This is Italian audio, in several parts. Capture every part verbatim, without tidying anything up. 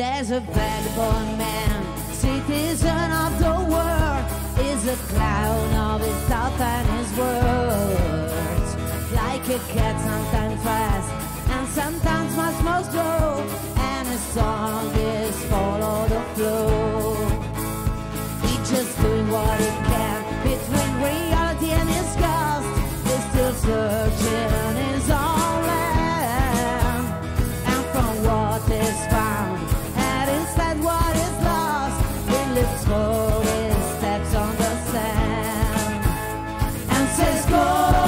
There's a vagabond man, citizen of the world, is a clown of his thought and his words. Like a cat, sometimes fast and sometimes much more slow, and his song is follow the flow. He's just doing what he can between reality and his ghost. He's still searching his own land, and from what is found and instead what is lost, he lifts for his steps on the sand and says go,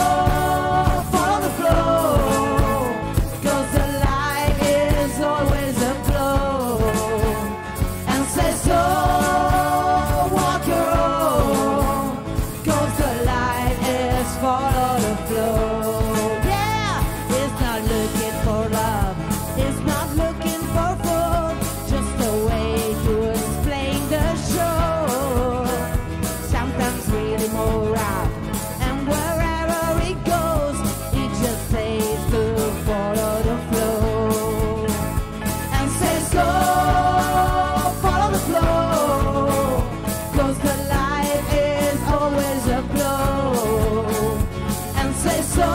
follow the flow, 'cause the light is always a flow, and says so, walk your own, 'cause the light is follow the flow. Yeah, it's not looking for love, it's not looking for food, just a way to explain the show. Sometimes really more out, and wherever he goes, he just says to follow the flow, and says go, follow the flow, 'cause the light is always a glow, and says so,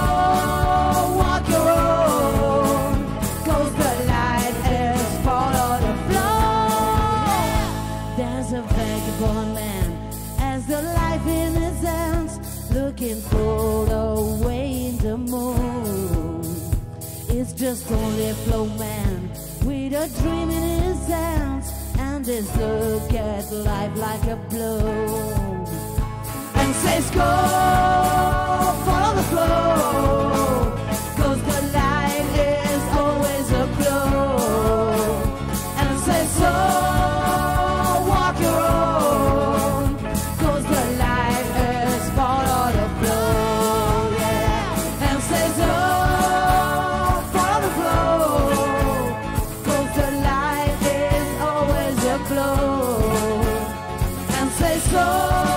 walk your own, 'cause the light is follow the flow. There's a vagabond man, as the life in his hands, looking for the way in the moon. It's just only a flow man with a dream in his hands, and his look at life like a blow, and says go, follow the flow, 'cause the light is always a glow, and says so, walk your own, 'cause the light is follow the flow, yeah, and says oh, follow the flow, 'cause the light is always a glow, and says so,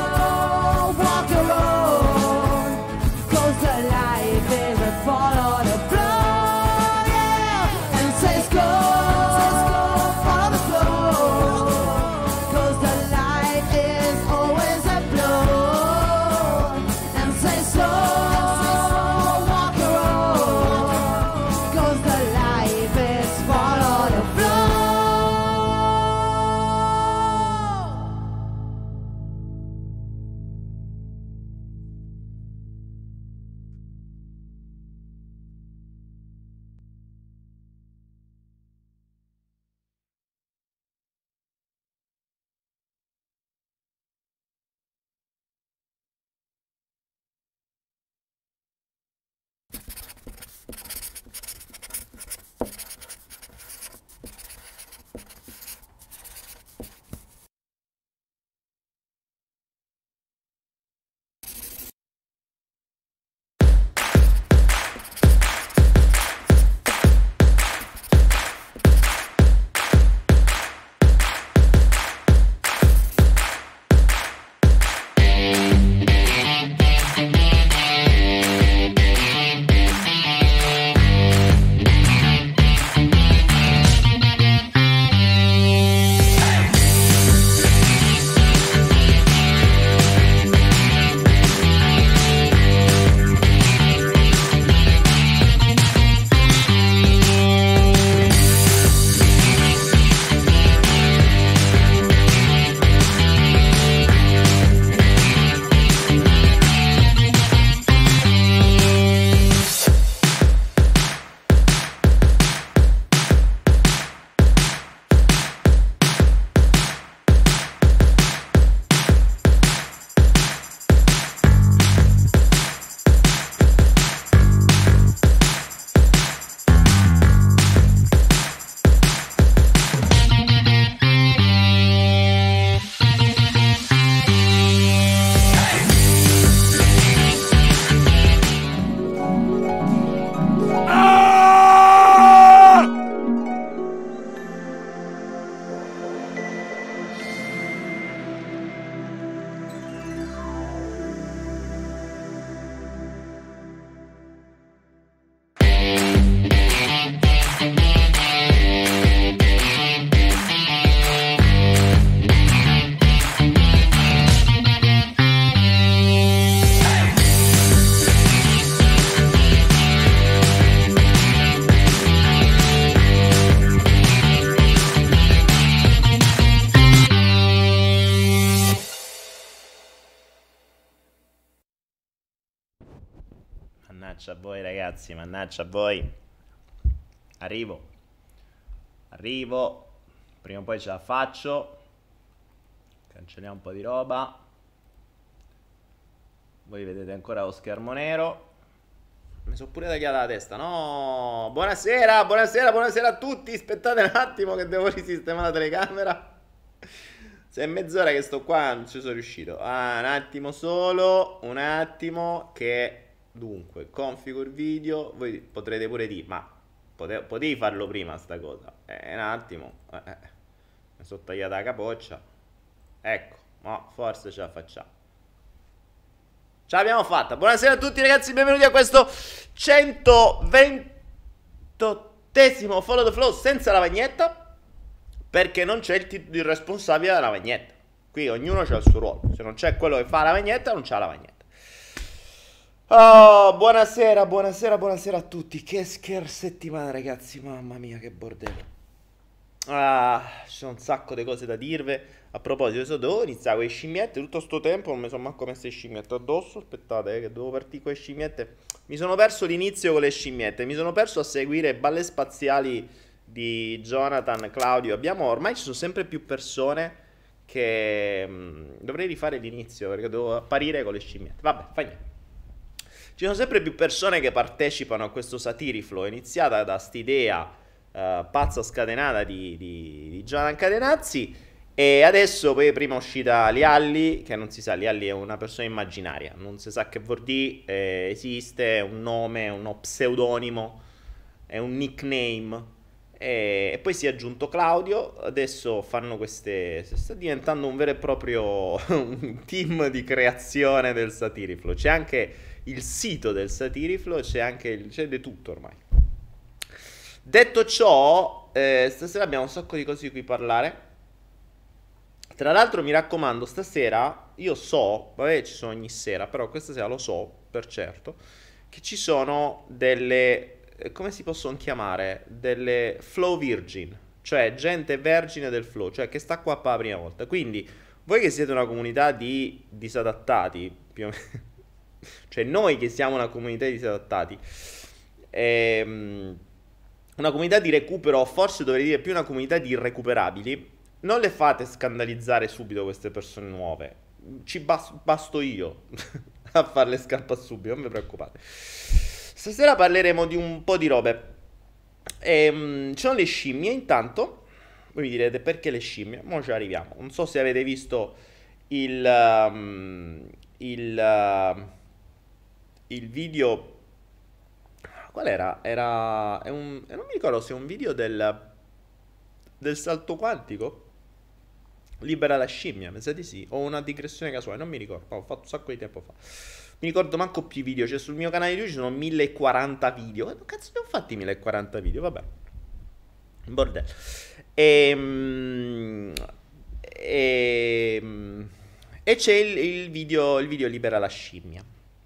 walk your own, 'cause the light is a follow the flow, yeah, and says go, follow the flow, 'cause the light is always a blow, and says so, walk your own, 'cause the light is follow the flow. Mannaggia a voi ragazzi, mannaggia a voi. Arrivo. Arrivo. Prima o poi ce la faccio. Cancelliamo un po' di roba. Voi vedete ancora lo schermo nero. Mi sono pure tagliata la testa. No. Buonasera, buonasera, buonasera a tutti. Aspettate un attimo che devo risistemare la telecamera. Se è mezz'ora che sto qua non ci sono riuscito. Ah, un attimo solo. Un attimo che... Dunque, configure video. Voi potrete pure dire, ma pote- potevi farlo prima sta cosa. Eh, un attimo. Eh, eh. Mi sono tagliata la capoccia. Ecco, ma forse ce la facciamo. Ce l'abbiamo fatta. Buonasera a tutti ragazzi, benvenuti a questo centoventottesimo Follow the Flow senza lavagnetta, perché non c'è il, t- il responsabile della lavagnetta. Qui ognuno ha il suo ruolo. Se non c'è quello che fa la lavagnetta, non c'è la lavagnetta. Oh, buonasera, buonasera, buonasera a tutti. Che scher settimana ragazzi, mamma mia che bordello. Ah, ci sono un sacco di cose da dirvi. A proposito, adesso devo iniziare con le scimmiette. Tutto sto tempo non mi sono manco messo le scimmiette addosso. Aspettate, eh, che devo partire con le scimmiette. Mi sono perso l'inizio con le scimmiette. Mi sono perso a seguire Balle Spaziali di Jonathan, Claudio. Abbiamo, ormai ci sono sempre più persone che mh, dovrei rifare l'inizio perché devo apparire con le scimmiette. Vabbè, fa niente. Ci sono sempre più persone che partecipano a questo Satiriflow. È iniziata da st'idea uh, pazza scatenata di, di, di Jonathan Cadenazzi. E adesso poi prima è uscita Lialli, che non si sa, Lialli è una persona immaginaria, non si sa che vuol dire, eh, esiste, è un nome, è uno pseudonimo, è un nickname. E, e poi si è aggiunto Claudio, adesso fanno queste... sta diventando un vero e proprio un team di creazione del Satiriflow. C'è anche il sito del Satiriflow, c'è anche il... c'è di tutto ormai. Detto ciò, eh, stasera abbiamo un sacco di cose di cui parlare. Tra l'altro mi raccomando, stasera io so, vabbè ci sono ogni sera, però questa sera lo so per certo, che ci sono delle, eh, come si possono chiamare, delle flow virgin, cioè gente vergine del flow, cioè che sta qua per la prima volta. Quindi voi che siete una comunità di disadattati, più o meno, cioè noi che siamo una comunità di disadattati, ehm, una comunità di recupero, forse dovrei dire più una comunità di irrecuperabili, non le fate scandalizzare subito queste persone nuove. Ci bas- basto io a farle scappare subito, non vi preoccupate. Stasera parleremo di un po' di robe. Ehm, ci sono le scimmie. Intanto voi mi direte perché le scimmie? Mo' ci arriviamo. Non so se avete visto il um, il, uh, il video. Qual era? Era è un, non mi ricordo se è un video del del salto quantico. Libera la scimmia, mi sa di sì. O una digressione casuale, non mi ricordo. No, ho fatto un sacco di tempo fa. Mi ricordo manco più i video. Cioè sul mio canale YouTube ci sono mille e quaranta video. Che cazzo ne ho fatti mille e quaranta video? Vabbè. Bordello. E, e, e c'è il, il video, il video Libera la scimmia.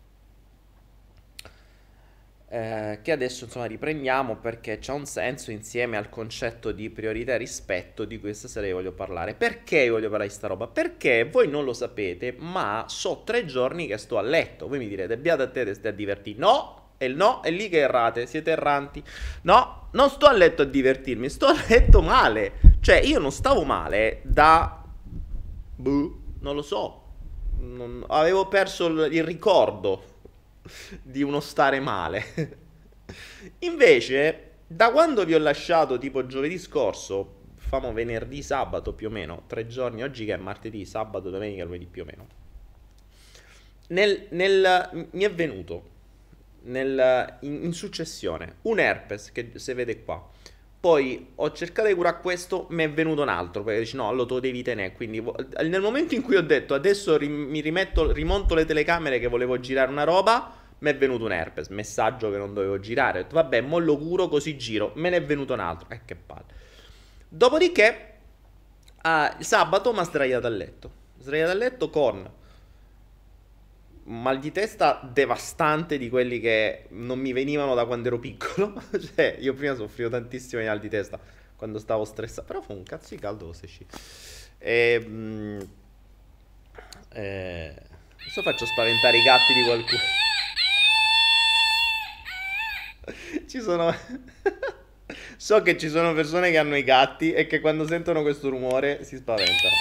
Eh, che adesso insomma riprendiamo perché c'ha un senso insieme al concetto di priorità e rispetto di cui stasera io voglio parlare. Perché io voglio parlare di sta roba? Perché voi non lo sapete, ma so tre giorni che sto a letto. Voi mi direte, beata a te, te stai a divertirti. No, e il no è lì che errate, siete erranti. No, non sto a letto a divertirmi, sto a letto male. Cioè io non stavo male da... Buh, non lo so. Non... Avevo perso il, il ricordo di uno stare male. Invece da quando vi ho lasciato tipo giovedì scorso, famo venerdì, sabato più o meno, tre giorni, oggi che è martedì, sabato, domenica, lunedì più o meno, nel, nel, mi è venuto nel, in, in successione un herpes che se vede qua, poi ho cercato di curare questo, mi è venuto un altro perché dici no, allora te lo devi tenere. Quindi nel momento in cui ho detto adesso ri- mi rimetto, rimonto le telecamere che volevo girare una roba, mi è venuto un herpes, messaggio che non dovevo girare. Ho detto vabbè, mo lo curo così giro, me ne è venuto un altro, eh che palle. Dopodiché ah, il sabato mi ha sdraiato a letto, sdraiato a letto con mal di testa devastante di quelli che non mi venivano da quando ero piccolo. Cioè io prima soffrivo tantissimo di mal di testa quando stavo stressato, però fa un cazzo di caldo lo sci. E mm, eh, adesso faccio spaventare i gatti di qualcuno. Ci sono... So che ci sono persone che hanno i gatti e che quando sentono questo rumore si spaventano.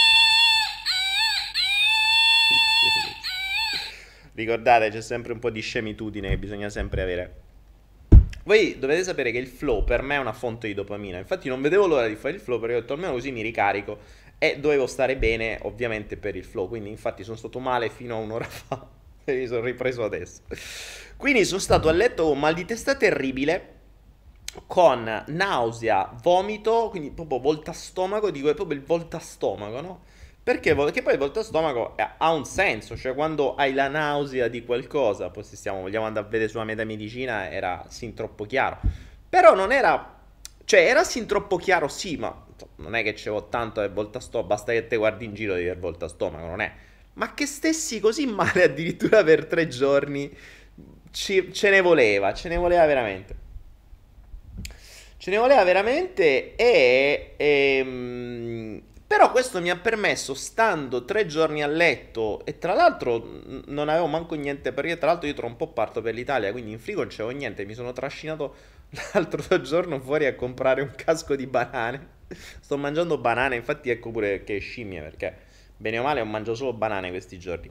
Ricordate, c'è sempre un po' di scemitudine che bisogna sempre avere. Voi dovete sapere che il flow per me è una fonte di dopamina. Infatti non vedevo l'ora di fare il flow perché ho detto almeno così mi ricarico. E dovevo stare bene ovviamente per il flow. Quindi infatti sono stato male fino a un'ora fa. E mi sono ripreso adesso. Quindi sono stato a letto con mal di testa terribile, con nausea, vomito, quindi proprio volta stomaco, dico è proprio il volta stomaco, no? Perché? Perché poi il volta stomaco eh, ha un senso, cioè quando hai la nausea di qualcosa, poi se stiamo, vogliamo andare a vedere sulla metamedicina, era sin troppo chiaro. Però non era, cioè era sin troppo chiaro sì, ma non è che c'avevo tanto del volta stomaco, basta che te guardi in giro di del volta stomaco, non è. Ma che stessi così male addirittura per tre giorni, ci- ce ne voleva, ce ne voleva veramente. Ce ne voleva veramente e, ehm, però questo mi ha permesso, stando tre giorni a letto, e tra l'altro n- non avevo manco niente, perché tra l'altro io tra un po' parto per l'Italia, quindi in frigo non c'avevo niente, mi sono trascinato l'altro giorno fuori a comprare un casco di banane. Sto mangiando banane, infatti ecco pure che scimmie, perché bene o male ho mangiato solo banane questi giorni.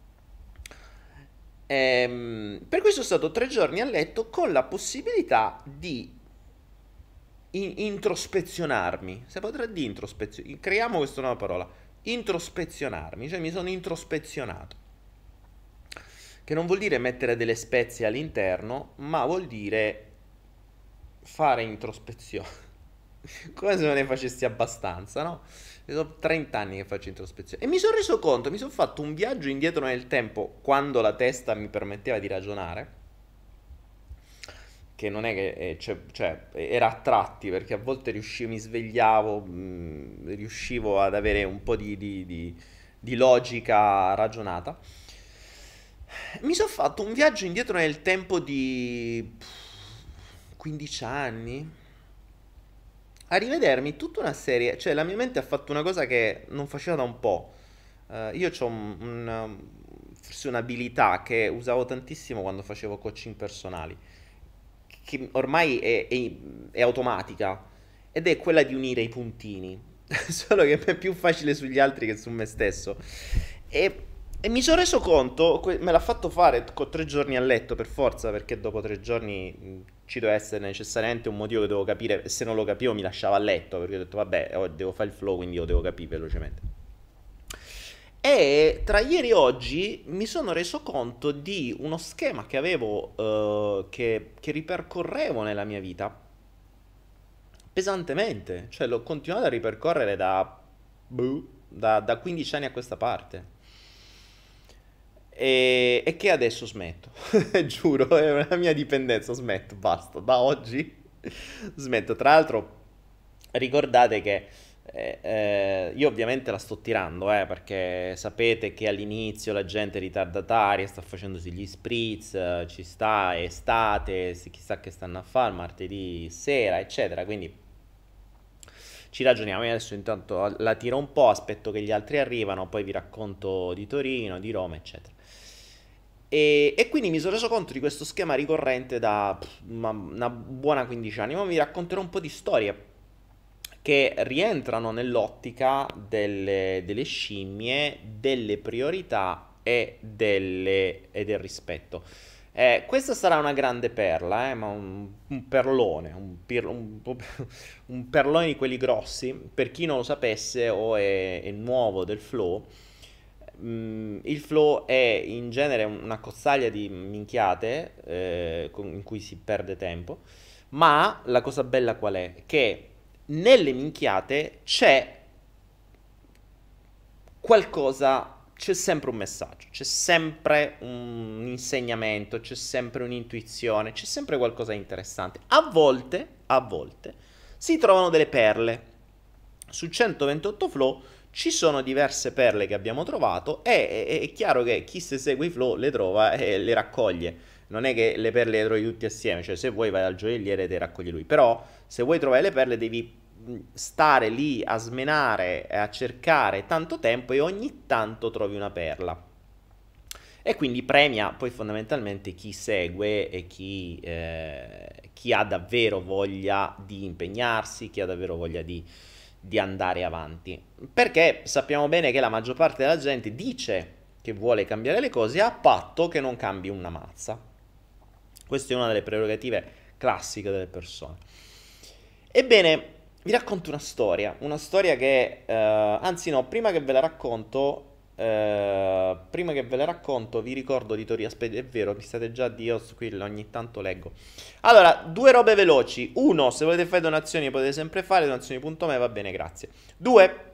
Ehm, per cui sono stato tre giorni a letto con la possibilità di in- introspezionarmi. Se potrà dire introspezionarmi, creiamo questa nuova parola. Introspezionarmi, cioè mi sono introspezionato. Che non vuol dire mettere delle spezie all'interno, ma vuol dire fare introspezione. Come se non ne facessi abbastanza, no? Sono trenta anni che faccio introspezione. E mi sono reso conto, mi sono fatto un viaggio indietro nel tempo quando la testa mi permetteva di ragionare che non è che eh, cioè, cioè, era a tratti perché a volte riuscivo, mi svegliavo, mh, riuscivo ad avere un po' di, di- di- di logica ragionata. Mi sono fatto un viaggio indietro nel tempo di pff, quindici anni a rivedermi tutta una serie, cioè la mia mente ha fatto una cosa che non faceva da un po'. Eh, io ho un, un, forse un'abilità che usavo tantissimo quando facevo coaching personali che ormai è, è- è automatica ed è quella di unire i puntini. Solo che è più facile sugli altri che su me stesso. E, e mi sono reso conto, que- me l'ha fatto fare con tre giorni a letto per forza, perché dopo tre giorni mh, ci deve essere necessariamente un motivo che devo capire. E se non lo capivo mi lasciava a letto, perché ho detto vabbè, oh, devo fare il flow, quindi lo devo capire velocemente. E tra ieri e oggi mi sono reso conto di uno schema che avevo, eh, che, che ripercorrevo nella mia vita pesantemente, cioè l'ho continuato a ripercorrere da, boh, da, da quindici anni a questa parte. E, e che adesso smetto, giuro, è una mia dipendenza, smetto, basta, da oggi smetto. Tra l'altro, ricordate che eh, eh, io ovviamente la sto tirando, eh, perché sapete che all'inizio la gente è ritardataria, sta facendosi gli spritz, eh, ci sta, è estate, si- chissà che stanno a fare martedì sera, eccetera, quindi ci ragioniamo. Io adesso intanto la tiro un po', aspetto che gli altri arrivano, poi vi racconto di Torino, di Roma, eccetera. E, e quindi mi sono reso conto di questo schema ricorrente da pff, una, una buona quindici anni, ma vi racconterò un po' di storie che rientrano nell'ottica delle, delle scimmie, delle priorità e, delle- e del rispetto. Eh, questa sarà una grande perla, eh, ma un, un perlone, un, pir- un- un perlone di quelli grossi. Per chi non lo sapesse o è, è nuovo del flow, mm, il flow è in genere una cozzaglia di minchiate eh, con- in cui si perde tempo, ma la cosa bella qual è? Che nelle minchiate c'è qualcosa, c'è sempre un messaggio, c'è sempre un insegnamento, c'è sempre un'intuizione, c'è sempre qualcosa di interessante. A volte, a volte, si trovano delle perle. Su centoventotto flow ci sono diverse perle che abbiamo trovato e è, è chiaro che chi se segue i flow le trova e le raccoglie. Non è che le perle le trovi tutte assieme, cioè se vuoi vai al gioielliere e te raccogli lui, però se vuoi trovare le perle devi stare lì a smenare e a cercare tanto tempo e ogni tanto trovi una perla. e quindi premia poi fondamentalmente chi segue e chi, eh, chi ha davvero voglia di impegnarsi, chi ha davvero voglia di, di andare avanti. Perché sappiamo bene che la maggior parte della gente dice che vuole cambiare le cose a patto che non cambi una mazza. Questa è una delle prerogative classiche delle persone. Ebbene, vi racconto una storia, una storia che, eh, anzi no, prima che ve la racconto, eh, prima che ve la racconto vi ricordo di Tori, aspetta, è vero, mi state già di io qui ogni tanto leggo. Allora, due robe veloci, uno, se volete fare donazioni potete sempre fare, donazioni punto me, va bene, grazie. Due,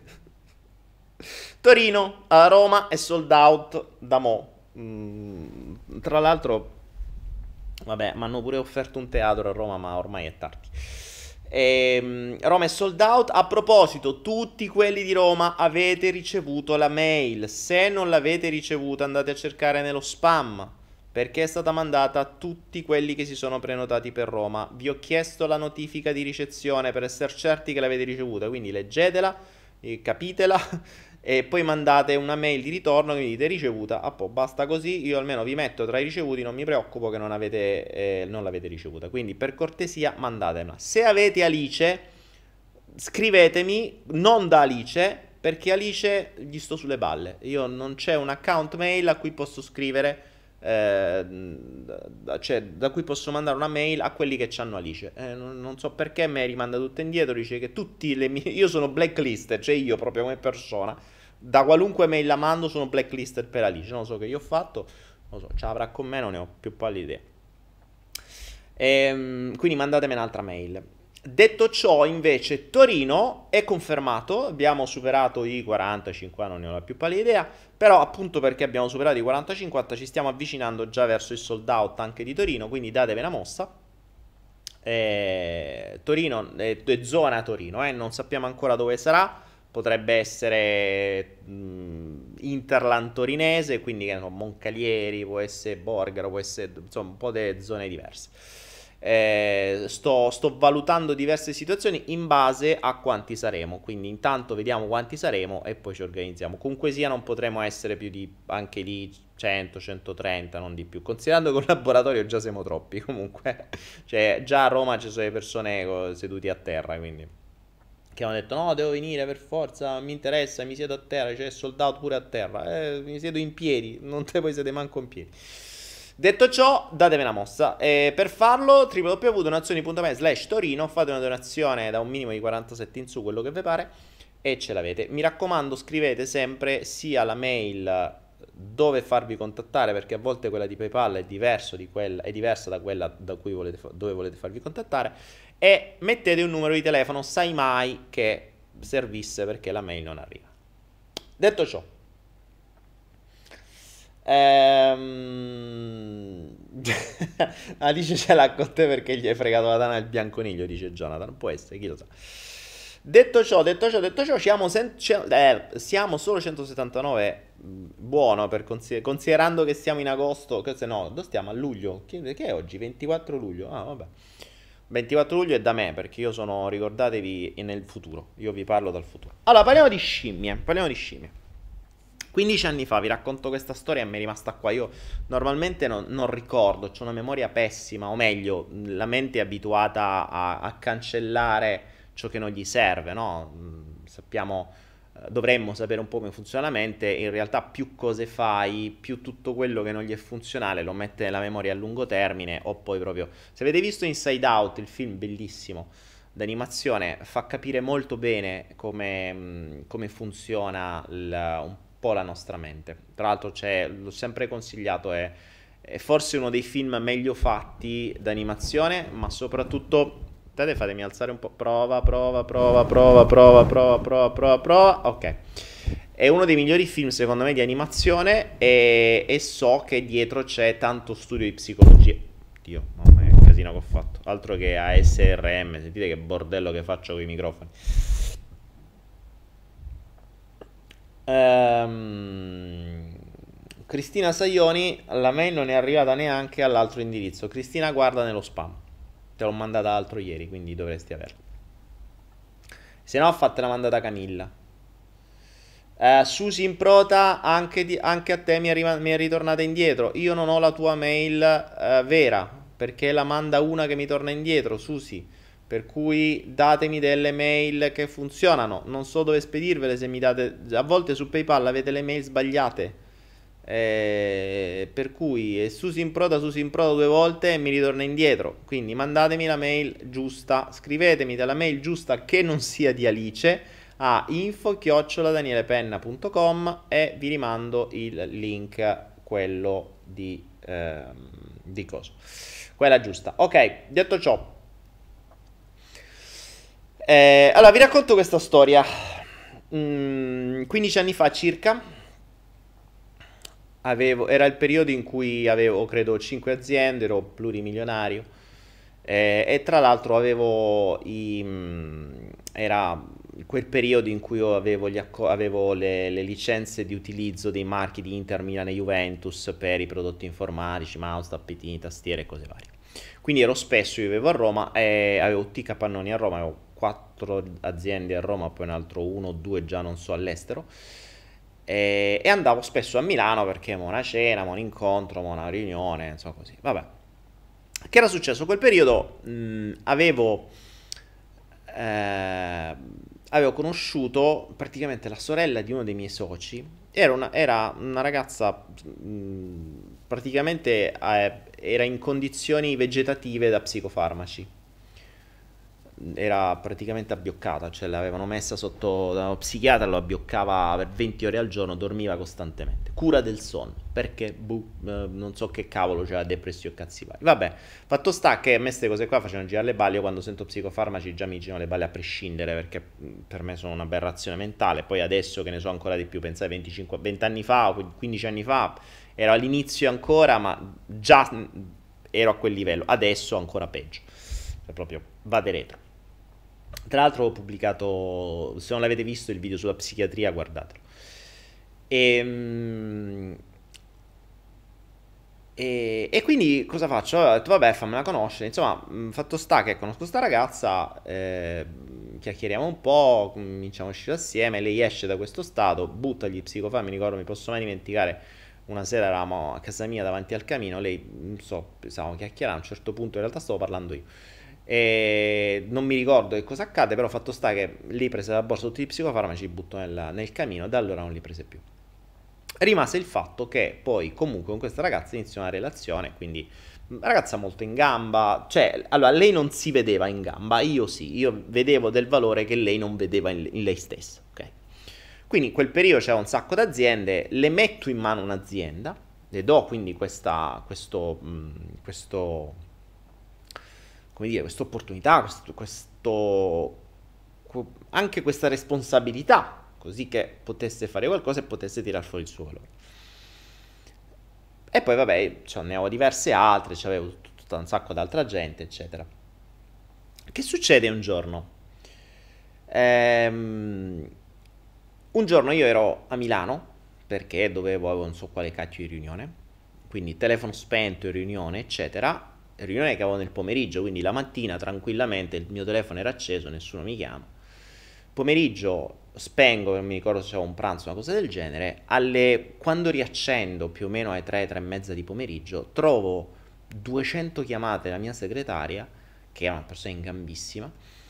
Torino a Roma è sold out da mo', mm, tra l'altro, vabbè, mi hanno pure offerto un teatro a Roma, ma ormai è tardi. Ehm, Roma è sold out. A proposito, tutti quelli di Roma avete ricevuto la mail. Se non l'avete ricevuta andate a cercare nello spam, perché è stata mandata a tutti quelli che si sono prenotati per Roma. Vi ho chiesto la notifica di ricezione per essere certi che l'avete ricevuta, quindi leggetela, eh, capitela e poi mandate una mail di ritorno che mi dite ricevuta. Ah, po', basta così, io almeno vi metto tra i ricevuti, non mi preoccupo che non, avete, eh, non l'avete ricevuta. Quindi per cortesia mandatela. Se avete Alice, scrivetemi, non da Alice, perché Alice gli sto sulle balle. Io non c'è un account mail a cui posso scrivere, eh, cioè da cui posso mandare una mail a quelli che hanno Alice. Eh, non, non so perché me rimanda tutto indietro, dice che tutti le mie... Io sono blacklisted, cioè io proprio come persona, da qualunque mail la mando sono blacklisted per Alice. Non so che io ho fatto, non so, ce l'avrà con me, non ne ho più pallida idea. Ehm, quindi mandatemi un'altra mail. Detto ciò, invece, Torino è confermato, abbiamo superato i quaranta cinquanta, non ne ho la più pallida idea, però appunto perché abbiamo superato i quaranta cinquanta ci stiamo avvicinando già verso il sold out anche di Torino, quindi datevi una mossa. Eh, Torino è, è zona Torino, eh, non sappiamo ancora dove sarà, potrebbe essere mh, Interland torinese, quindi che ne so, Moncalieri, può essere Borgaro, può essere insomma un po' delle zone diverse. Eh, sto, sto valutando diverse situazioni in base a quanti saremo, quindi intanto vediamo quanti saremo e poi ci organizziamo. Comunque sia non potremo essere più di anche lì cento centotrenta, non di più, considerando che con il laboratorio già siamo troppi comunque, cioè già a Roma ci sono le persone seduti a terra, quindi che hanno detto no, devo venire per forza, mi interessa, mi siedo a terra, c'è cioè, soldato pure a terra, eh, mi siedo in piedi, non te poi siete manco in piedi. Detto ciò, datevi una mossa. E per farlo, w w w punto donazioni punto me slash Torino, fate una donazione da un minimo di quarantasette in su, quello che vi pare, e ce l'avete. Mi raccomando, scrivete sempre sia la mail dove farvi contattare, perché a volte quella di PayPal è, diverso di quella, è diversa da quella da cui volete, dove volete farvi contattare, e mettete un numero di telefono, sai mai che servisse perché la mail non arriva. Detto ciò, Ehm... Alice ce l'ha con te perché gli hai fregato la tana del bianconiglio, dice Jonathan. Può essere, chi lo sa. Detto ciò, detto ciò, detto ciò, siamo, sen- eh, siamo solo centosettantanove. Buono, per consider- considerando che siamo in agosto. Che se no, dove stiamo? A luglio. Che, che è oggi? ventiquattro luglio. Ah, vabbè. ventiquattro luglio è da me, perché io sono, ricordatevi, nel futuro. Io vi parlo dal futuro. Allora, parliamo di scimmie. Parliamo di scimmie. quindici anni fa vi racconto questa storia e mi è rimasta qua. Io normalmente non, non ricordo, ho una memoria pessima, o meglio, la mente è abituata a, a cancellare ciò che non gli serve, no? Sappiamo, dovremmo sapere un po' come funziona la mente, in realtà più cose fai, più tutto quello che non gli è funzionale lo mette nella memoria a lungo termine, o poi proprio... Se avete visto Inside Out, il film bellissimo d'animazione, fa capire molto bene come, come funziona il, un po' la nostra mente. Tra l'altro c'è, l'ho sempre consigliato, è, è forse uno dei film meglio fatti d'animazione, ma soprattutto, aspettate, fatemi alzare un po', prova, prova, prova, prova, prova, prova, prova, prova, prova, ok. È uno dei migliori film secondo me di animazione e, e so che dietro c'è tanto studio di psicologia. Dio, mamma mia, che casino che ho fatto. Altro che A S R M, sentite che bordello che faccio con i microfoni. Um, Cristina Saioni, la mail non è arrivata neanche all'altro indirizzo. Cristina, guarda nello spam, te l'ho mandata l'altro ieri, quindi dovresti averla. Se no fatela mandata Camilla. Eh, Susi in prota, anche, di- anche a te mi è, rima- mi è ritornata indietro. Io non ho la tua mail eh, vera, perché la manda una che mi torna indietro, Susi. Per cui datemi delle mail che funzionano. Non so dove spedirvele se mi date... A volte su PayPal avete le mail sbagliate. Eh, per cui è Susi in prota, Susi in prota due volte e mi ritorna indietro. Quindi mandatemi la mail giusta. Scrivetemi della mail giusta che non sia di Alice a info chiocciola danielepenna punto com e vi rimando il link, quello di, ehm, di coso, quella giusta. Ok, detto ciò, eh, allora vi racconto questa storia. Mm, quindici anni fa circa, avevo, era il periodo in cui avevo, credo, cinque aziende, ero plurimilionario. Eh, e tra l'altro avevo i, mh, era quel periodo in cui io avevo, gli acco- avevo le, le licenze di utilizzo dei marchi di Inter, Milan e Juventus per i prodotti informatici, mouse, tappetini, tastiere e cose varie. Quindi ero spesso, io vivevo a Roma e avevo T Capannoni a Roma, avevo quattro aziende a Roma, poi un altro uno o due già non so all'estero. E, e andavo spesso a Milano perché mo una cena, mo un incontro, mo una riunione, insomma così. Vabbè. Che era successo? Quel periodo mh, avevo, eh, avevo conosciuto praticamente la sorella di uno dei miei soci. Era una, era una ragazza mh, praticamente eh, era in condizioni vegetative da psicofarmaci. Era praticamente abbioccata, cioè l'avevano messa sotto da uno psichiatra, lo abbioccava per venti ore al giorno, dormiva costantemente. Cura del sonno, perché boh, eh, non so che cavolo, c'era depressione e cazzi vari. Vabbè, fatto sta che a me queste cose qua facevano girare le balle. Io quando sento psicofarmaci già mi girano le balle a prescindere, perché mh, per me sono un'aberrazione mentale. Poi adesso che ne so ancora di più, pensai venticinque, venti anni fa o quindici anni fa, ero all'inizio ancora, ma già mh, ero a quel livello. Adesso ancora peggio, cioè proprio vade retro. Tra l'altro ho pubblicato, se non l'avete visto il video sulla psichiatria, guardatelo. E, mm, e, e quindi cosa faccio? Ho detto vabbè, fammela conoscere. Insomma, mh, fatto sta che conosco sta ragazza, eh, chiacchieriamo un po', cominciamo a uscire assieme, lei esce da questo stato, butta gli psicofarmaci, mi ricordo, mi posso mai dimenticare, una sera eravamo a casa mia davanti al camino, lei, non so, stavamo chiacchierando, a un certo punto in realtà stavo parlando io. E non mi ricordo che cosa accade, però fatto sta che lì prese la borsa tutti i psicofarmaci, li butto nel, nel camino, da allora non li prese più. Rimase il fatto che poi comunque con questa ragazza iniziò una relazione, quindi una ragazza molto in gamba, cioè allora lei non si vedeva in gamba, io sì, io vedevo del valore che lei non vedeva in, in lei stessa, ok? Quindi in quel periodo c'era un sacco d'aziende, le metto in mano un'azienda, le do quindi questa, questo, mh, questo come dire, questa opportunità, questo, questo- anche questa responsabilità, così che potesse fare qualcosa e potesse tirar fuori il suo valore. E poi vabbè, ce ne avevo diverse altre, c'avevo tutta un sacco d'altra gente, eccetera. Che succede un giorno? Ehm, un giorno io ero a Milano, perché dovevo, avevo non so quale cacchio di riunione, quindi telefono spento in riunione, eccetera. Riunione che avevo nel pomeriggio, quindi la mattina tranquillamente il mio telefono era acceso, nessuno mi chiama. Pomeriggio spengo, non mi ricordo se c'era un pranzo o una cosa del genere. Alle, quando riaccendo, più o meno alle tre, tre e mezza di pomeriggio, trovo duecento chiamate della mia segretaria, che è una persona in gambissima,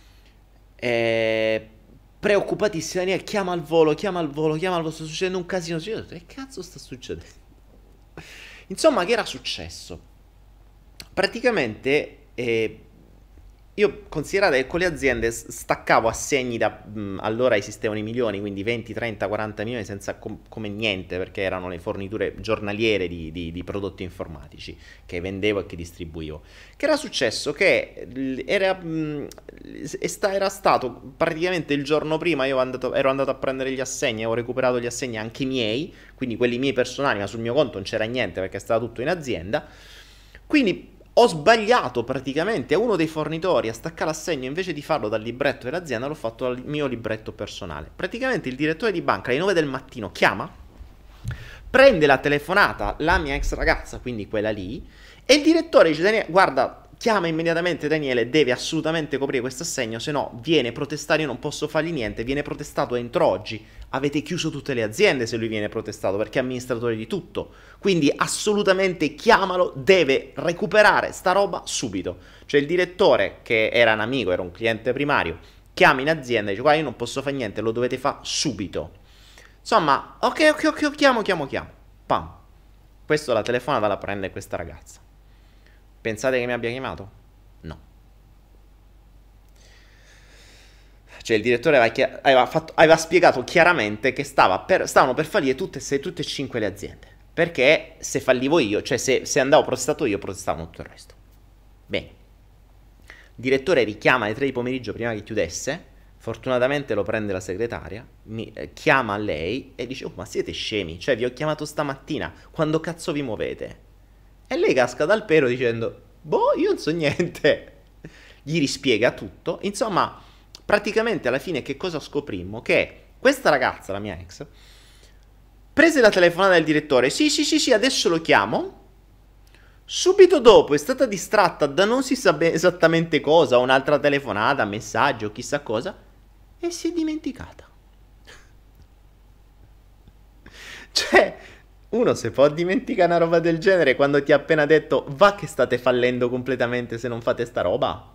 eh, preoccupatissima, Daniele, chiama al volo, chiama al volo, chiama al volo, sta succedendo un casino. Io ho detto, che cazzo sta succedendo? Insomma, che era successo? Praticamente eh, io considerate che con le aziende s- staccavo assegni da mh, allora esistevano i milioni, quindi venti, trenta, quaranta milioni senza com- come niente, perché erano le forniture giornaliere di, di- di prodotti informatici che vendevo e che distribuivo. Che era successo? Che l- era, mh, è sta- era stato praticamente il giorno prima, io andato- ero andato a prendere gli assegni, ho recuperato gli assegni anche miei, quindi quelli miei personali, ma sul mio conto non c'era niente perché stava tutto in azienda. Quindi ho sbagliato praticamente a uno dei fornitori a staccare l'assegno, invece di farlo dal libretto dell'azienda l'ho fatto dal mio libretto personale. Praticamente il direttore di banca alle nove del mattino chiama, prende la telefonata, la mia ex ragazza, quindi quella lì, e il direttore dice, Daniele, guarda, chiama immediatamente Daniele, deve assolutamente coprire questo assegno, se no viene protestato, io non posso fargli niente, viene protestato entro oggi, avete chiuso tutte le aziende se lui viene protestato perché è amministratore di tutto, quindi assolutamente chiamalo, deve recuperare sta roba subito. Cioè il direttore, che era un amico, era un cliente primario, chiama in azienda e dice guarda io non posso fare niente, lo dovete fare subito. Insomma, ok ok ok, chiamo chiamo chiamo, pam, questo la telefonata la prende questa ragazza. Pensate che mi abbia chiamato? No. Cioè il direttore aveva, chia- aveva, fatto, aveva spiegato chiaramente che stava per, stavano per fallire tutte, se, tutte e cinque le aziende. Perché se fallivo io, cioè se, se andavo protestato io, protestavano tutto il resto. Bene. Il direttore richiama alle tre di pomeriggio prima che chiudesse. Fortunatamente lo prende la segretaria, mi eh, chiama a lei e dice oh ma siete scemi, cioè vi ho chiamato stamattina, quando cazzo vi muovete? E lei casca dal pero dicendo boh io non so niente. Gli rispiega tutto. Insomma praticamente alla fine che cosa scoprimmo? Che questa ragazza, la mia ex, prese la telefonata del direttore, sì sì sì sì adesso lo chiamo, subito dopo è stata distratta da non si sa be- esattamente cosa, un'altra telefonata, messaggio, chissà cosa, e si è dimenticata. Cioè uno se può dimenticare una roba del genere quando ti ha appena detto va che state fallendo completamente se non fate sta roba?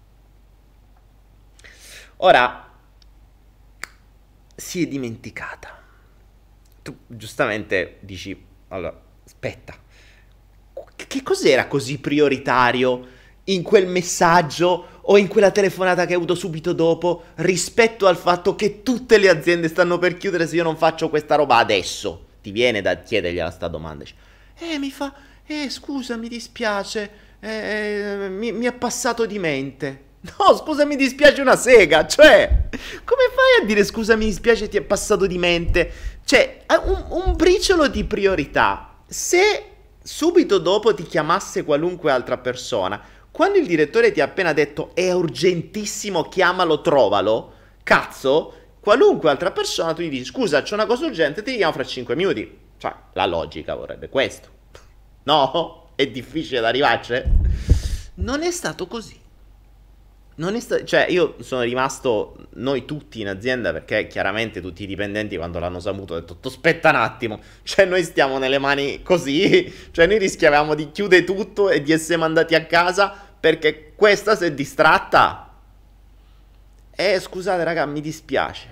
Ora, si è dimenticata. Tu giustamente dici, allora, aspetta, che cos'era così prioritario in quel messaggio o in quella telefonata che hai avuto subito dopo rispetto al fatto che tutte le aziende stanno per chiudere se io non faccio questa roba adesso? Ti viene da chiedergliela sta domanda. Eh, mi fa, eh, scusa, mi dispiace, eh, mi, mi è passato di mente. No, scusa, mi dispiace una sega, cioè, come fai a dire scusa, mi dispiace, ti è passato di mente? Cioè, un, un briciolo di priorità. Se subito dopo ti chiamasse qualunque altra persona, quando il direttore ti ha appena detto è urgentissimo, chiamalo, trovalo, cazzo, qualunque altra persona tu gli dici scusa c'è una cosa urgente, ti chiamo fra cinque minuti. Cioè la logica vorrebbe questo. No? È difficile da arrivarci? Non è stato così. Non è stato, cioè io sono rimasto, noi tutti in azienda, perché chiaramente tutti i dipendenti quando l'hanno saputo hanno detto aspetta un attimo, cioè noi stiamo nelle mani così, cioè noi rischiavamo di chiudere tutto e di essere mandati a casa perché questa si è distratta. Eh scusate raga, mi dispiace.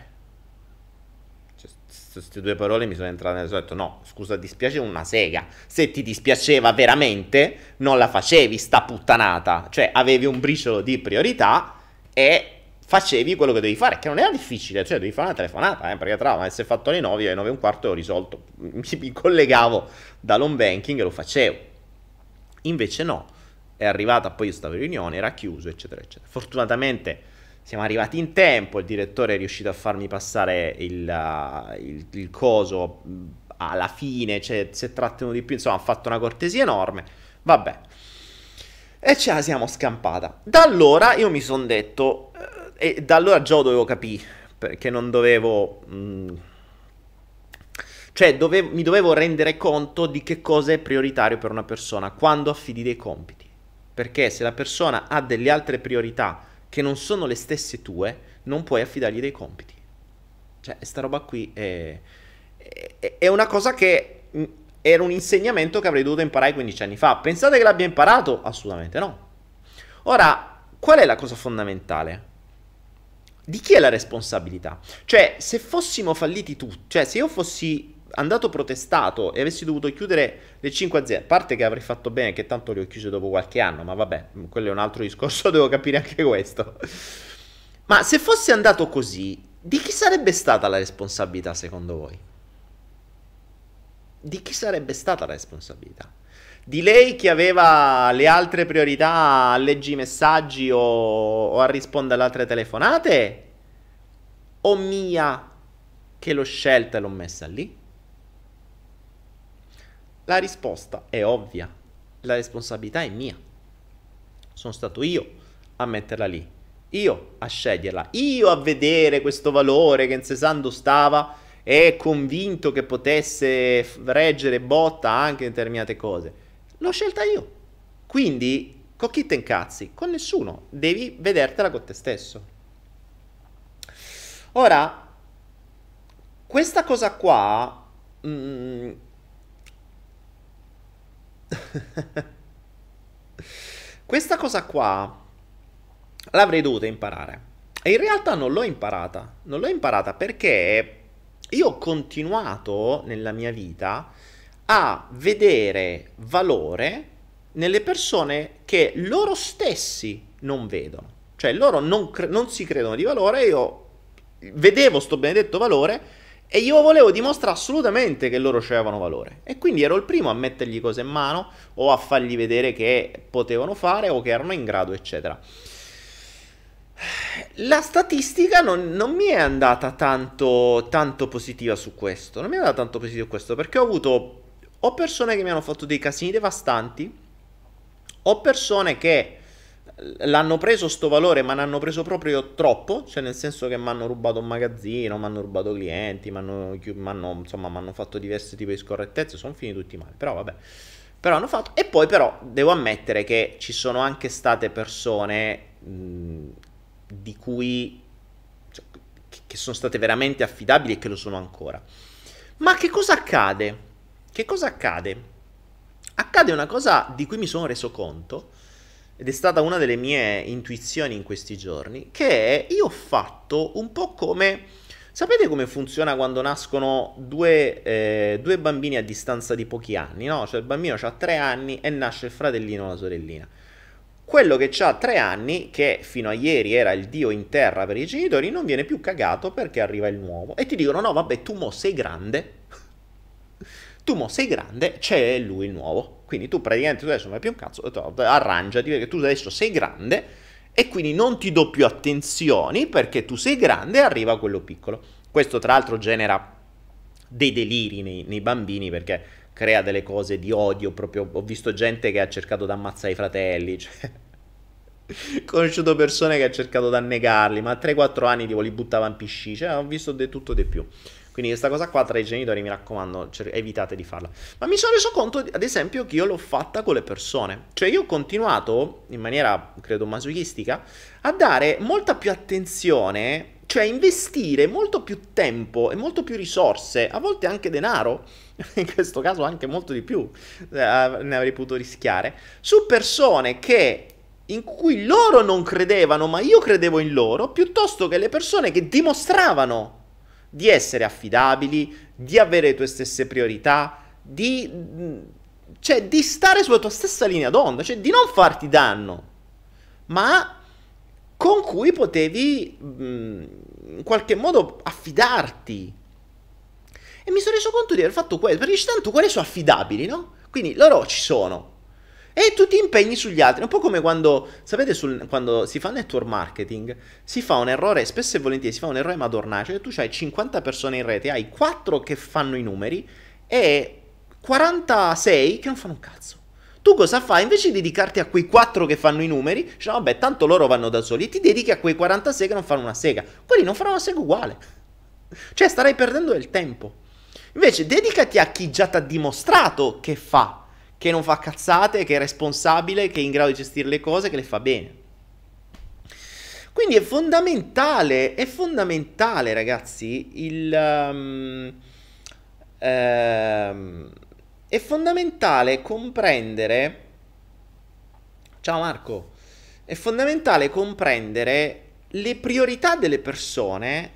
Queste due parole mi sono entrate nel detto no, scusa, dispiace una sega. Se ti dispiaceva veramente non la facevi sta puttanata, cioè avevi un briciolo di priorità e facevi quello che devi fare, che non era difficile, cioè devi fare una telefonata, eh, perché tra l'altro essere fatto alle nove, alle nove e un quarto ho risolto, mi collegavo dall'home banking e lo facevo. Invece no, è arrivata, poi io stavo in riunione, era chiuso eccetera eccetera. Fortunatamente siamo arrivati in tempo, il direttore è riuscito a farmi passare il, uh, il, il coso alla fine, cioè si è trattenuto di più, insomma ha fatto una cortesia enorme, vabbè. E ce la siamo scampata. Da allora io mi sono detto, eh, e da allora già lo dovevo capire, perché non dovevo... Mh, cioè dovevo, mi dovevo rendere conto di che cosa è prioritario per una persona quando affidi dei compiti. Perché se la persona ha delle altre priorità che non sono le stesse tue, non puoi affidargli dei compiti. Cioè, sta roba qui è, è, è una cosa che mh, era un insegnamento che avrei dovuto imparare quindici anni fa. Pensate che l'abbia imparato? Assolutamente no. Ora, qual è la cosa fondamentale? Di chi è la responsabilità? Cioè, se fossimo falliti tutti, cioè se io fossi andato protestato e avessi dovuto chiudere le cinque aziende, a parte che avrei fatto bene che tanto le ho chiuse dopo qualche anno, ma vabbè, quello è un altro discorso, devo capire anche questo. Ma se fosse andato così, di chi sarebbe stata la responsabilità secondo voi? Di chi sarebbe stata la responsabilità? Di lei che aveva le altre priorità a leggere i messaggi o, o a rispondere alle altre telefonate? O mia che l'ho scelta e l'ho messa lì? La risposta è ovvia, la responsabilità è mia. Sono stato io a metterla lì, io a sceglierla, io a vedere questo valore che in Sesando stava e convinto che potesse reggere botta anche in determinate cose. L'ho scelta io. Quindi Con chi te incazzi? Con nessuno. Devi vedertela con te stesso. Ora, questa cosa qua... Mm, questa cosa qua l'avrei dovuta imparare. E in realtà non l'ho imparata. Non l'ho imparata perché io ho continuato nella mia vita a vedere valore nelle persone che loro stessi non vedono. Cioè loro non, cre- non si credono di valore, io vedevo sto benedetto valore e io volevo dimostrare assolutamente che loro avevano valore. E quindi ero il primo a mettergli cose in mano o a fargli vedere che potevano fare o che erano in grado, eccetera. La statistica non, non mi è andata tanto, tanto positiva su questo. Non mi è andata tanto positiva su questo perché ho avuto o persone che mi hanno fatto dei casini devastanti, o persone che l'hanno preso sto valore ma ne hanno preso proprio troppo, cioè nel senso che mi hanno rubato un magazzino, mi hanno rubato clienti, mi hanno, insomma, mi hanno fatto diversi tipi di scorrettezze, sono finiti tutti male, però vabbè. Però hanno fatto, e poi però devo ammettere che ci sono anche state persone mh, di cui, cioè, che sono state veramente affidabili e che lo sono ancora. Ma che cosa accade? Che cosa accade? Accade una cosa di cui mi sono reso conto, ed è stata una delle mie intuizioni in questi giorni, che io ho fatto un po' come... Sapete come funziona quando nascono due, eh, due bambini a distanza di pochi anni, no? Cioè il bambino ha tre anni e nasce il fratellino o la sorellina. Quello che ha tre anni, che fino a ieri era il dio in terra per i genitori, non viene più cagato perché arriva il nuovo. E ti dicono, no vabbè, tu mo sei grande, tu mo sei grande, c'è lui il nuovo. Quindi tu praticamente tu adesso non hai più un cazzo, arrangiati perché tu adesso sei grande e quindi non ti do più attenzioni perché tu sei grande e arriva quello piccolo. Questo tra l'altro genera dei deliri nei, nei bambini perché crea delle cose di odio, proprio ho visto gente che ha cercato di ammazzare i fratelli, cioè... ho conosciuto persone che ha cercato di annegarli, ma a tre quattro anni tipo li buttava in piscina, cioè ho visto di tutto di più. Quindi questa cosa qua tra i genitori, mi raccomando, cioè, evitate di farla. Ma mi sono reso conto, ad esempio, che io l'ho fatta con le persone. Cioè io ho continuato, in maniera, credo, masochistica, a dare molta più attenzione, cioè a investire molto più tempo e molto più risorse, a volte anche denaro, in questo caso anche molto di più, eh, ne avrei potuto rischiare, su persone che... in cui loro non credevano, ma io credevo in loro, piuttosto che le persone che dimostravano di essere affidabili, di avere le tue stesse priorità, di, cioè, di stare sulla tua stessa linea d'onda, cioè di non farti danno, ma con cui potevi mh, in qualche modo affidarti. E mi sono reso conto di aver fatto questo, perché tanto quali sono affidabili, no? Quindi loro ci sono. E tu ti impegni sugli altri, un po' come quando, sapete, sul, quando si fa network marketing, si fa un errore, spesso e volentieri si fa un errore madornale, cioè tu hai cinquanta persone in rete, hai quattro che fanno i numeri e quarantasei che non fanno un cazzo. Tu cosa fai? Invece di dedicarti a quei quattro che fanno i numeri, cioè vabbè, tanto loro vanno da soli, e ti dedichi a quei quarantasei che non fanno una sega. Quelli non faranno una sega uguale. Cioè starai perdendo del tempo. Invece dedicati a chi già ti ha dimostrato che fa, che non fa cazzate, che è responsabile, che è in grado di gestire le cose, che le fa bene. Quindi è fondamentale, è fondamentale, ragazzi, il... Um, um, è fondamentale comprendere... Ciao Marco! È fondamentale comprendere le priorità delle persone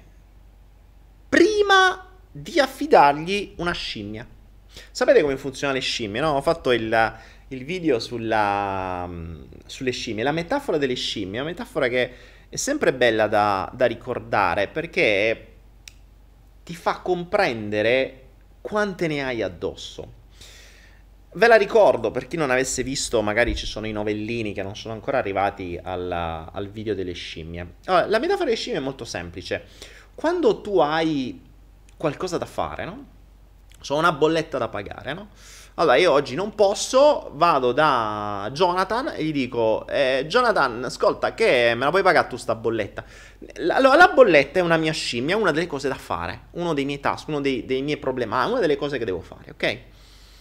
prima di affidargli una scimmia. Sapete come funzionano le scimmie, no? Ho fatto il, il video sulla, sulle scimmie. La metafora delle scimmie è una metafora che è sempre bella da, da ricordare perché ti fa comprendere quante ne hai addosso. Ve la ricordo, per chi non avesse visto, magari ci sono i novellini che non sono ancora arrivati alla, al video delle scimmie. Allora, la metafora delle scimmie è molto semplice. Quando tu hai qualcosa da fare, no? Sono una bolletta da pagare, no? Allora io oggi non posso, vado da Jonathan e gli dico eh, Jonathan, ascolta, che me la puoi pagare tu sta bolletta? Allora la bolletta è una mia scimmia, una delle cose da fare, uno dei miei task, uno dei, dei miei problemi, una delle cose che devo fare, ok?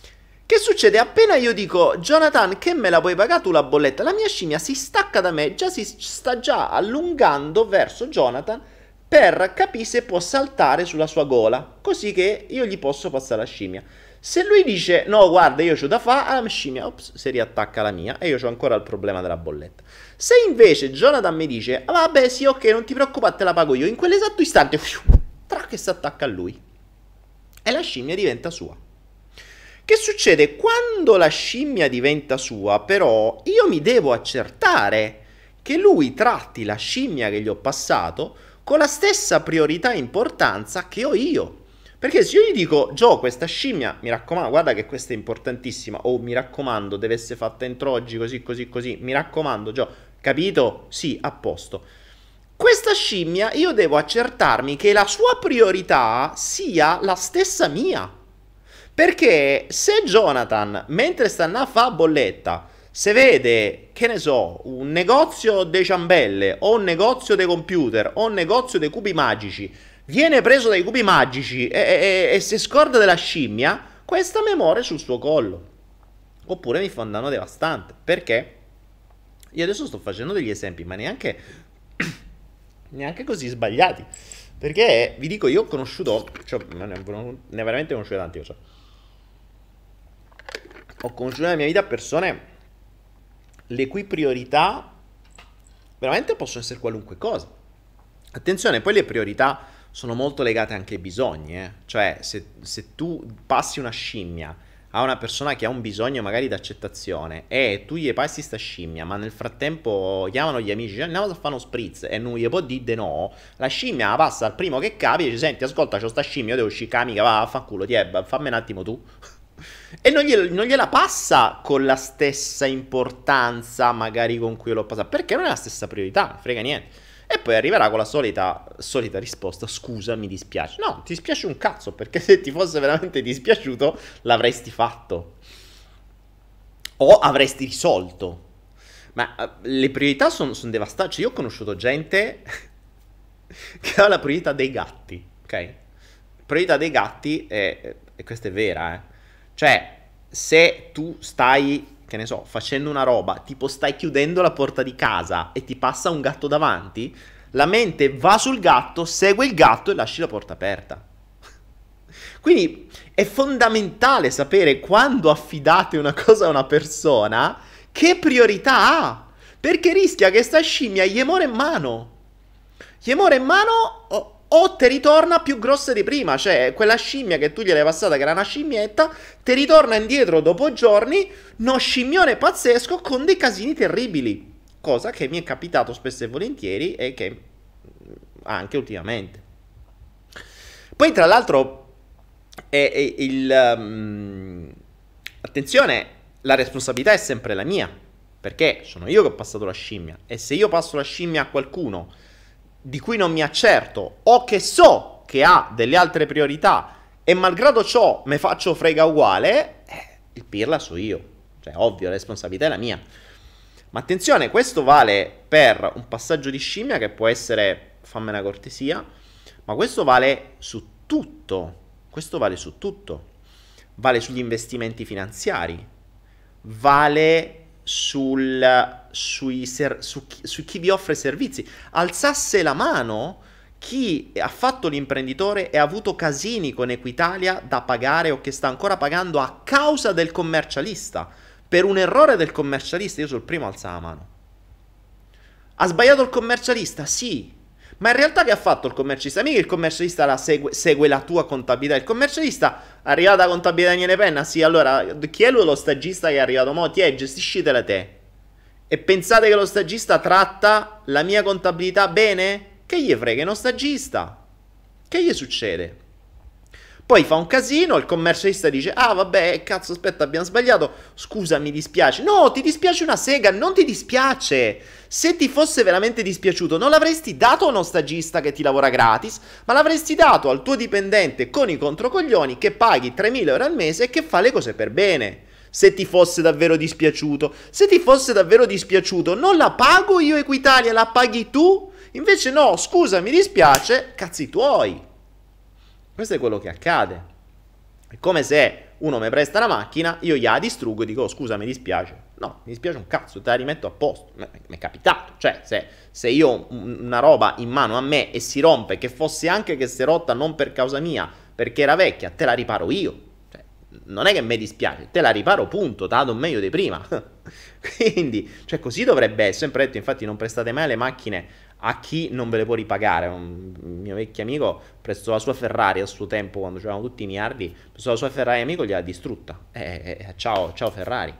Che succede? Appena io dico, Jonathan, che me la puoi pagare tu la bolletta? La mia scimmia si stacca da me, già si sta già allungando verso Jonathan per capire se può saltare sulla sua gola, così che io gli posso passare la scimmia. Se lui dice, no, guarda, io c'ho da fare, la scimmia, ops, si riattacca alla mia e io c'ho ancora il problema della bolletta. Se invece Jonathan mi dice, ah, vabbè, sì, ok, non ti preoccupare, te la pago io, in quell'esatto istante, fiu, tra che si attacca a lui. E la scimmia diventa sua. Che succede? Quando la scimmia diventa sua, però, io mi devo accertare che lui tratti la scimmia che gli ho passato con la stessa priorità e importanza che ho io. Perché se io gli dico, Gio, questa scimmia, mi raccomando, guarda che questa è importantissima, o mi raccomando, deve essere fatta entro oggi, così, così, così, mi raccomando, Gio, capito? Sì, a posto. Questa scimmia io devo accertarmi che la sua priorità sia la stessa mia. Perché se Jonathan, mentre sta a fare bolletta, se vede, che ne so, un negozio de ciambelle, o un negozio de computer, o un negozio dei cubi magici, viene preso dai cubi magici e, e, e si scorda della scimmia, questa mi muore sul suo collo. Oppure mi fa un danno devastante. Perché? Io adesso sto facendo degli esempi, ma neanche, neanche così sbagliati. Perché, vi dico, io ho conosciuto, cioè, ne ho veramente conosciuto tanti, cioè. Ho conosciuto nella mia vita persone le cui priorità veramente possono essere qualunque cosa. Attenzione, poi le priorità sono molto legate anche ai bisogni, eh? Cioè se, se tu passi una scimmia a una persona che ha un bisogno magari d'accettazione e tu gli passi sta scimmia, ma nel frattempo chiamano gli amici, andiamo a fare uno spritz e non gli può dire no, la scimmia la passa al primo che capi e dice, senti, ascolta, c'ho sta scimmia, io devo uscire, amica, va, fanculo, ti è, fammi un attimo tu. E non, gliel, non gliela passa con la stessa importanza magari con cui l'ho passata, perché non è la stessa priorità, non frega niente. E poi arriverà con la solita, solita risposta, scusa, mi dispiace. No, ti dispiace un cazzo, perché se ti fosse veramente dispiaciuto l'avresti fatto o avresti risolto. Ma uh, le priorità sono son devastanti. Cioè, io ho conosciuto gente che ha la priorità dei gatti, ok? Priorità dei gatti, è, e questa è vera, eh. Cioè, se tu stai, che ne so, facendo una roba, tipo stai chiudendo la porta di casa e ti passa un gatto davanti, la mente va sul gatto, segue il gatto e lasci la porta aperta. Quindi è fondamentale sapere quando affidate una cosa a una persona che priorità ha, perché rischia che sta scimmia gli muore in mano. Gli muore in mano... Oh, o ti ritorna più grossa di prima, cioè quella scimmia che tu gli hai passata che era una scimmietta, ti ritorna indietro dopo giorni, uno scimmione pazzesco con dei casini terribili, cosa che mi è capitato spesso e volentieri e che anche ultimamente. Poi tra l'altro è, è il um, attenzione, la responsabilità è sempre la mia, perché sono io che ho passato la scimmia e se io passo la scimmia a qualcuno di cui non mi accerto o che so che ha delle altre priorità e malgrado ciò me faccio frega uguale, eh, il pirla so io, cioè ovvio la responsabilità è la mia. Ma attenzione, questo vale per un passaggio di scimmia che può essere, fammi una cortesia, ma questo vale su tutto, questo vale su tutto, vale sugli investimenti finanziari, vale sul, sui ser, su, chi, su chi vi offre servizi. Alzasse la mano chi ha fatto l'imprenditore e ha avuto casini con Equitalia da pagare o che sta ancora pagando a causa del commercialista, per un errore del commercialista. Io sono il primo a alzare la mano. Ha sbagliato il commercialista? Sì. Ma in realtà che ha fatto il commercialista? Mica il commercialista la segue, segue la tua contabilità. Il commercialista, arrivata la contabilità di Penna, sì, allora, chi è lui lo stagista che è arrivato? Mo, ti è, gestiscitela te. E pensate che lo stagista tratta la mia contabilità bene? Che gli frega, è uno stagista. Che gli succede? Poi fa un casino, il commercialista dice, ah vabbè, cazzo, aspetta, abbiamo sbagliato, scusa, mi dispiace. No, ti dispiace una sega, non ti dispiace. Se ti fosse veramente dispiaciuto, non l'avresti dato a uno stagista che ti lavora gratis, ma l'avresti dato al tuo dipendente con i controcoglioni che paghi tremila euro al mese e che fa le cose per bene. Se ti fosse davvero dispiaciuto, se ti fosse davvero dispiaciuto, non la pago io Equitalia, la paghi tu? Invece no, scusa, mi dispiace, cazzi tuoi. Questo è quello che accade. È come se uno mi presta una macchina, io gliela distruggo e dico oh, scusa mi dispiace. No, mi dispiace un cazzo, te la rimetto a posto. Mi è capitato, cioè se, se io ho una roba in mano a me e si rompe, che fosse anche che si è rotta non per causa mia, perché era vecchia, te la riparo io. Cioè, non è che mi dispiace, te la riparo punto, te la do meglio di prima. Quindi, cioè così dovrebbe essere. Sempre detto, infatti non prestate mai le macchine a chi non ve le può ripagare. Un mio vecchio amico prestò la sua Ferrari a suo tempo, quando c'erano tutti i miliardi, prestò la sua Ferrari amico, gliel'ha distrutta. Eh, eh, ciao, ciao Ferrari.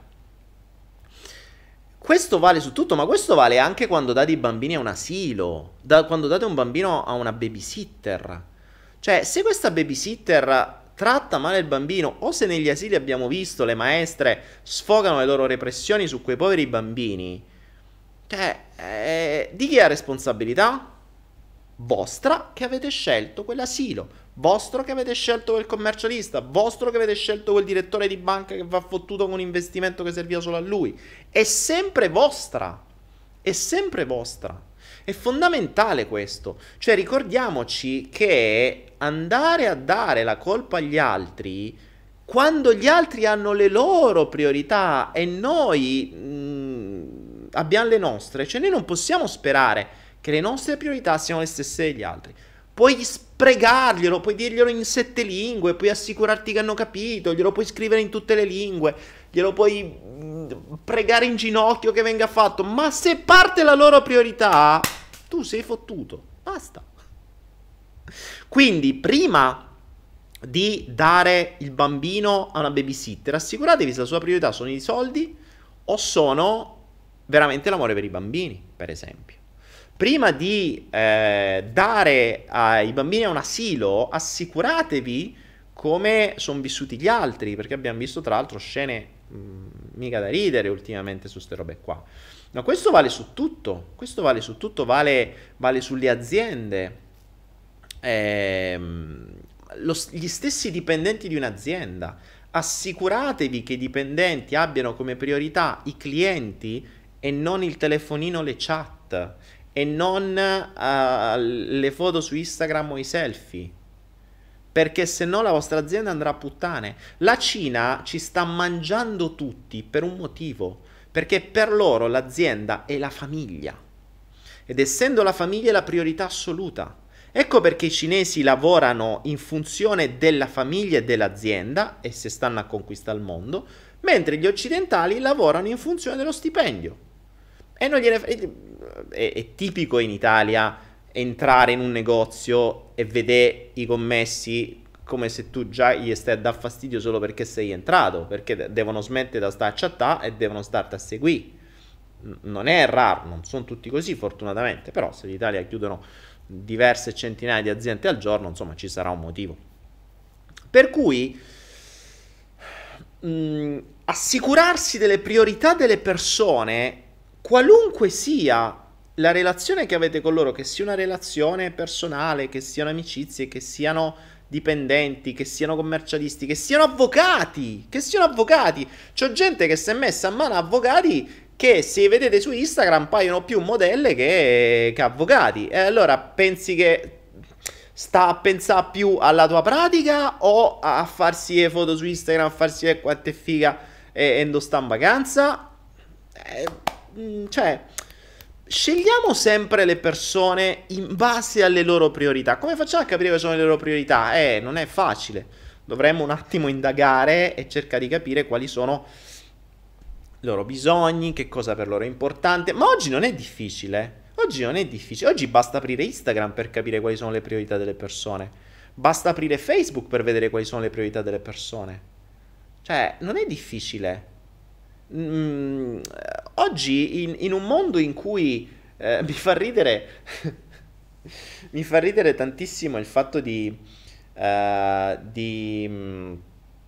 Questo vale su tutto, ma questo vale anche quando date i bambini a un asilo, da, quando date un bambino a una babysitter. Cioè, se questa babysitter tratta male il bambino, o se negli asili abbiamo visto le maestre sfogano le loro repressioni su quei poveri bambini, cioè, eh, di chi è la responsabilità? Vostra che avete scelto quell'asilo, vostro che avete scelto quel commercialista, vostro che avete scelto quel direttore di banca che va fottuto con un investimento che serviva solo a lui. È sempre vostra, è sempre vostra. È fondamentale questo. Cioè ricordiamoci che andare a dare la colpa agli altri quando gli altri hanno le loro priorità e noi mh, abbiamo le nostre, cioè noi non possiamo sperare che le nostre priorità siano le stesse degli altri. Puoi spregarglielo, puoi dirglielo in sette lingue, puoi assicurarti che hanno capito, glielo puoi scrivere in tutte le lingue, glielo puoi mh, pregare in ginocchio che venga fatto, ma se parte la loro priorità, tu sei fottuto, basta. Quindi prima di dare il bambino a una babysitter, assicuratevi se la sua priorità sono i soldi o sono veramente l'amore per i bambini, per esempio. Prima di eh, dare ai bambini a un asilo, assicuratevi come sono vissuti gli altri, perché abbiamo visto tra l'altro scene mh, mica da ridere ultimamente su ste robe qua. Ma questo vale su tutto, questo vale su tutto, vale, vale sulle aziende. Ehm, lo, gli stessi dipendenti di un'azienda, assicuratevi che i dipendenti abbiano come priorità i clienti e non il telefonino, le chat, e non uh, le foto su Instagram o i selfie, perché se no la vostra azienda andrà a puttane. La Cina ci sta mangiando tutti per un motivo, perché per loro l'azienda è la famiglia, ed essendo la famiglia la priorità assoluta. Ecco perché i cinesi lavorano in funzione della famiglia e dell'azienda e se stanno a conquistare il mondo, mentre gli occidentali lavorano in funzione dello stipendio. E non gliene... è, è tipico in Italia entrare in un negozio e vedere i commessi come se tu già gli stai a dar fastidio solo perché sei entrato, perché devono smettere da stare a chattare e devono starti a seguire. Non è raro, non sono tutti così fortunatamente, però se l'Italia chiudono diverse centinaia di aziende al giorno, insomma ci sarà un motivo. Per cui mh, assicurarsi delle priorità delle persone, qualunque sia la relazione che avete con loro, che sia una relazione personale, che siano amicizie, che siano dipendenti, che siano commercialisti, che siano avvocati, che siano avvocati. C'ho gente che si è messa a mano avvocati che, se vedete su Instagram, paiono più modelle che, che avvocati. E allora pensi che sta a pensare più alla tua pratica o a farsi le foto su Instagram, a farsi vedere quanto è figa e, e non sta in vacanza? Eh, cioè, scegliamo sempre le persone in base alle loro priorità. Come facciamo a capire quali sono le loro priorità? Eh, non è facile. Dovremmo un attimo indagare e cercare di capire quali sono i loro bisogni, che cosa per loro è importante. Ma oggi non è difficile. Oggi non è difficile. Oggi basta aprire Instagram per capire quali sono le priorità delle persone. Basta aprire Facebook per vedere quali sono le priorità delle persone. Cioè, non è difficile. Mm, oggi in, in un mondo in cui eh, mi fa ridere mi fa ridere tantissimo il fatto di uh, di uh,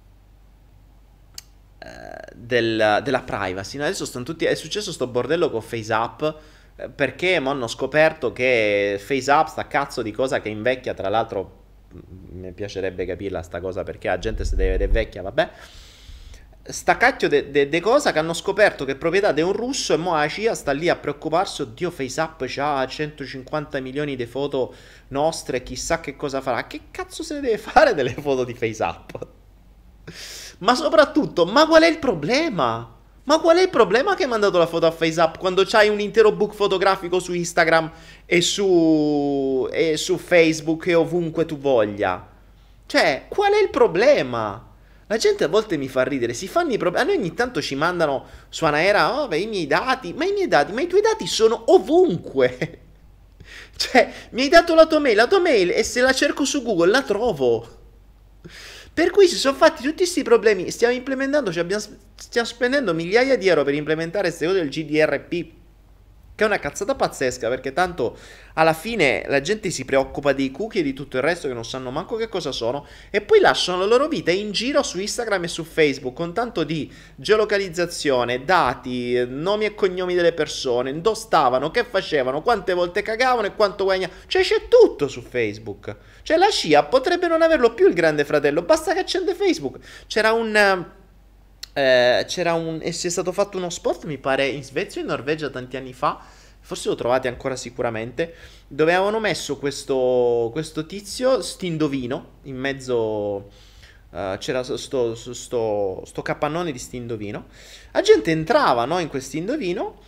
del, della privacy, no? Adesso stanno tutti, è successo sto bordello con FaceApp eh, perché mo hanno scoperto che FaceApp, sta cazzo di cosa che invecchia, tra l'altro mi piacerebbe capirla sta cosa, perché la gente se deve vedere vecchia, vabbè. Sta cacchio de, de, de cosa che hanno scoperto che è proprietà di un russo, e mo la C I A sta lì a preoccuparsi. Oddio, FaceApp c'ha centocinquanta milioni di foto nostre, chissà che cosa farà. Che cazzo se ne deve fare delle foto di FaceApp? Ma soprattutto, ma qual è il problema? Ma qual è il problema che hai mandato la foto a FaceApp quando c'hai un intero book fotografico su Instagram e su, e su Facebook e ovunque tu voglia? Cioè, qual è il problema? La gente a volte mi fa ridere, si fanno i problemi. A noi ogni tanto ci mandano su Anaera, oh, beh, i miei dati, ma i miei dati, ma i tuoi dati sono ovunque. Cioè, mi hai dato la tua mail, la tua mail, e se la cerco su Google la trovo. Per cui si sono fatti tutti questi problemi. Stiamo implementando, cioè abbiamo, stiamo spendendo migliaia di euro per implementare queste cose del G D R P, che è una cazzata pazzesca, perché tanto alla fine la gente si preoccupa dei cookie e di tutto il resto che non sanno manco che cosa sono, e poi lasciano la loro vita in giro su Instagram e su Facebook con tanto di geolocalizzazione, dati, nomi e cognomi delle persone, dove stavano, che facevano, quante volte cagavano e quanto guadagnavano. Cioè c'è tutto su Facebook. Cioè la C I A potrebbe non averlo più il grande fratello, basta che accende Facebook. C'era un... Eh, c'era un e si è stato fatto uno spot, mi pare in Svezia o in Norvegia tanti anni fa, forse lo trovate ancora sicuramente, dove avevano messo questo, questo tizio, st'indovino, in mezzo, eh, c'era sto, sto, sto, sto capannone di st'indovino, la gente entrava, no, in quest'indovino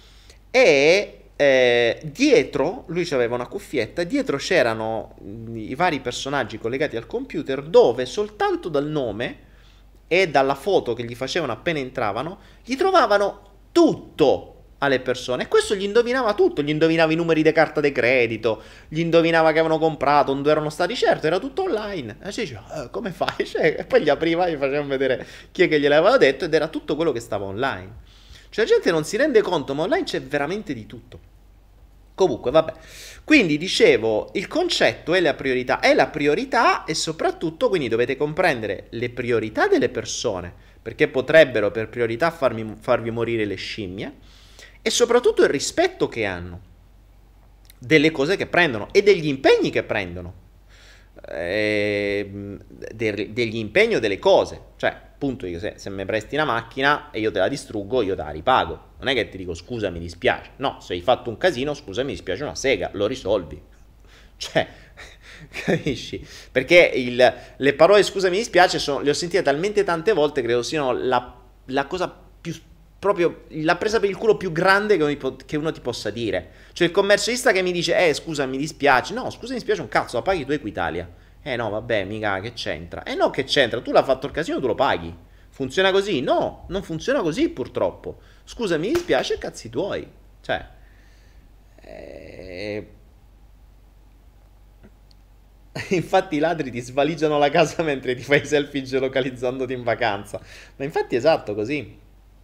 e eh, dietro, lui aveva una cuffietta, dietro c'erano i vari personaggi collegati al computer dove soltanto dal nome e dalla foto che gli facevano appena entravano, gli trovavano tutto alle persone. E questo gli indovinava tutto, gli indovinava i numeri di carta di credito, gli indovinava che avevano comprato, dove erano stati, certo, era tutto online. E ci diceva, eh, come fai? Cioè, e poi gli apriva e gli facevano vedere chi è che gliel'aveva detto, ed era tutto quello che stava online. Cioè la gente non si rende conto, ma online c'è veramente di tutto. Comunque, vabbè. Quindi dicevo, il concetto è la priorità, è la priorità e soprattutto quindi dovete comprendere le priorità delle persone, perché potrebbero per priorità farmi, farvi morire le scimmie, e soprattutto il rispetto che hanno delle cose che prendono e degli impegni che prendono, eh, de- degli impegni o delle cose. Cioè, appunto, io se, se mi presti una macchina e io te la distruggo, io te la ripago. Non è che ti dico scusa, mi dispiace. No, se hai fatto un casino, scusa, mi dispiace una sega, lo risolvi. Cioè, capisci? Perché il, le parole scusa, mi dispiace, sono, le ho sentite talmente tante volte, credo siano la, la cosa più, proprio, la presa per il culo più grande che uno, che uno ti possa dire. Cioè il commercialista che mi dice, eh scusa, mi dispiace. No, scusa, mi dispiace un cazzo, la paghi tu Equitalia. Eh no, vabbè, mica, che c'entra? Eh no, che c'entra? Tu l'hai fatto il casino, tu lo paghi. Funziona così? No, non funziona così purtroppo. Scusa, mi dispiace, cazzi tuoi. Cioè, eh... infatti i ladri ti svaligiano la casa mentre ti fai selfie geolocalizzandoti in vacanza. Ma infatti è esatto così.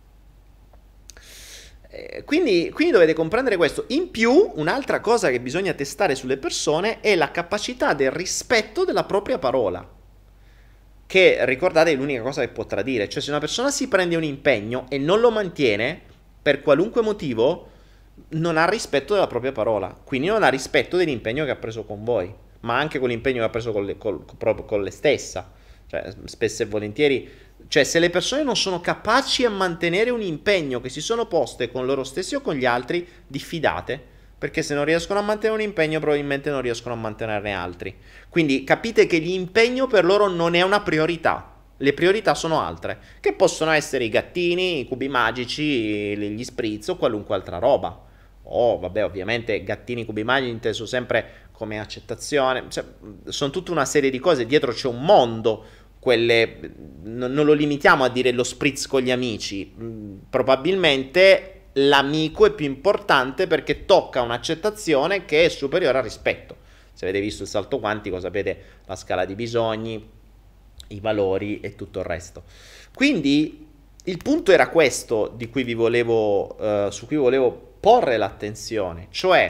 Eh, quindi, quindi dovete comprendere questo. In più, un'altra cosa che bisogna testare sulle persone è la capacità del rispetto della propria parola. Che, ricordate, è l'unica cosa che può tradire. Cioè, se una persona si prende un impegno e non lo mantiene, per qualunque motivo, non ha rispetto della propria parola. Quindi non ha rispetto dell'impegno che ha preso con voi, ma anche con l'impegno che ha preso con le, col, proprio con le stessa. Cioè, spesso e volentieri, cioè, se le persone non sono capaci a mantenere un impegno che si sono poste con loro stessi o con gli altri, diffidate. Perché se non riescono a mantenere un impegno, probabilmente non riescono a mantenerne altri. Quindi capite che l'impegno per loro non è una priorità. Le priorità sono altre, che possono essere i gattini, i cubi magici, gli spritz o qualunque altra roba. Oh, vabbè, ovviamente gattini, cubi magici inteso sempre come accettazione. Cioè, sono tutta una serie di cose, dietro c'è un mondo. Quelle, non, non lo limitiamo a dire lo spritz con gli amici. Probabilmente l'amico è più importante perché tocca un'accettazione che è superiore al rispetto. Se avete visto il salto quantico sapete la scala di bisogni, i valori e tutto il resto. Quindi il punto era questo di cui vi volevo, uh, su cui volevo porre l'attenzione, cioè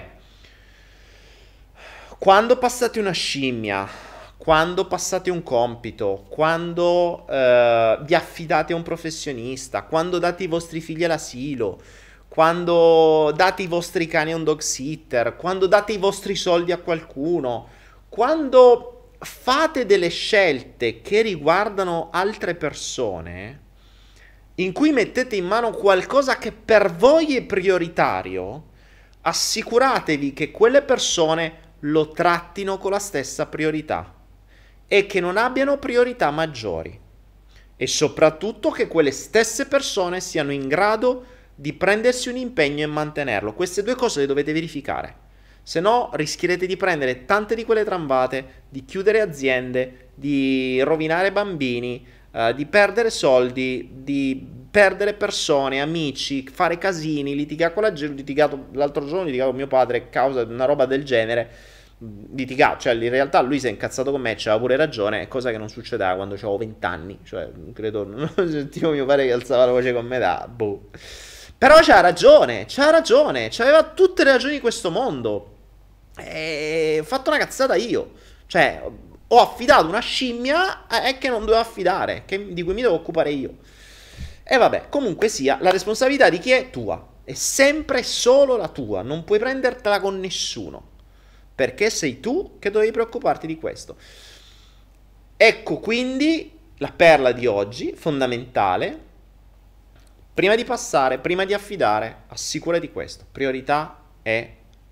quando passate una scimmia, quando passate un compito, quando uh, vi affidate a un professionista, quando date i vostri figli all'asilo, quando date i vostri cani a un dog sitter, quando date i vostri soldi a qualcuno, quando fate delle scelte che riguardano altre persone, in cui mettete in mano qualcosa che per voi è prioritario, assicuratevi che quelle persone lo trattino con la stessa priorità e che non abbiano priorità maggiori. e soprattutto che quelle stesse persone siano in grado di prendersi un impegno e mantenerlo. Queste due cose le dovete verificare, se no rischierete di prendere tante di quelle trambate, di chiudere aziende, di rovinare bambini, uh, di perdere soldi, di perdere persone, amici, fare casini, litigare con la gente. Litigato l'altro giorno, litigato con mio padre a causa di una roba del genere. Litigato, cioè in realtà lui si è incazzato con me, c'aveva pure ragione, cosa che non succedeva quando avevo venti anni, cioè credo, non sentivo mio padre che alzava la voce con me da boh. Però c'ha ragione, c'ha ragione, c'aveva tutte le ragioni di questo mondo. E ho fatto una cazzata io, cioè ho affidato una scimmia eh, che non dovevo affidare, che, di cui mi devo occupare io. E vabbè, comunque sia, la responsabilità di chi è tua, è sempre solo la tua, non puoi prendertela con nessuno, perché sei tu che dovevi preoccuparti di questo. Ecco quindi la perla di oggi, fondamentale. Prima di passare, prima di affidare, assicurati questo. Priorità è,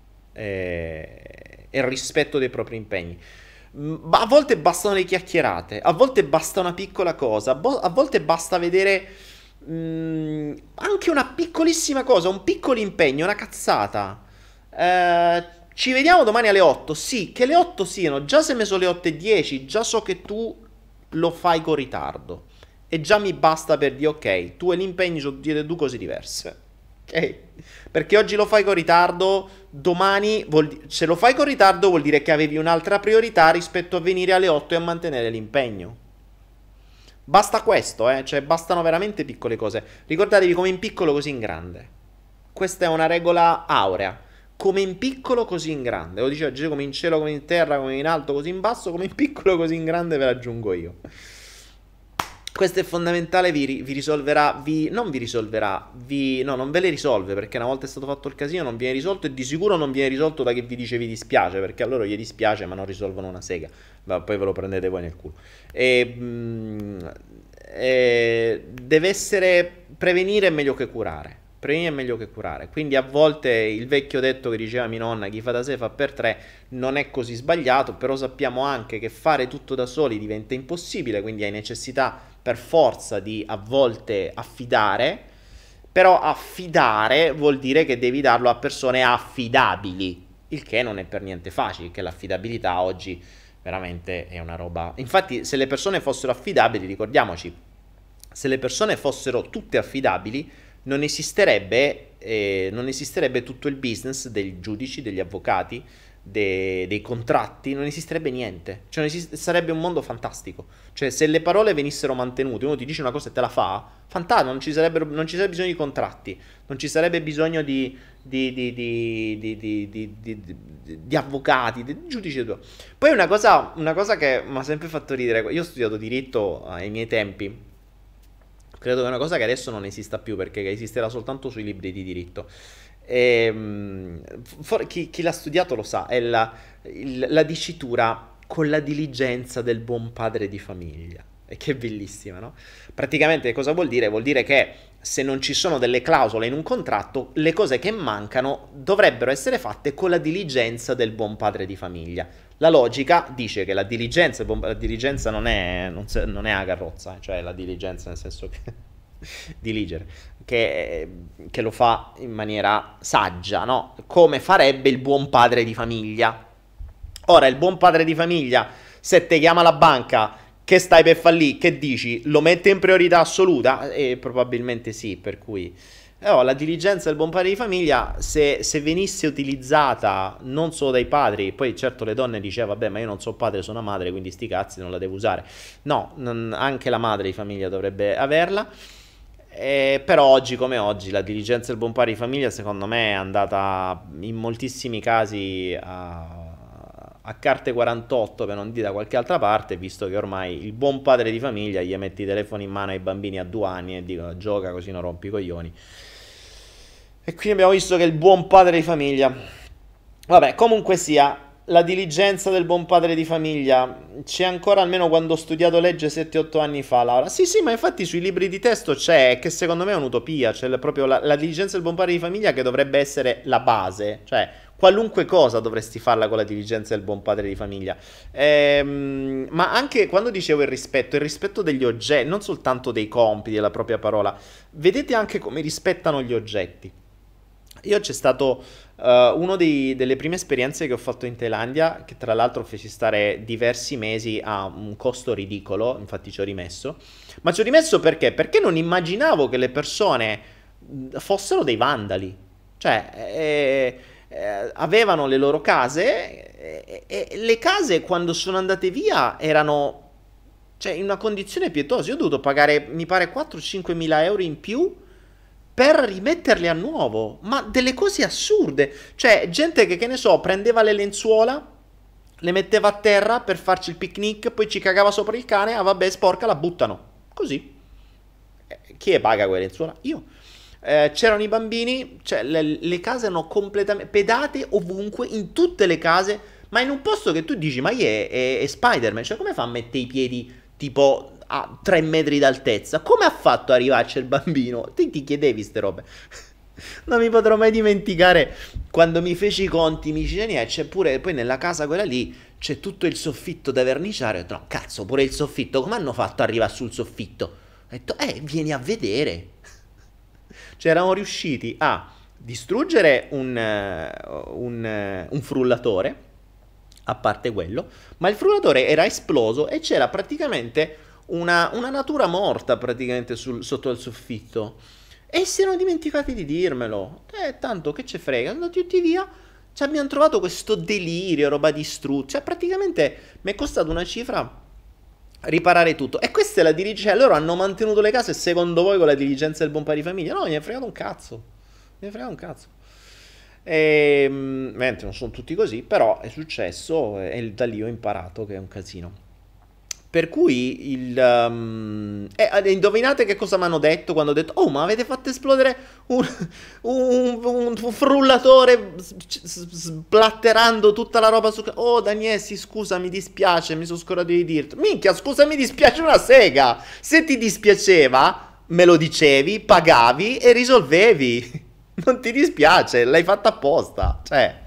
è, è il rispetto dei propri impegni. Ma a volte bastano le chiacchierate, a volte basta una piccola cosa, a, vo- a volte basta vedere mh, anche una piccolissima cosa, un piccolo impegno, una cazzata. Eh, ci vediamo domani alle otto, sì, che le otto siano, già se me sono le otto e dieci, già so che tu lo fai con ritardo. E già mi basta per dire ok, tu e l'impegno sono due cose diverse, ok? Perché oggi lo fai con ritardo, domani vuol di- se lo fai con ritardo vuol dire che avevi un'altra priorità rispetto a venire alle otto e a mantenere l'impegno. Basta questo, eh, cioè bastano veramente piccole cose. Ricordatevi, come in piccolo così in grande. Questa è una regola aurea. Come in piccolo così in grande. Lo diceva Gesù, come in cielo, come in terra, come in alto, così in basso, come in piccolo così in grande ve l'aggiungo io. Questo è fondamentale, vi, vi risolverà, vi, non vi risolverà, vi, no, non ve le risolve, perché una volta è stato fatto il casino non viene risolto, e di sicuro non viene risolto da che vi dice vi dispiace, perché a loro gli dispiace ma non risolvono una sega, ma poi ve lo prendete voi nel culo. E, mh, e, deve essere, prevenire è meglio che curare. Prevenire è meglio che curare. Quindi a volte il vecchio detto che diceva mia nonna, chi fa da sé fa per tre, non è così sbagliato, però sappiamo anche che fare tutto da soli diventa impossibile, quindi hai necessità per forza di a volte affidare, però affidare vuol dire che devi darlo a persone affidabili, il che non è per niente facile, che l'affidabilità oggi veramente è una roba. Infatti se le persone fossero affidabili, ricordiamoci, se le persone fossero tutte affidabili, non esisterebbe, eh, non esisterebbe tutto il business dei giudici, degli avvocati, de- dei contratti, non esisterebbe niente. Cioè non esiste, sarebbe un mondo fantastico. Cioè se le parole venissero mantenute, uno ti dice una cosa e te la fa, fantastico, non ci sarebbero, non ci sarebbe bisogno di contratti, non ci sarebbe bisogno di, di, di, di, di, di, di, di, di, di avvocati, di giudici. Poi una cosa, una cosa che mi ha sempre fatto ridere, io ho studiato diritto ai miei tempi. Credo che è una cosa che adesso non esista più, perché esisterà soltanto sui libri di diritto. E, for, chi, chi l'ha studiato lo sa, è la, il, la dicitura con la diligenza del buon padre di famiglia. E che è bellissima, no? Praticamente cosa vuol dire? Vuol dire che se non ci sono delle clausole in un contratto, le cose che mancano dovrebbero essere fatte con la diligenza del buon padre di famiglia. La logica dice che la diligenza, la diligenza non è, non, se, non è a carrozza, cioè la diligenza nel senso che diligere, che, che lo fa in maniera saggia, no? Come farebbe il buon padre di famiglia. Ora, il buon padre di famiglia, se te chiama la banca che stai per fallire, che dici? Lo mette in priorità assoluta? E probabilmente sì, per cui... Oh, la diligenza del buon padre di famiglia, se, se venisse utilizzata non solo dai padri, poi certo le donne dicevano, vabbè, ma io non sono padre, sono una madre, quindi sti cazzi non la devo usare. No, non, anche la madre di famiglia dovrebbe averla. Eh, però oggi come oggi la diligenza del buon padre di famiglia secondo me è andata in moltissimi casi a, a carte quarantotto, per non dire da qualche altra parte, visto che ormai il buon padre di famiglia gli metti i telefoni in mano ai bambini a due anni e dicono gioca così non rompi i coglioni. E quindi abbiamo visto che il buon padre di famiglia, vabbè, comunque sia, la diligenza del buon padre di famiglia c'è ancora, almeno quando ho studiato legge sette otto anni fa, Laura. Sì, sì, ma infatti sui libri di testo c'è, che secondo me è un'utopia, c'è la- proprio la, la diligenza del buon padre di famiglia che dovrebbe essere la base, cioè qualunque cosa dovresti farla con la diligenza del buon padre di famiglia. Ehm, ma anche quando dicevo il rispetto, il rispetto degli oggetti, non soltanto dei compiti, della propria parola, vedete anche come rispettano gli oggetti. Io c'è stato eh, uno dei- delle prime esperienze che ho fatto in Thailandia, che tra l'altro feci stare diversi mesi a un costo ridicolo, infatti ci ho rimesso. Ma ci ho rimesso perché? Perché non immaginavo che le persone mh, fossero dei vandali. Cioè, eh, eh, avevano le loro case e, e- e le case quando sono andate via erano, cioè, in una condizione pietosa. Io ho dovuto pagare, mi pare, quattro cinque mila euro in più per rimetterli a nuovo, ma delle cose assurde. Cioè, gente che, che ne so, prendeva le lenzuola, le metteva a terra per farci il picnic, poi ci cagava sopra il cane, ah vabbè, sporca, la buttano. Così. Eh, Chi è paga quelle lenzuola? Io. Eh, c'erano i bambini, cioè le, le case erano completamente pedate ovunque, in tutte le case, ma in un posto che tu dici, ma è, è, è Spider-Man, cioè come fa a mettere i piedi tipo a tre metri d'altezza? Come ha fatto ad arrivarci il bambino? Ti, ti chiedevi ste robe. Non mi potrò mai dimenticare quando mi feci i conti, mi dice, "Niente, c'è pure, poi nella casa quella lì, c'è tutto il soffitto da verniciare." Ho detto, no, cazzo, pure il soffitto, come hanno fatto ad arrivare sul soffitto? Ho detto, eh, vieni a vedere. Cioè, eravamo riusciti a distruggere un, eh, un, eh, un frullatore, a parte quello, ma il frullatore era esploso e c'era praticamente una, una natura morta praticamente sul- sotto il soffitto. E si erano dimenticati di dirmelo. Eh, tanto che ce frega, sono andati tutti via. Ci abbiamo trovato questo delirio, roba distrutta. Cioè, praticamente mi è costato una cifra riparare tutto. E questa è la dirigenza. Loro hanno mantenuto le case, secondo voi, con la diligenza del buon padre di famiglia? No, mi è fregato un cazzo. Mi è fregato un cazzo. E, mentre non sono tutti così, però è successo e da lì ho imparato che è un casino. Per cui il... um, eh, eh, indovinate che cosa mi hanno detto quando ho detto, oh, ma avete fatto esplodere un, un, un- un frullatore s- s- sblatterando tutta la roba su... Oh, Daniele, sì, scusa, mi dispiace, mi sono scordato di dirti. Minchia, scusa, mi dispiace una sega. Se ti dispiaceva, me lo dicevi, pagavi e risolvevi. Non ti dispiace, l'hai fatta apposta. Cioè...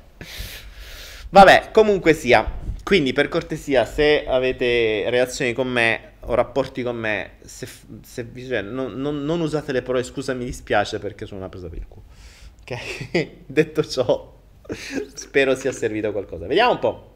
Vabbè, comunque sia. Quindi, per cortesia, se avete reazioni con me o rapporti con me, se, se vi- cioè, non, non- non usate le parole scusa, mi dispiace perché sono una presa per il culo. Ok? Detto ciò, spero sia servito a qualcosa. Vediamo un po'.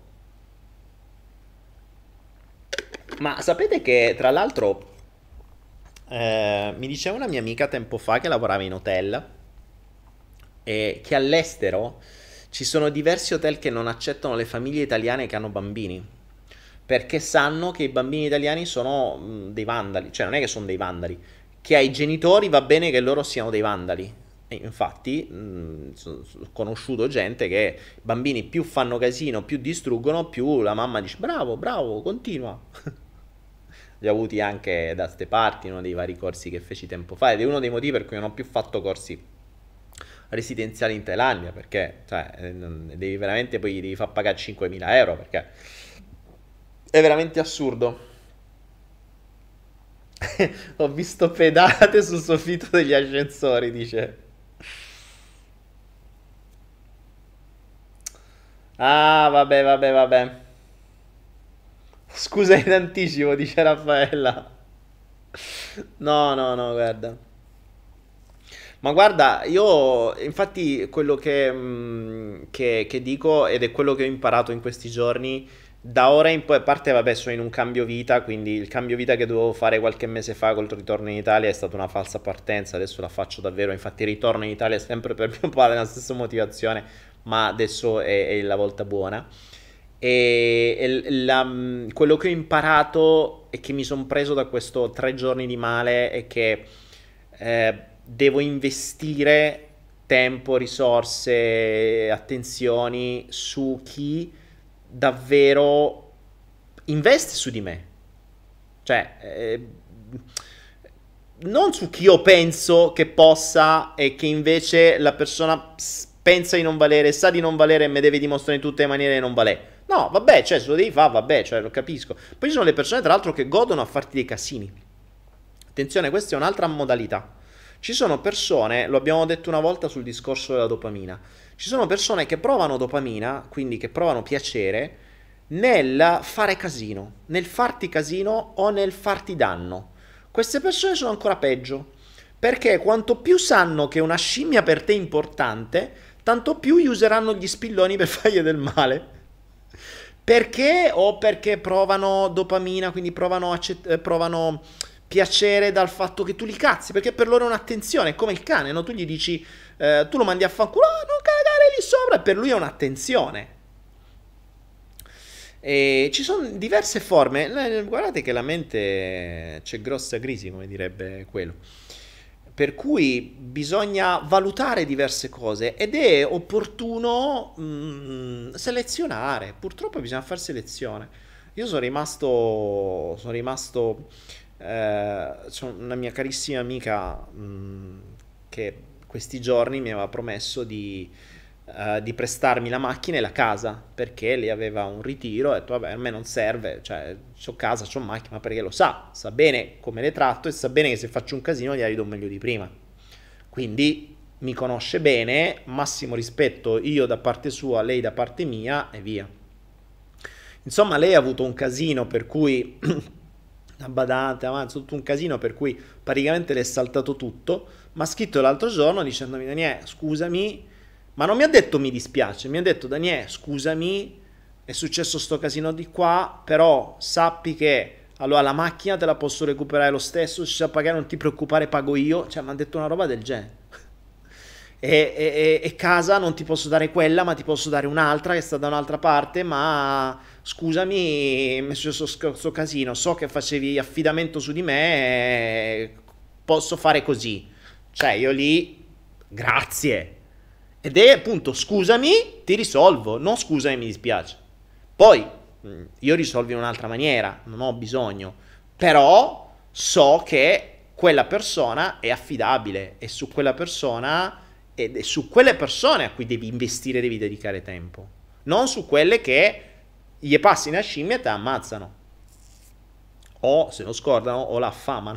Ma sapete che, tra l'altro, eh, mi diceva una mia amica tempo fa che lavorava in hotel e che all'estero ci sono diversi hotel che non accettano le famiglie italiane che hanno bambini. Perché sanno che i bambini italiani sono mh, dei vandali, cioè non è che sono dei vandali, che ai genitori va bene che loro siano dei vandali. E infatti mh, so- so- ho conosciuto gente che i bambini più fanno casino, più distruggono, più la mamma dice bravo, bravo, continua. Li ho avuti anche da ste parti, uno dei vari corsi che feci tempo fa ed è uno dei motivi per cui non ho più fatto corsi residenziali in Thailandia, perché cioè, eh, non- devi veramente poi devi far pagare cinquemila euro perché è veramente assurdo. Ho visto pedate sul soffitto degli ascensori, dice. Ah, vabbè, vabbè, vabbè. Scusa in anticipo, dice Raffaella. No, no, no, guarda. Ma guarda, io infatti quello che, mh, che- che dico ed è quello che ho imparato in questi giorni, da ora in poi, a parte vabbè, sono in un cambio vita, quindi il cambio vita che dovevo fare qualche mese fa col ritorno in Italia è stata una falsa partenza, adesso la faccio davvero, infatti ritorno in Italia sempre per mio padre, la stessa motivazione, ma adesso è, è la volta buona. E, e la- quello che ho imparato e che mi sono preso da questo tre giorni di male è che eh, devo investire tempo, risorse, attenzioni su chi davvero investe su di me. Cioè, eh, non su chi io penso che possa e che invece la persona s- pensa di non valere, sa di non valere e me deve dimostrare in tutte le maniere di non valere. No, vabbè, cioè, se lo devi fare, vabbè, cioè, lo capisco. Poi ci sono le persone, tra l'altro, che godono a farti dei casini. Attenzione, questa è un'altra modalità. Ci sono persone, lo abbiamo detto una volta sul discorso della dopamina, ci sono persone che provano dopamina, quindi che provano piacere, nel fare casino, nel farti casino o nel farti danno. Queste persone sono ancora peggio, perché quanto più sanno che una scimmia per te è importante, tanto più useranno gli spilloni per fargli del male. Perché? O perché provano dopamina, quindi provano, accett- eh, provano piacere dal fatto che tu li cazzi, perché per loro è un'attenzione, è come il cane, no? Tu gli dici, eh, tu lo mandi a fanculo, ah, non cagare lì sopra, e per lui è un'attenzione. E ci sono diverse forme, eh, guardate che la mente c'è grossa crisi, come direbbe quello. Per cui bisogna valutare diverse cose ed è opportuno mm, selezionare. Purtroppo bisogna fare selezione. Io sono rimasto, sono rimasto, eh, c'è una mia carissima amica mm, che questi giorni mi aveva promesso di, eh, di prestarmi la macchina e la casa perché lei aveva un ritiro e ho detto vabbè a me non serve, cioè c'ho casa, c'ho macchina, ma perché lo sa, sa bene come le tratto e sa bene che se faccio un casino gli do meglio di prima. Quindi mi conosce bene, massimo rispetto io da parte sua, lei da parte mia e via. Insomma, lei ha avuto un casino per cui la badante, avanza, tutto un casino per cui praticamente le è saltato tutto. Mi ha scritto l'altro giorno dicendomi Daniele, scusami, ma non mi ha detto mi dispiace, mi ha detto Daniele, scusami, è successo sto casino di qua, però sappi che allora la macchina te la posso recuperare lo stesso, se c'è da pagare non ti preoccupare, pago io. Cioè mi ha detto una roba del genere. E, e- e casa non ti posso dare quella, ma ti posso dare un'altra che sta da un'altra parte, ma scusami, mi è successo questo casino, so che facevi affidamento su di me, eh, posso fare così. Cioè io lì, grazie. Ed è appunto, scusami, ti risolvo, non scusami, mi dispiace. Poi, mh, io risolvo in un'altra maniera, non ho bisogno, però so che quella persona è affidabile e su quella persona ed è su quelle persone a cui devi investire, devi dedicare tempo, non su quelle che gli passi una scimmia e te ammazzano, o se lo scordano o la affamano,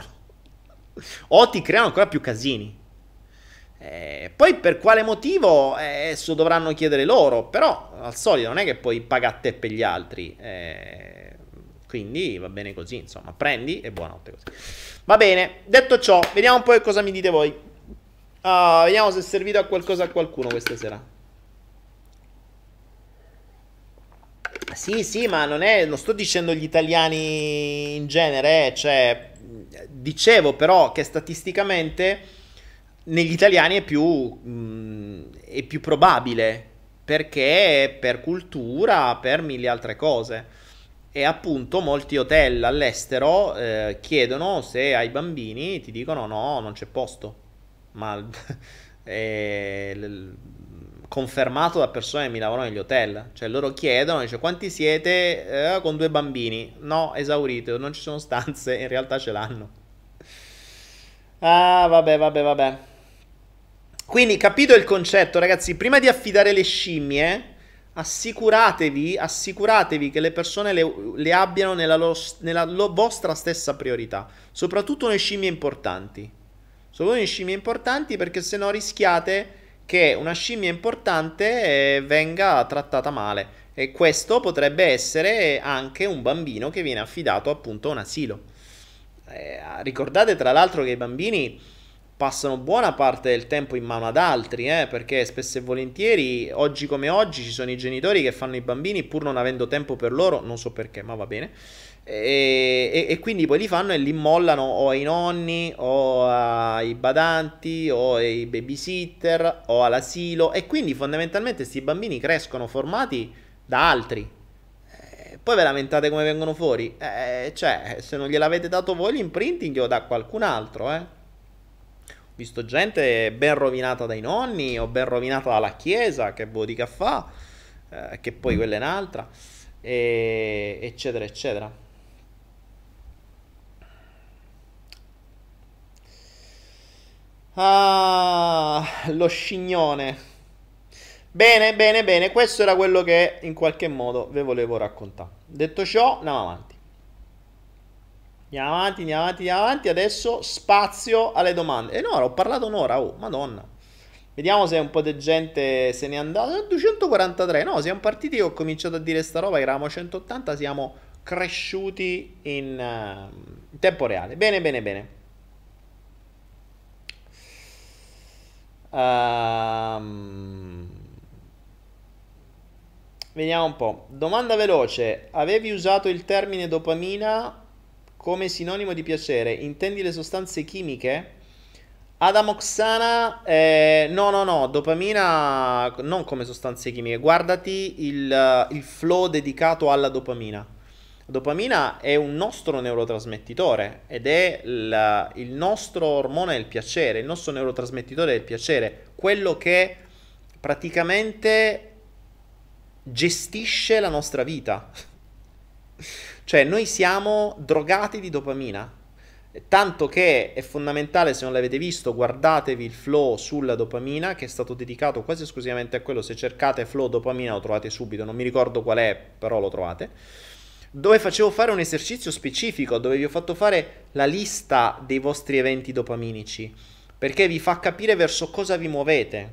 o ti creano ancora più casini. Eh, poi per quale motivo eh, esso dovranno chiedere loro, però al solito non è che poi paga a te per gli altri, eh, quindi va bene così, insomma, prendi e buonanotte così. Va bene, detto ciò, vediamo un po' che cosa mi dite voi. Ah, vediamo se è servito a qualcosa a qualcuno questa sera. Sì, sì, ma non è, non sto dicendo gli italiani in genere, eh, cioè, dicevo però che statisticamente negli italiani è più, mh, è più probabile, perché per cultura, per mille altre cose. E appunto molti hotel all'estero eh, chiedono se hai bambini, ti dicono no, non c'è posto. Ma è l- confermato da persone che mi lavorano negli hotel. Cioè loro chiedono, dice quanti siete? "Eh, con due bambini. No, esaurito, non ci sono stanze, in realtà ce l'hanno. Ah, vabbè, vabbè, vabbè. Quindi capito il concetto, ragazzi, prima di affidare le scimmie, assicuratevi, assicuratevi che le persone le, le abbiano nella, lo- nella lo- vostra stessa priorità, soprattutto le scimmie importanti. Soprattutto le scimmie importanti perché se no rischiate che una scimmia importante eh, venga trattata male. E questo potrebbe essere anche un bambino che viene affidato appunto a un asilo. Eh, ricordate tra l'altro che i bambini passano buona parte del tempo in mano ad altri, eh, perché spesso e volentieri, oggi come oggi, ci sono i genitori che fanno i bambini pur non avendo tempo per loro, non so perché, ma va bene, e, e- e quindi poi li fanno e li mollano o ai nonni, o ai badanti, o ai babysitter, o all'asilo, e quindi fondamentalmente questi bambini crescono formati da altri. Eh, Poi ve lamentate come vengono fuori? Eh, cioè, se non gliel'avete dato voi l'imprinting, glielo dà qualcun altro, eh. Ho visto gente ben rovinata dai nonni o ben rovinata dalla chiesa, che vuol dire che fa, eh, che poi quella è un'altra, e- eccetera, eccetera. Ah, lo scignone. Bene, bene, bene, questo era quello che in qualche modo vi volevo raccontare. Detto ciò, andiamo avanti. Andiamo avanti, andiamo avanti, andiamo avanti. Adesso spazio alle domande. E no, ho parlato un'ora, oh, madonna. Vediamo se un po' di gente se n'è andata. duecentoquarantatré, no, siamo partiti, ho cominciato a dire sta roba, che eravamo centottanta, siamo cresciuti in, uh, in tempo reale. Bene, bene, bene. Um, vediamo un po'. Domanda veloce. Avevi usato il termine dopamina come sinonimo di piacere? Intendi le sostanze chimiche? Adam Oksana, eh, no, no, no, dopamina non come sostanze chimiche. Guardati il, il flow dedicato alla dopamina. Dopamina è un nostro neurotrasmettitore ed è il, il nostro ormone del piacere, il nostro neurotrasmettitore del piacere, quello che praticamente gestisce la nostra vita. Cioè noi siamo drogati di dopamina, tanto che è fondamentale, se non l'avete visto, guardatevi il flow sulla dopamina che è stato dedicato quasi esclusivamente a quello. Se cercate flow dopamina lo trovate subito, non mi ricordo qual è, però lo trovate, dove facevo fare un esercizio specifico, dove vi ho fatto fare la lista dei vostri eventi dopaminici, perché vi fa capire verso cosa vi muovete.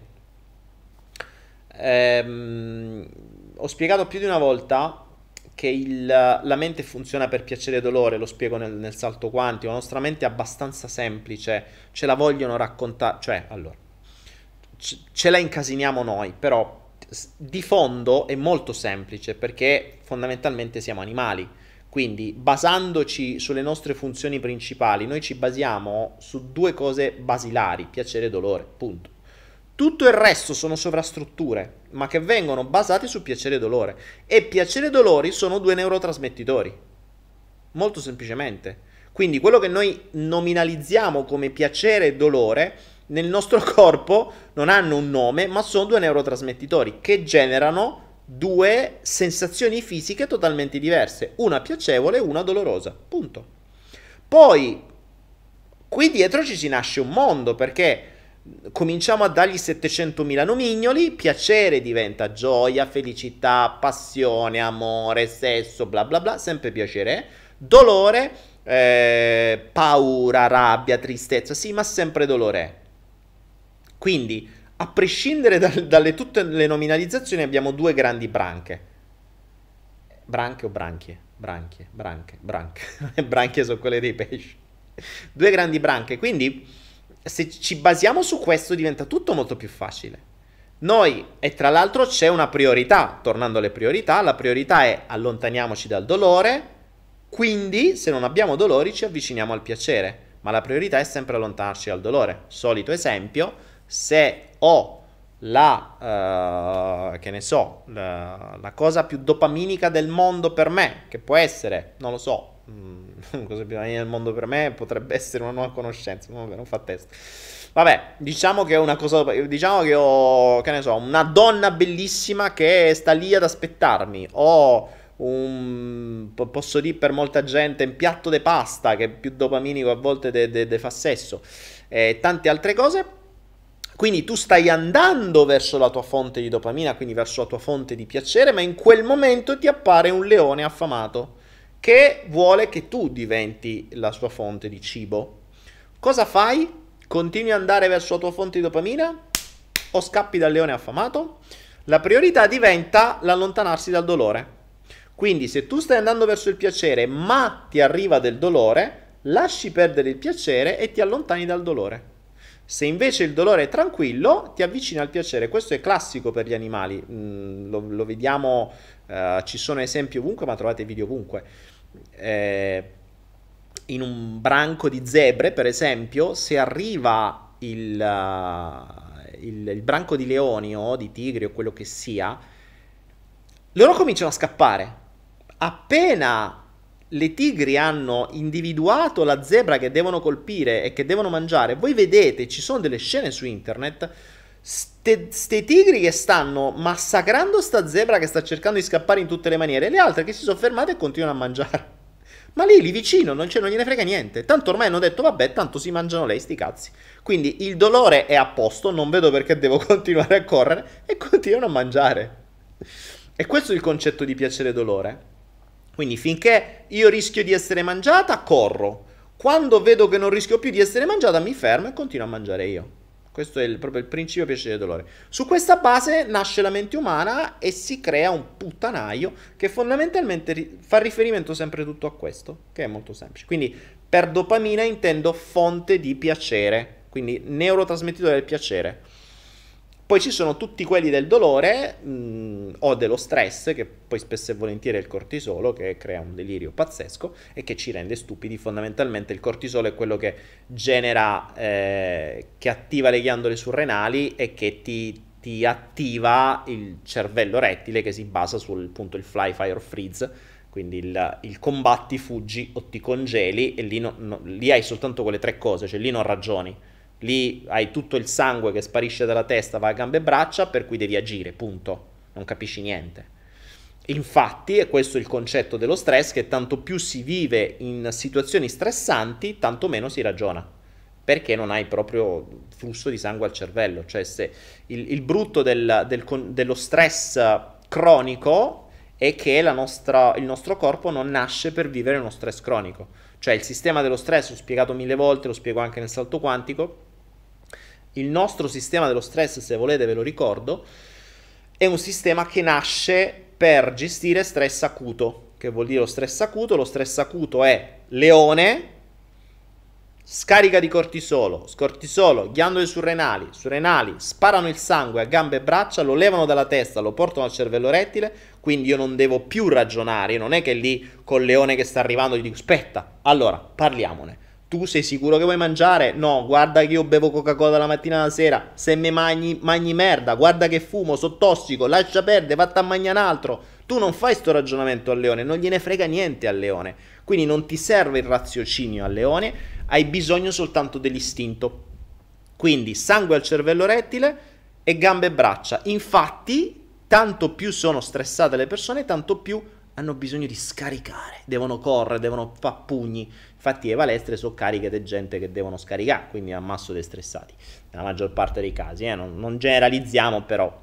Ehm, ho spiegato più di una volta che il, la mente funziona per piacere e dolore, lo spiego nel, nel salto quantico. La nostra mente è abbastanza semplice, ce la vogliono raccontare, cioè, allora, ce, ce la incasiniamo noi, però di fondo è molto semplice, perché fondamentalmente siamo animali, quindi basandoci sulle nostre funzioni principali, noi ci basiamo su due cose basilari, piacere e dolore, punto. Tutto il resto sono sovrastrutture, ma che vengono basate su piacere e dolore. E piacere e dolori sono due neurotrasmettitori. Molto semplicemente. Quindi quello che noi nominalizziamo come piacere e dolore, nel nostro corpo non hanno un nome, ma sono due neurotrasmettitori che generano due sensazioni fisiche totalmente diverse. Una piacevole e una dolorosa. Punto. Poi, qui dietro ci si nasce un mondo, perché cominciamo a dargli settecentomila nomignoli. Piacere diventa gioia, felicità, passione, amore, sesso, bla bla bla, sempre piacere. Dolore, eh, paura, rabbia, tristezza, sì, ma sempre dolore. Quindi, a prescindere da, dalle tutte le nominalizzazioni, abbiamo due grandi branche. Branche o branchie? Branchie, branche, branche. Branchie sono quelle dei pesci. Due grandi branche, quindi se ci basiamo su questo diventa tutto molto più facile. Noi, e tra l'altro c'è una priorità, tornando alle priorità, la priorità è allontaniamoci dal dolore, quindi se non abbiamo dolori ci avviciniamo al piacere, ma la priorità è sempre allontanarci dal dolore. Solito esempio, se ho la, uh, che ne so, la, la cosa più dopaminica del mondo per me, che può essere, non lo so, Mm, cosa più nel mondo per me potrebbe essere una nuova conoscenza. Vabbè, non fa testo. Vabbè, diciamo che è una cosa, diciamo che ho, che ne so, una donna bellissima che sta lì ad aspettarmi, o un, posso dire per molta gente, un piatto di pasta che è più dopaminico a volte de, de, de fa sesso, e tante altre cose. Quindi tu stai andando verso la tua fonte di dopamina, quindi verso la tua fonte di piacere, ma in quel momento ti appare un leone affamato che vuole che tu diventi la sua fonte di cibo. Cosa fai? Continui ad andare verso la tua fonte di dopamina o scappi dal leone affamato? La priorità diventa l'allontanarsi dal dolore. Quindi se tu stai andando verso il piacere ma ti arriva del dolore, lasci perdere il piacere e ti allontani dal dolore. Se invece il dolore è tranquillo, ti avvicini al piacere. Questo è classico per gli animali, mm, lo, lo vediamo, uh, ci sono esempi ovunque, ma trovate video ovunque. Eh, in un branco di zebre, per esempio, se arriva il, uh, il, il branco di leoni o di tigri o quello che sia, loro cominciano a scappare. Appena le tigri hanno individuato la zebra che devono colpire e che devono mangiare, voi vedete, ci sono delle scene su internet, ste, ste tigri che stanno massacrando sta zebra che sta cercando di scappare in tutte le maniere, e le altre che si sono fermate e continuano a mangiare. Ma lì, lì vicino, non, c'è, non gliene frega niente. Tanto ormai hanno detto, vabbè, tanto si mangiano lei, sti cazzi. Quindi il dolore è a posto, non vedo perché devo continuare a correre, e continuano a mangiare. E questo è il concetto di piacere-dolore. Quindi finché io rischio di essere mangiata, corro. Quando vedo che non rischio più di essere mangiata, mi fermo e continuo a mangiare io. Questo è il, proprio il principio piacere-dolore. Su questa base nasce la mente umana e si crea un puttanaio che fondamentalmente ri- fa riferimento sempre tutto a questo, che è molto semplice. Quindi per dopamina intendo fonte di piacere, quindi neurotrasmettitore del piacere. Poi ci sono tutti quelli del dolore mh, o dello stress, che poi spesso e volentieri è il cortisolo, che crea un delirio pazzesco e che ci rende stupidi. Fondamentalmente il cortisolo è quello che genera, eh, che attiva le ghiandole surrenali e che ti, ti attiva il cervello rettile, che si basa sul punto il fly, fire, freeze, quindi il, il combatti, fuggi o ti congeli, e lì, no, no, lì hai soltanto quelle tre cose, cioè lì non ragioni. Lì hai tutto il sangue che sparisce dalla testa, va a gambe e braccia, per cui devi agire, punto. Non capisci niente. Infatti, è questo il concetto dello stress, che tanto più si vive in situazioni stressanti, tanto meno si ragiona. Perché non hai proprio flusso di sangue al cervello. Cioè, se il, il brutto del, del, dello stress cronico è che la nostra, il nostro corpo non nasce per vivere uno stress cronico. Cioè, il sistema dello stress, l'ho spiegato mille volte, lo spiego anche nel salto quantico. Il nostro sistema dello stress, se volete ve lo ricordo, è un sistema che nasce per gestire stress acuto. Che vuol dire lo stress acuto? Lo stress acuto è leone, scarica di cortisolo, cortisolo, ghiandole surrenali, surrenali, sparano il sangue a gambe e braccia, lo levano dalla testa, lo portano al cervello rettile, quindi io non devo più ragionare, non è che lì col leone che sta arrivando gli dico aspetta, allora parliamone. Tu sei sicuro che vuoi mangiare? No, guarda che io bevo Coca-Cola la mattina e la sera. Se mi mangi, mangi merda, guarda che fumo, so tossico, lascia perdere, vatta a mangiare un altro. Tu non fai sto ragionamento al leone, non gliene frega niente al leone. Quindi non ti serve il raziocinio al leone, hai bisogno soltanto dell'istinto. Quindi sangue al cervello rettile e gambe e braccia. Infatti, tanto più sono stressate le persone, tanto più hanno bisogno di scaricare, devono correre, devono fare pugni. Infatti le palestre sono cariche di gente che devono scaricare, quindi ammasso dei stressati, nella maggior parte dei casi, eh? non, non generalizziamo, però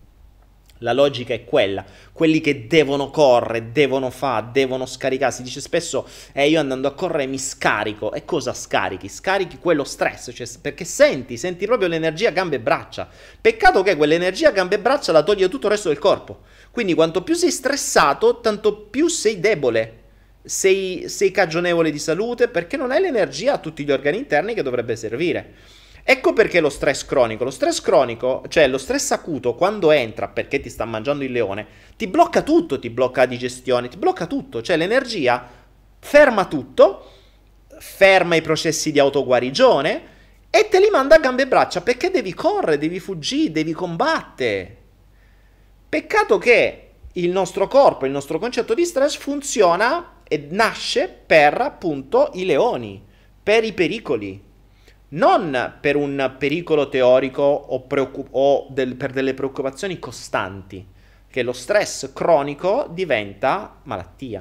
la logica è quella. Quelli che devono correre, devono fare, devono scaricare. Si dice spesso, eh, io andando a correre mi scarico. E cosa scarichi? Scarichi quello stress, cioè, perché senti, senti proprio l'energia gambe e braccia. Peccato che quell'energia gambe e braccia la toglie tutto il resto del corpo. Quindi quanto più sei stressato, tanto più sei debole. Sei, sei cagionevole di salute, perché non hai l'energia a tutti gli organi interni che dovrebbe servire. Ecco perché lo stress cronico, lo stress cronico, cioè lo stress acuto, quando entra perché ti sta mangiando il leone, ti blocca tutto, ti blocca la digestione, ti blocca tutto, cioè l'energia ferma tutto, ferma i processi di autoguarigione e te li manda a gambe e braccia, perché devi correre, devi fuggire, devi combattere. Peccato che il nostro corpo, il nostro concetto di stress funziona e nasce per appunto i leoni, per i pericoli. Non per un pericolo teorico o, preoccup- o del- per delle preoccupazioni costanti, che lo stress cronico diventa malattia.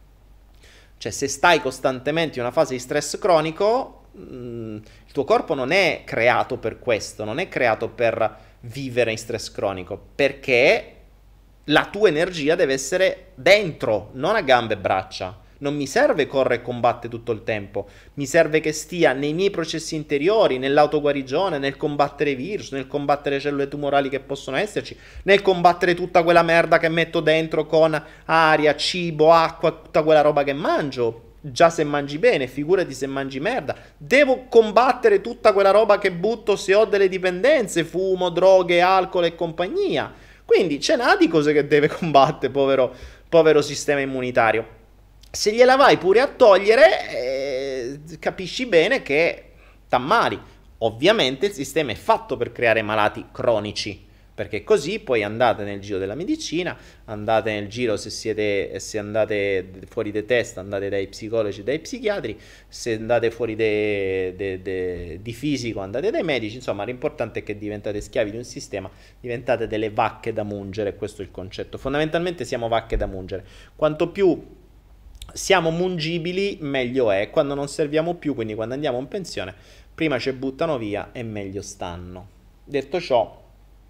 Cioè, se stai costantemente in una fase di stress cronico, mh, il tuo corpo non è creato per questo, non è creato per vivere in stress cronico, perché la tua energia deve essere dentro, non a gambe e braccia. Non mi serve correre e combattere tutto il tempo, mi serve che stia nei miei processi interiori, nell'autoguarigione, nel combattere virus, nel combattere cellule tumorali che possono esserci, nel combattere tutta quella merda che metto dentro con aria, cibo, acqua, tutta quella roba che mangio. Già se mangi bene, figurati se mangi merda. Devo combattere tutta quella roba che butto se ho delle dipendenze, fumo, droghe, alcol e compagnia. Quindi ce n'ha di cose che deve combattere, povero, povero sistema immunitario. Se gliela vai pure a togliere, eh, capisci bene che t'ammali. Ovviamente il sistema è fatto per creare malati cronici, perché così poi andate nel giro della medicina, andate nel giro, se siete, se andate fuori di testa, andate dai psicologi e dai psichiatri, se andate fuori de, de, de, di fisico, andate dai medici. Insomma, l'importante è che diventate schiavi di un sistema, diventate delle vacche da mungere, questo è il concetto. Fondamentalmente siamo vacche da mungere. Quanto più siamo mungibili, meglio è. Quando non serviamo più, quindi quando andiamo in pensione, prima ci buttano via e meglio stanno. Detto ciò,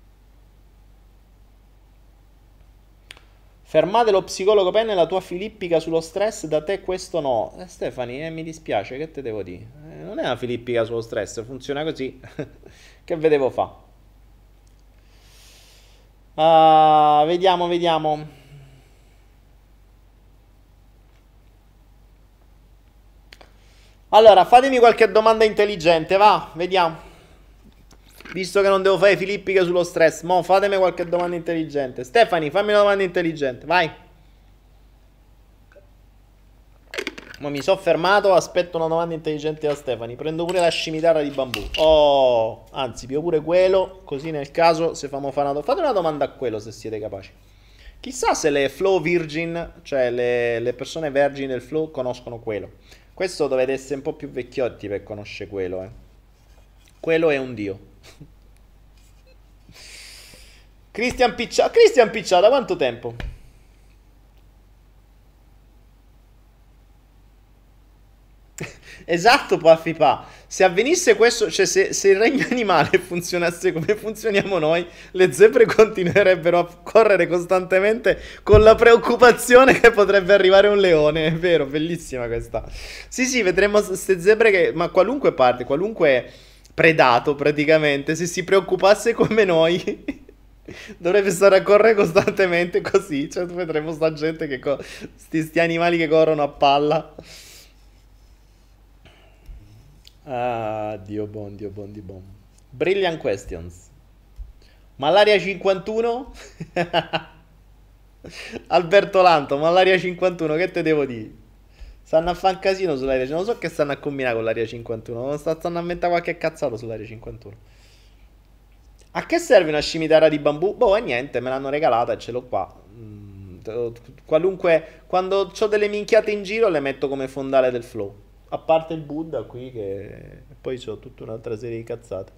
fermate lo psicologo Penna e la tua filippica sullo stress, da te questo no. Eh, Stefani, eh, mi dispiace, che te devo dire? Eh, non è una filippica sullo stress, funziona così. Che vedevo fa? Ah, vediamo, vediamo. Allora, fatemi qualche domanda intelligente, va, vediamo. Visto che non devo fare filippiche sullo stress, mo fatemi qualche domanda intelligente. Stefani, fammi una domanda intelligente, vai. Ma mi sono fermato, aspetto una domanda intelligente da Stefani. Prendo pure la scimitarra di bambù. Oh, anzi, pio pure quello, così nel caso se famo fare una... Fate una domanda a quello se siete capaci. Chissà se le flow virgin, cioè le, le persone vergini del flow, conoscono quello. Questo dovete essere un po' più vecchiotti per conoscere quello, eh. Quello è un dio. Cristian Piccià. Cristian Piccià, da quanto tempo? Esatto, Paffipa. Se avvenisse questo, cioè se, se il regno animale funzionasse come funzioniamo noi, le zebre continuerebbero a correre costantemente con la preoccupazione che potrebbe arrivare un leone. È vero, bellissima questa. Sì, sì, vedremo queste zebre che, ma qualunque parte, qualunque predato praticamente, se si preoccupasse come noi, dovrebbe stare a correre costantemente così. Cioè vedremo sta gente che co- sti, sti animali che corrono a palla. Ah, Dio buon, Dio buon, Dio buon. Brilliant questions. Ma l'area cinquantuno? Alberto Lanto, ma l'area cinquantuno che te devo dire? Stanno a fare un casino sull'area cinquantuno. Non so che stanno a combinare con l'area cinquantuno. Non sta- stanno a inventare qualche cazzato sull'area cinquantuno. A che serve una scimitarra di bambù? Boh, e niente, me l'hanno regalata e ce l'ho qua. Mm, t- qualunque... Quando ho delle minchiate in giro le metto come fondale del flow. A parte il Buddha qui che... Poi c'ho tutta un'altra serie di cazzate.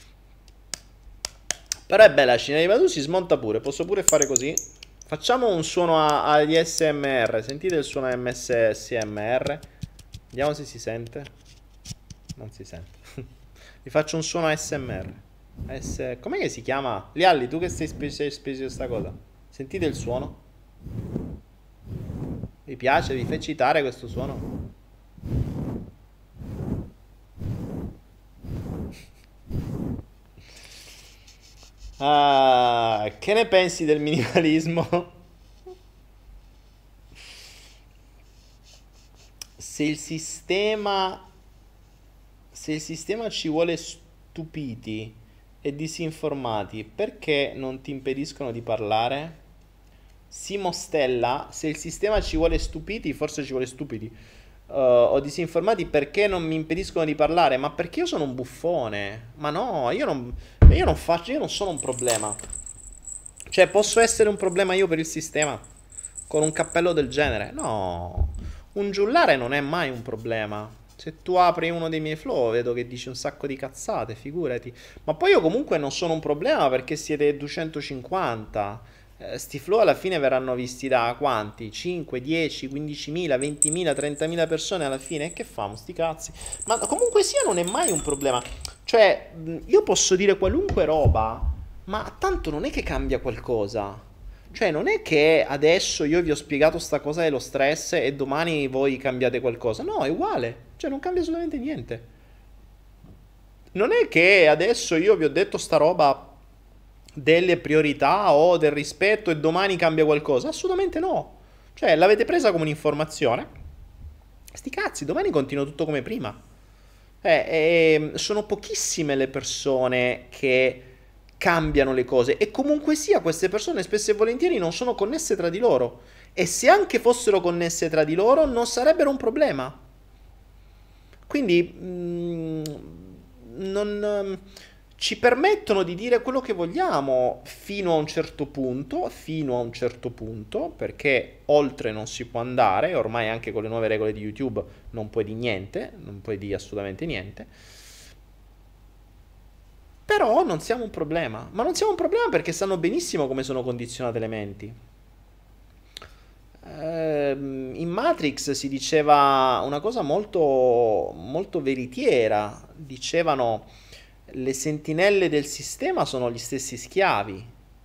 Però è bella la scena di Badu, si smonta pure. Posso pure fare così. Facciamo un suono a- agli S M R. Sentite il suono M S M R. Vediamo se si sente. Non si sente. Vi faccio un suono A S M R. S... Com'è che si chiama? Lialli, tu che sei speso di questa cosa. Sentite il suono. Vi piace? Vi fa citare questo suono? Ah, che ne pensi del minimalismo? Se il sistema, se il sistema ci vuole stupiti e disinformati, perché non ti impediscono di parlare? Simo Stella, se il sistema ci vuole stupiti, forse ci vuole stupidi, uh, o disinformati, perché non mi impediscono di parlare? Ma perché io sono un buffone? Ma no, io non, io non faccio, io non sono un problema. Cioè, posso essere un problema io per il sistema? Con un cappello del genere? No, un giullare non è mai un problema. Se tu apri uno dei miei flow, vedo che dici un sacco di cazzate, figurati. Ma poi io comunque non sono un problema perché siete duecentocinquanta. Eh, sti flow alla fine verranno visti da quanti? cinque, dieci, quindicimila, ventimila, trentamila persone alla fine. E che famo sti cazzi? Ma comunque sia non è mai un problema. Cioè, mh, io posso dire qualunque roba, ma tanto non è che cambia qualcosa. Cioè, non è che adesso io vi ho spiegato sta cosa dello stress e domani voi cambiate qualcosa. No, è uguale. Cioè, non cambia assolutamente niente. Non è che adesso io vi ho detto sta roba delle priorità o del rispetto e domani cambia qualcosa. Assolutamente no. Cioè, l'avete presa come un'informazione. Sti cazzi, domani continua tutto come prima. Eh, e sono pochissime le persone che cambiano le cose e comunque sia queste persone spesso e volentieri non sono connesse tra di loro e se anche fossero connesse tra di loro non sarebbero un problema. Quindi mh, non, ci permettono di dire quello che vogliamo fino a un certo punto, fino a un certo punto, perché oltre non si può andare, ormai anche con le nuove regole di YouTube non puoi dire niente, non puoi dire assolutamente niente. Però non siamo un problema, ma non siamo un problema perché sanno benissimo come sono condizionate le menti. Ehm, in Matrix si diceva una cosa molto, molto veritiera. Dicevano le sentinelle del sistema sono gli stessi schiavi.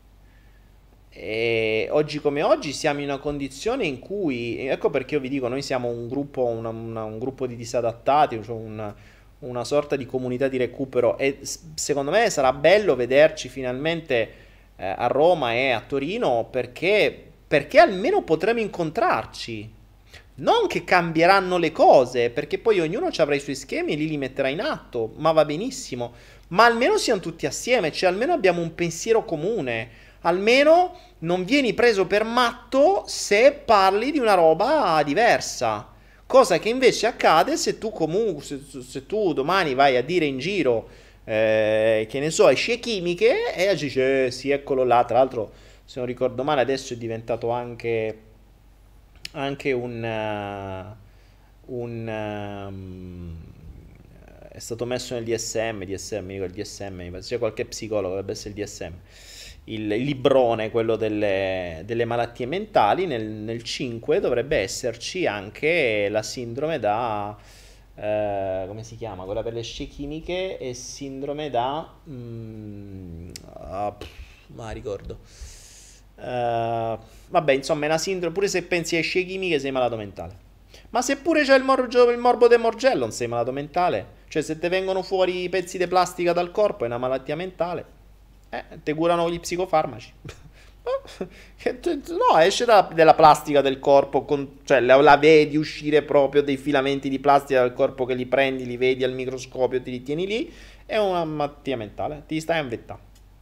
E oggi come oggi siamo in una condizione in cui, ecco perché io vi dico, noi siamo un gruppo, una- una- un gruppo di disadattati, cioè un- una sorta di comunità di recupero e s- secondo me sarà bello vederci finalmente eh, a Roma e a Torino perché, perché almeno potremo incontrarci. Non che cambieranno le cose, perché poi ognuno ci avrà i suoi schemi e lì li metterà in atto, ma va benissimo. Ma almeno siamo tutti assieme, cioè almeno abbiamo un pensiero comune. Almeno non vieni preso per matto se parli di una roba diversa. Cosa che invece accade se tu comunque, se, se tu domani vai a dire in giro, eh, che ne so, scie chimiche, e dice, eh, sì, eccolo là. Tra l'altro, se non ricordo male, adesso è diventato anche anche un, eh, un, ehm, è stato messo nel D S M, D S M, mi ricordo il D S M, mi pare, c'è qualche psicologo, dovrebbe essere il D S M, il, il librone, quello delle, delle malattie mentali, nel, nel cinque dovrebbe esserci anche la sindrome da, eh, come si chiama? Quella per le scie chimiche e sindrome da, mm, ah, pff, ma ricordo. Eh, vabbè, insomma, è una sindrome. Pure se pensi a scie chimiche, sei malato mentale. Ma seppure c'è il, morgio- il morbo de Morgello, non sei malato mentale. Cioè, se te vengono fuori pezzi di plastica dal corpo, è una malattia mentale. Eh, te curano gli psicofarmaci. Che te- No, esce da- dalla plastica del corpo, con- cioè la, la vedi uscire proprio dei filamenti di plastica dal corpo che li prendi, li vedi al microscopio, te li tieni lì. È una malattia mentale. Ti stai a invettare.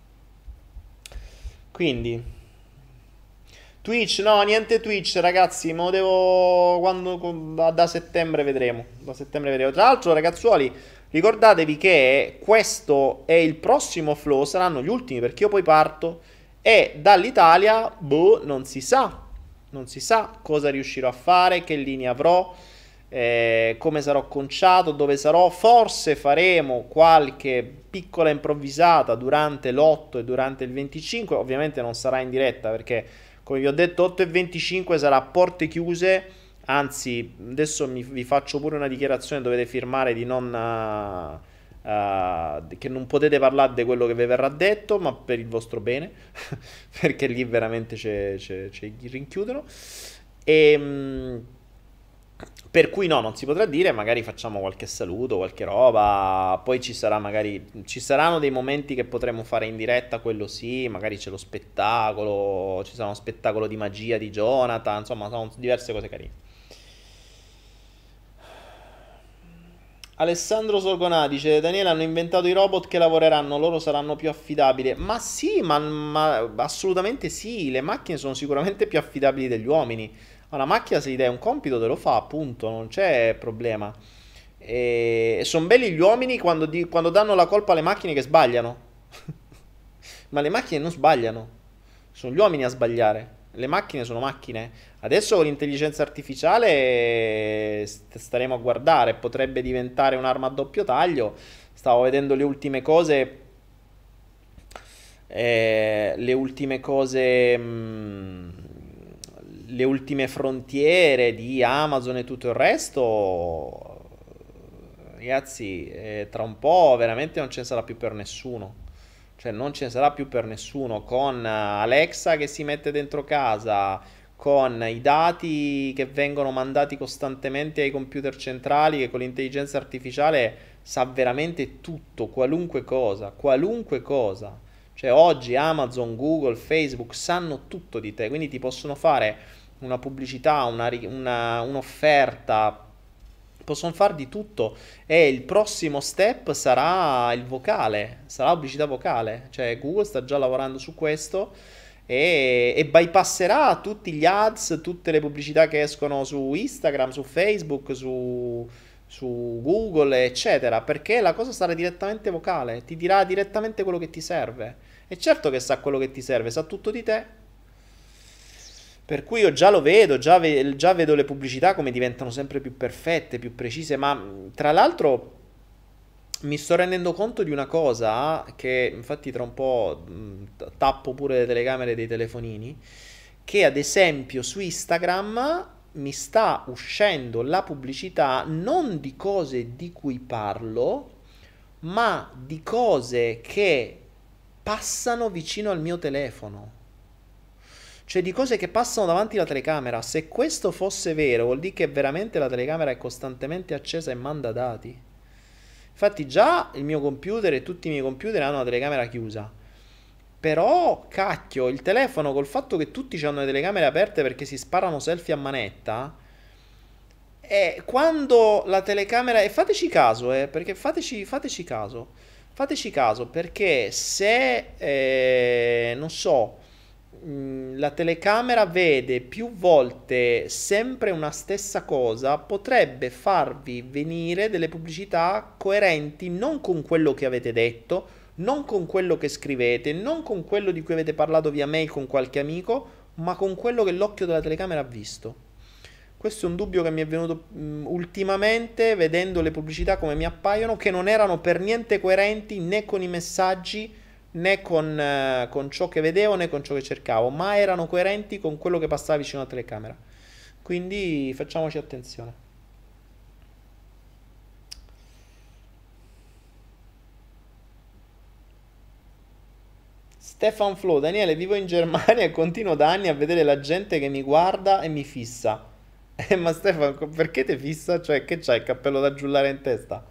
Quindi. Twitch, no, niente Twitch, ragazzi, me lo devo quando da, da settembre vedremo. Da settembre vedremo. Tra l'altro, ragazzuoli, ricordatevi che questo e il prossimo flow saranno gli ultimi perché io poi parto e dall'Italia, boh, non si sa. Non si sa cosa riuscirò a fare, che linea avrò, eh, come sarò conciato, dove sarò. Forse faremo qualche piccola improvvisata durante l'otto e durante il venticinque. Ovviamente non sarà in diretta perché come vi ho detto, otto e venticinque sarà a porte chiuse, anzi, adesso mi- vi faccio pure una dichiarazione, dovete firmare di non, eh, eh, che non potete parlare di quello che vi verrà detto, ma per il vostro bene, perché lì veramente ci rinchiudono. E, mh, per cui no, non si potrà dire, magari facciamo qualche saluto, qualche roba, poi ci sarà magari, ci saranno dei momenti che potremo fare in diretta, quello sì, magari c'è lo spettacolo, ci sarà uno spettacolo di magia di Jonathan, insomma, sono diverse cose carine. Alessandro Sorgonà dice: Daniele, hanno inventato i robot che lavoreranno, loro saranno più affidabili. Ma sì, ma, ma assolutamente sì. Le macchine sono sicuramente più affidabili degli uomini. Una macchina, se gli dai un compito, te lo fa, appunto, non c'è problema. E sono belli gli uomini quando, di- quando danno la colpa alle macchine che sbagliano. Ma le macchine non sbagliano, sono gli uomini a sbagliare. Le macchine sono macchine. Adesso con l'intelligenza artificiale eh, st- staremo a guardare, potrebbe diventare un'arma a doppio taglio. Stavo vedendo le ultime cose, eh, le ultime cose, mh, le ultime frontiere di Amazon e tutto il resto. Ragazzi, eh, tra un po' veramente non ce ne sarà più per nessuno. Cioè non ce ne sarà più per nessuno con eh, Alexa che si mette dentro casa, con i dati che vengono mandati costantemente ai computer centrali che con l'intelligenza artificiale sa veramente tutto, qualunque cosa, qualunque cosa. Cioè oggi Amazon, Google, Facebook sanno tutto di te, quindi ti possono fare una pubblicità, una ri- una- un'offerta, possono far di tutto e il prossimo step sarà il vocale, sarà la pubblicità vocale, cioè Google sta già lavorando su questo e, e bypasserà tutti gli ads, tutte le pubblicità che escono su Instagram, su Facebook, su, su Google, eccetera, perché la cosa sarà direttamente vocale, ti dirà direttamente quello che ti serve. E certo che sa quello che ti serve, sa tutto di te. Per cui io già lo vedo, già, ve- già vedo le pubblicità come diventano sempre più perfette, più precise, ma mh, tra l'altro mi sto rendendo conto di una cosa che infatti tra un po' mh, t- tappo pure le telecamere dei telefonini, che ad esempio su Instagram mi sta uscendo la pubblicità non di cose di cui parlo, ma di cose che passano vicino al mio telefono. Cioè di cose che passano davanti alla telecamera. Se questo fosse vero, vuol dire che veramente la telecamera è costantemente accesa e manda dati. Infatti già il mio computer e tutti i miei computer hanno la telecamera chiusa. Però, cacchio, il telefono col fatto che tutti hanno le telecamere aperte perché si sparano selfie a manetta, e quando la telecamera... E fateci caso, eh, perché fateci, fateci caso. Fateci caso, perché se, eh, non so, mh, la telecamera vede più volte sempre una stessa cosa, potrebbe farvi venire delle pubblicità coerenti non con quello che avete detto, non con quello che scrivete, non con quello di cui avete parlato via mail con qualche amico, ma con quello che l'occhio della telecamera ha visto. Questo è un dubbio che mi è venuto mh, ultimamente vedendo le pubblicità come mi appaiono, che non erano per niente coerenti né con i messaggi né con, eh, con ciò che vedevo né con ciò che cercavo, ma erano coerenti con quello che passava vicino alla telecamera. Quindi facciamoci attenzione. Stefan Flo, Daniele, vivo in Germania e continuo da anni a vedere la gente che mi guarda e mi fissa. Eh, ma Stefan, co- perché ti fissa? Cioè, che c'hai il cappello da giullare in testa?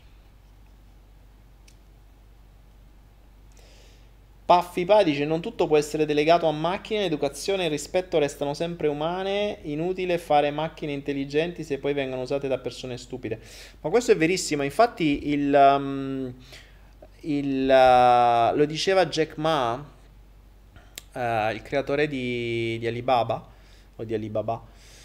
Paffi Pa dice, non tutto può essere delegato a macchine, l'educazione e il rispetto restano sempre umane, inutile fare macchine intelligenti se poi vengono usate da persone stupide. Ma questo è verissimo, infatti il, um, il, uh, lo diceva Jack Ma, eh, il creatore di, di Alibaba, o di Alibaba,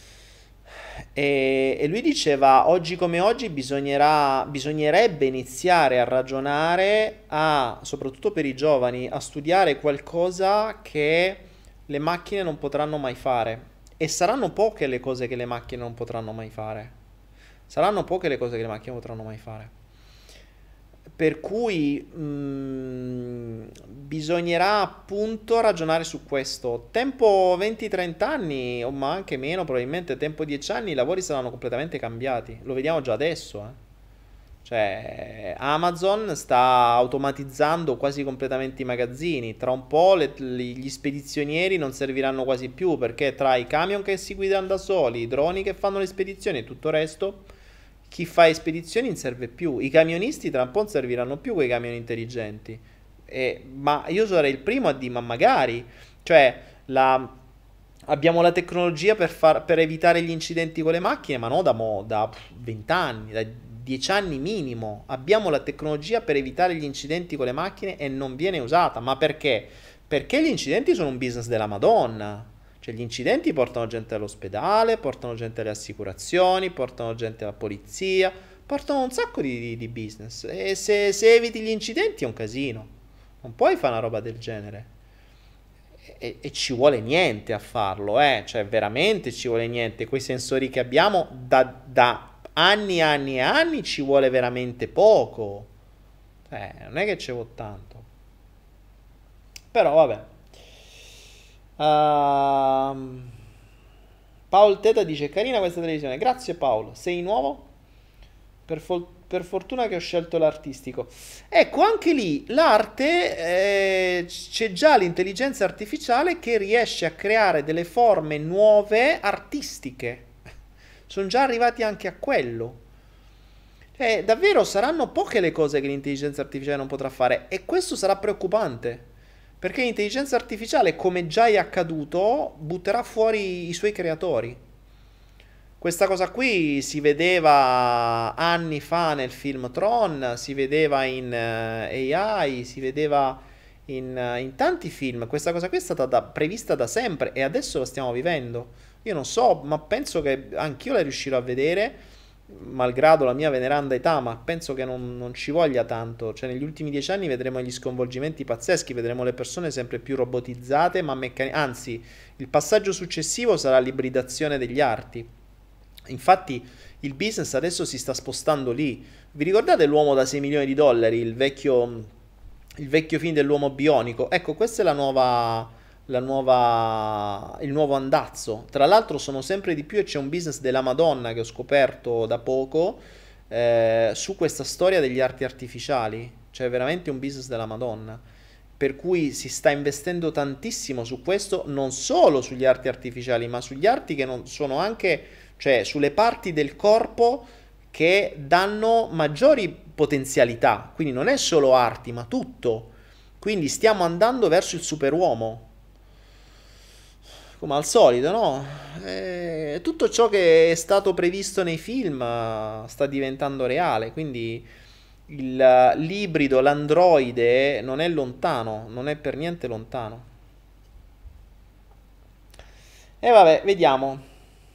e, e lui diceva, oggi come oggi bisognerà, bisognerebbe iniziare a ragionare, a, soprattutto per i giovani, a studiare qualcosa che le macchine non potranno mai fare. E saranno poche le cose che le macchine non potranno mai fare. Saranno poche le cose che le macchine potranno mai fare. Per cui mh, bisognerà appunto ragionare su questo. Tempo venti trenta anni, o ma anche meno, probabilmente tempo dieci anni, i lavori saranno completamente cambiati. Lo vediamo già adesso, eh. Cioè, Amazon sta automatizzando quasi completamente i magazzini. Tra un po' le- gli spedizionieri non serviranno quasi più perché tra i camion che si guidano da soli, i droni che fanno le spedizioni e tutto il resto, chi fa le spedizioni non serve più. I camionisti tra un po' non serviranno più quei camioni intelligenti. E- ma io sarei il primo a dire, ma magari, cioè, la, abbiamo la tecnologia per, far, per evitare gli incidenti con le macchine, ma no da, mo, da venti anni, da dieci anni minimo. Abbiamo la tecnologia per evitare gli incidenti con le macchine e non viene usata. Ma perché? Perché gli incidenti sono un business della Madonna. Cioè gli incidenti portano gente all'ospedale, portano gente alle assicurazioni, portano gente alla polizia, portano un sacco di, di- di business. E se, se eviti gli incidenti è un casino. Non puoi fare una roba del genere. E, e ci vuole niente a farlo, eh. Cioè veramente ci vuole niente. Quei sensori che abbiamo da, da anni e anni e anni ci vuole veramente poco. Eh, non è che ci vuole tanto. Però vabbè. Ehm, Paul Teta dice carina questa televisione. Grazie Paolo. Sei nuovo? Per, fol- per fortuna che ho scelto l'artistico. Ecco, anche lì l'arte, eh, c'è già l'intelligenza artificiale che riesce a creare delle forme nuove artistiche. Sono già arrivati anche a quello. Cioè, davvero saranno poche le cose che l'intelligenza artificiale non potrà fare e questo sarà preoccupante. Perché l'intelligenza artificiale, come già è accaduto, butterà fuori i suoi creatori. Questa cosa qui si vedeva anni fa nel film Tron, si vedeva in eh, A I, si vedeva in, eh, in tanti film. Questa cosa qui è stata da- prevista da sempre e adesso la stiamo vivendo. Io non so, ma penso che anch'io la riuscirò a vedere, malgrado la mia veneranda età, ma penso che non, non ci voglia tanto. Cioè, negli ultimi dieci anni vedremo gli sconvolgimenti pazzeschi, vedremo le persone sempre più robotizzate, ma meccaniche. Anzi, il passaggio successivo sarà l'ibridazione degli arti. Infatti, il business adesso si sta spostando lì. Vi ricordate l'uomo da sei milioni di dollari, il vecchio, il vecchio film dell'uomo bionico? Ecco, questa è la nuova, la nuova, il nuovo andazzo. Tra l'altro sono sempre di più e c'è un business della Madonna che ho scoperto da poco eh, su questa storia degli arti artificiali. C'è veramente un business della Madonna. Per cui si sta investendo tantissimo su questo, non solo sugli arti artificiali, ma sugli arti che non sono anche, cioè sulle parti del corpo che danno maggiori potenzialità. Quindi non è solo arti, ma tutto. Quindi stiamo andando verso il superuomo. Come al solito, no? Eh, tutto ciò che è stato previsto nei film eh, sta diventando reale, quindi il, l'ibrido, l'androide non è lontano, non è per niente lontano. E vabbè, vediamo.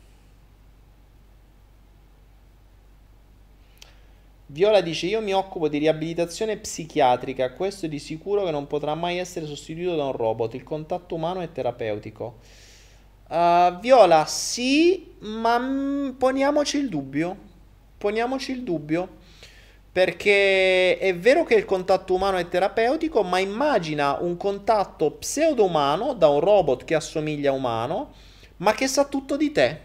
Viola dice: io mi occupo di riabilitazione psichiatrica, questo è di sicuro che non potrà mai essere sostituito da un robot, il contatto umano è terapeutico. Uh, Viola, sì, ma mm, poniamoci il dubbio. Poniamoci il dubbio. Perché è vero che il contatto umano è terapeutico, ma immagina un contatto pseudo-umano da un robot che assomiglia a umano, ma che sa tutto di te.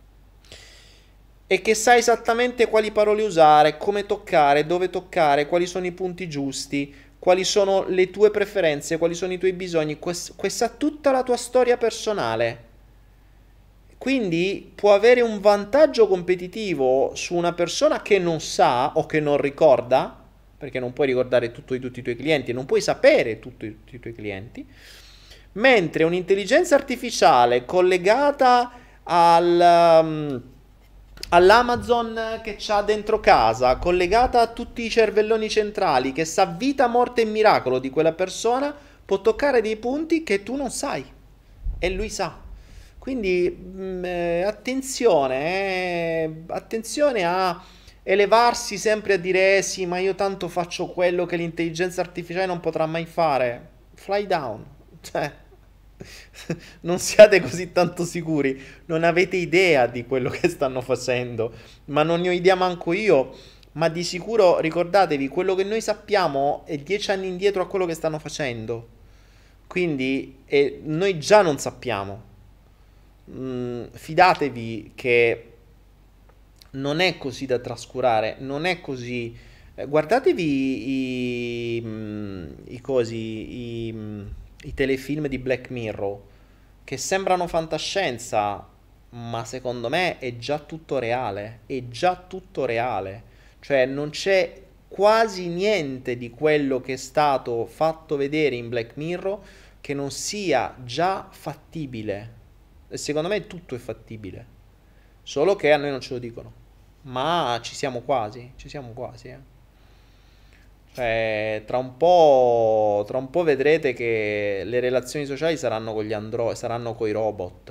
E che sa esattamente quali parole usare, come toccare, dove toccare, quali sono i punti giusti, quali sono le tue preferenze, quali sono i tuoi bisogni, que- sa tutta la tua storia personale. Quindi può avere un vantaggio competitivo su una persona che non sa o che non ricorda, perché non puoi ricordare tutto di tutti i tuoi clienti e non puoi sapere tutto di tutti i tuoi clienti, mentre un'intelligenza artificiale collegata al, um, all'Amazon che c'ha dentro casa, collegata a tutti i cervelloni centrali, che sa vita, morte e miracolo di quella persona, può toccare dei punti che tu non sai e lui sa. Quindi mh, eh, attenzione, eh, attenzione a elevarsi sempre a dire eh, sì, ma io tanto faccio quello che l'intelligenza artificiale non potrà mai fare. Fly down, cioè non siate così tanto sicuri, non avete idea di quello che stanno facendo, ma non ne ho idea manco io, ma di sicuro ricordatevi, quello che noi sappiamo è dieci anni indietro a quello che stanno facendo, quindi eh, noi già non sappiamo. Mm, fidatevi che non è così da trascurare, non è così. Eh, guardatevi i, mm, i cosi, i, mm, i telefilm di Black Mirror che sembrano fantascienza, ma secondo me è già tutto reale, è già tutto reale. Cioè non c'è quasi niente di quello che è stato fatto vedere in Black Mirror che non sia già fattibile. E secondo me tutto è fattibile, solo che a noi non ce lo dicono, ma ci siamo quasi, ci siamo quasi, eh. Cioè, tra un po', tra un po' vedrete che le relazioni sociali saranno con gli androidi, saranno con i robot,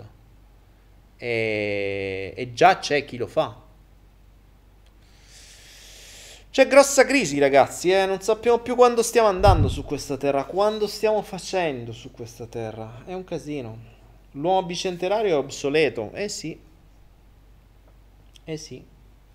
e, e già c'è chi lo fa. C'è grossa crisi, ragazzi, eh? Non sappiamo più quando stiamo andando su questa terra, quando stiamo facendo su questa terra, è un casino. L'uomo bicentenario è obsoleto. Eh sì. Eh sì.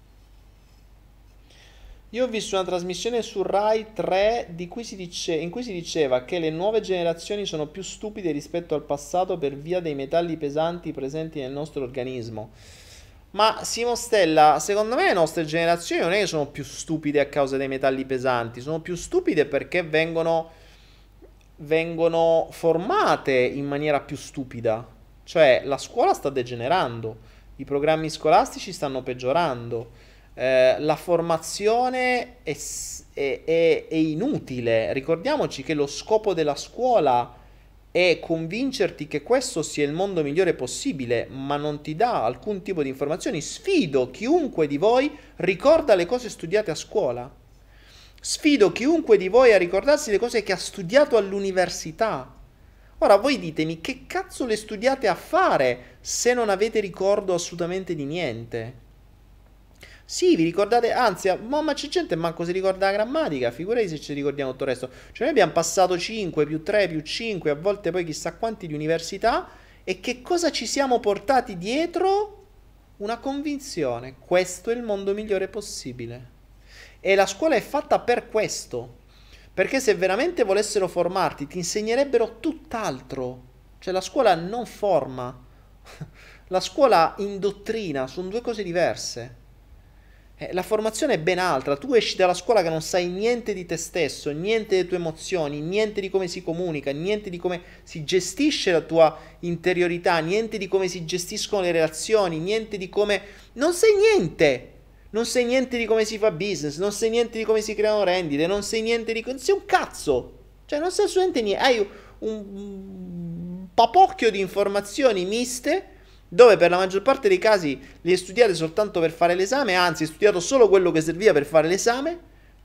Io ho visto una trasmissione su Rai tre di cui si dice, in cui si diceva che le nuove generazioni sono più stupide rispetto al passato per via dei metalli pesanti presenti nel nostro organismo. Ma Simo Stella, secondo me le nostre generazioni non è che sono più stupide a causa dei metalli pesanti, sono più stupide perché vengono vengono formate in maniera più stupida. Cioè, la scuola sta degenerando, i programmi scolastici stanno peggiorando, eh, la formazione è, è- è- è inutile. Ricordiamoci che lo scopo della scuola è convincerti che questo sia il mondo migliore possibile, ma non ti dà alcun tipo di informazioni. Sfido chiunque di voi ricorda le cose studiate a scuola. Sfido chiunque di voi a ricordarsi le cose che ha studiato all'università. Ora voi ditemi che cazzo le studiate a fare se non avete ricordo assolutamente di niente? Sì, vi ricordate, anzi, ma, ma c'è gente che manco si ricorda la grammatica, figurati se ci ricordiamo tutto il resto. Cioè noi abbiamo passato cinque più tre più cinque, a volte poi chissà quanti di università, e che cosa ci siamo portati dietro? Una convinzione, questo è il mondo migliore possibile. E la scuola è fatta per questo. Perché se veramente volessero formarti, ti insegnerebbero tutt'altro. Cioè la scuola non forma, la scuola indottrina, sono due cose diverse. Eh, la formazione è ben altra, tu esci dalla scuola che non sai niente di te stesso, niente delle tue emozioni, niente di come si comunica, niente di come si gestisce la tua interiorità, niente di come si gestiscono le relazioni, niente di come... Non sai niente! Non sai niente di come si fa business, non sai niente di come si creano rendite, non sai niente di... Non sai un cazzo! Cioè non sai assolutamente niente, hai un papocchio di informazioni miste dove per la maggior parte dei casi li hai studiate soltanto per fare l'esame, anzi hai studiato solo quello che serviva per fare l'esame.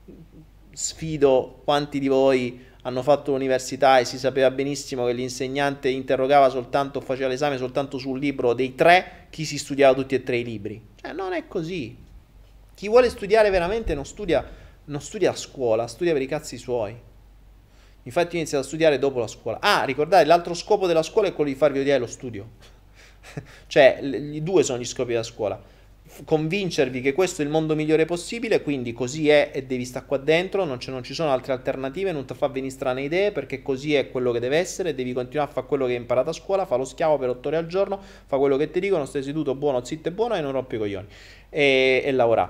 Sfido quanti di voi hanno fatto l'università e si sapeva benissimo che l'insegnante interrogava soltanto, faceva l'esame soltanto sul libro dei tre, chi si studiava tutti e tre i libri. Cioè non è così. Chi vuole studiare veramente non studia, non studia a scuola, studia per i cazzi suoi. Infatti ho iniziato a studiare dopo la scuola. Ah, ricordate, l'altro scopo della scuola è quello di farvi odiare lo studio. Cioè, i due sono gli scopi della scuola. Convincervi che questo è il mondo migliore possibile, quindi così è e devi stare qua dentro, non, non ci sono altre alternative, non ti fa venire strane idee, perché così è quello che deve essere, devi continuare a fare quello che hai imparato a scuola, fa lo schiavo per otto ore al giorno, fa quello che ti dicono, stai seduto buono, zitto e buono e non rompi i coglioni. E, e lavora.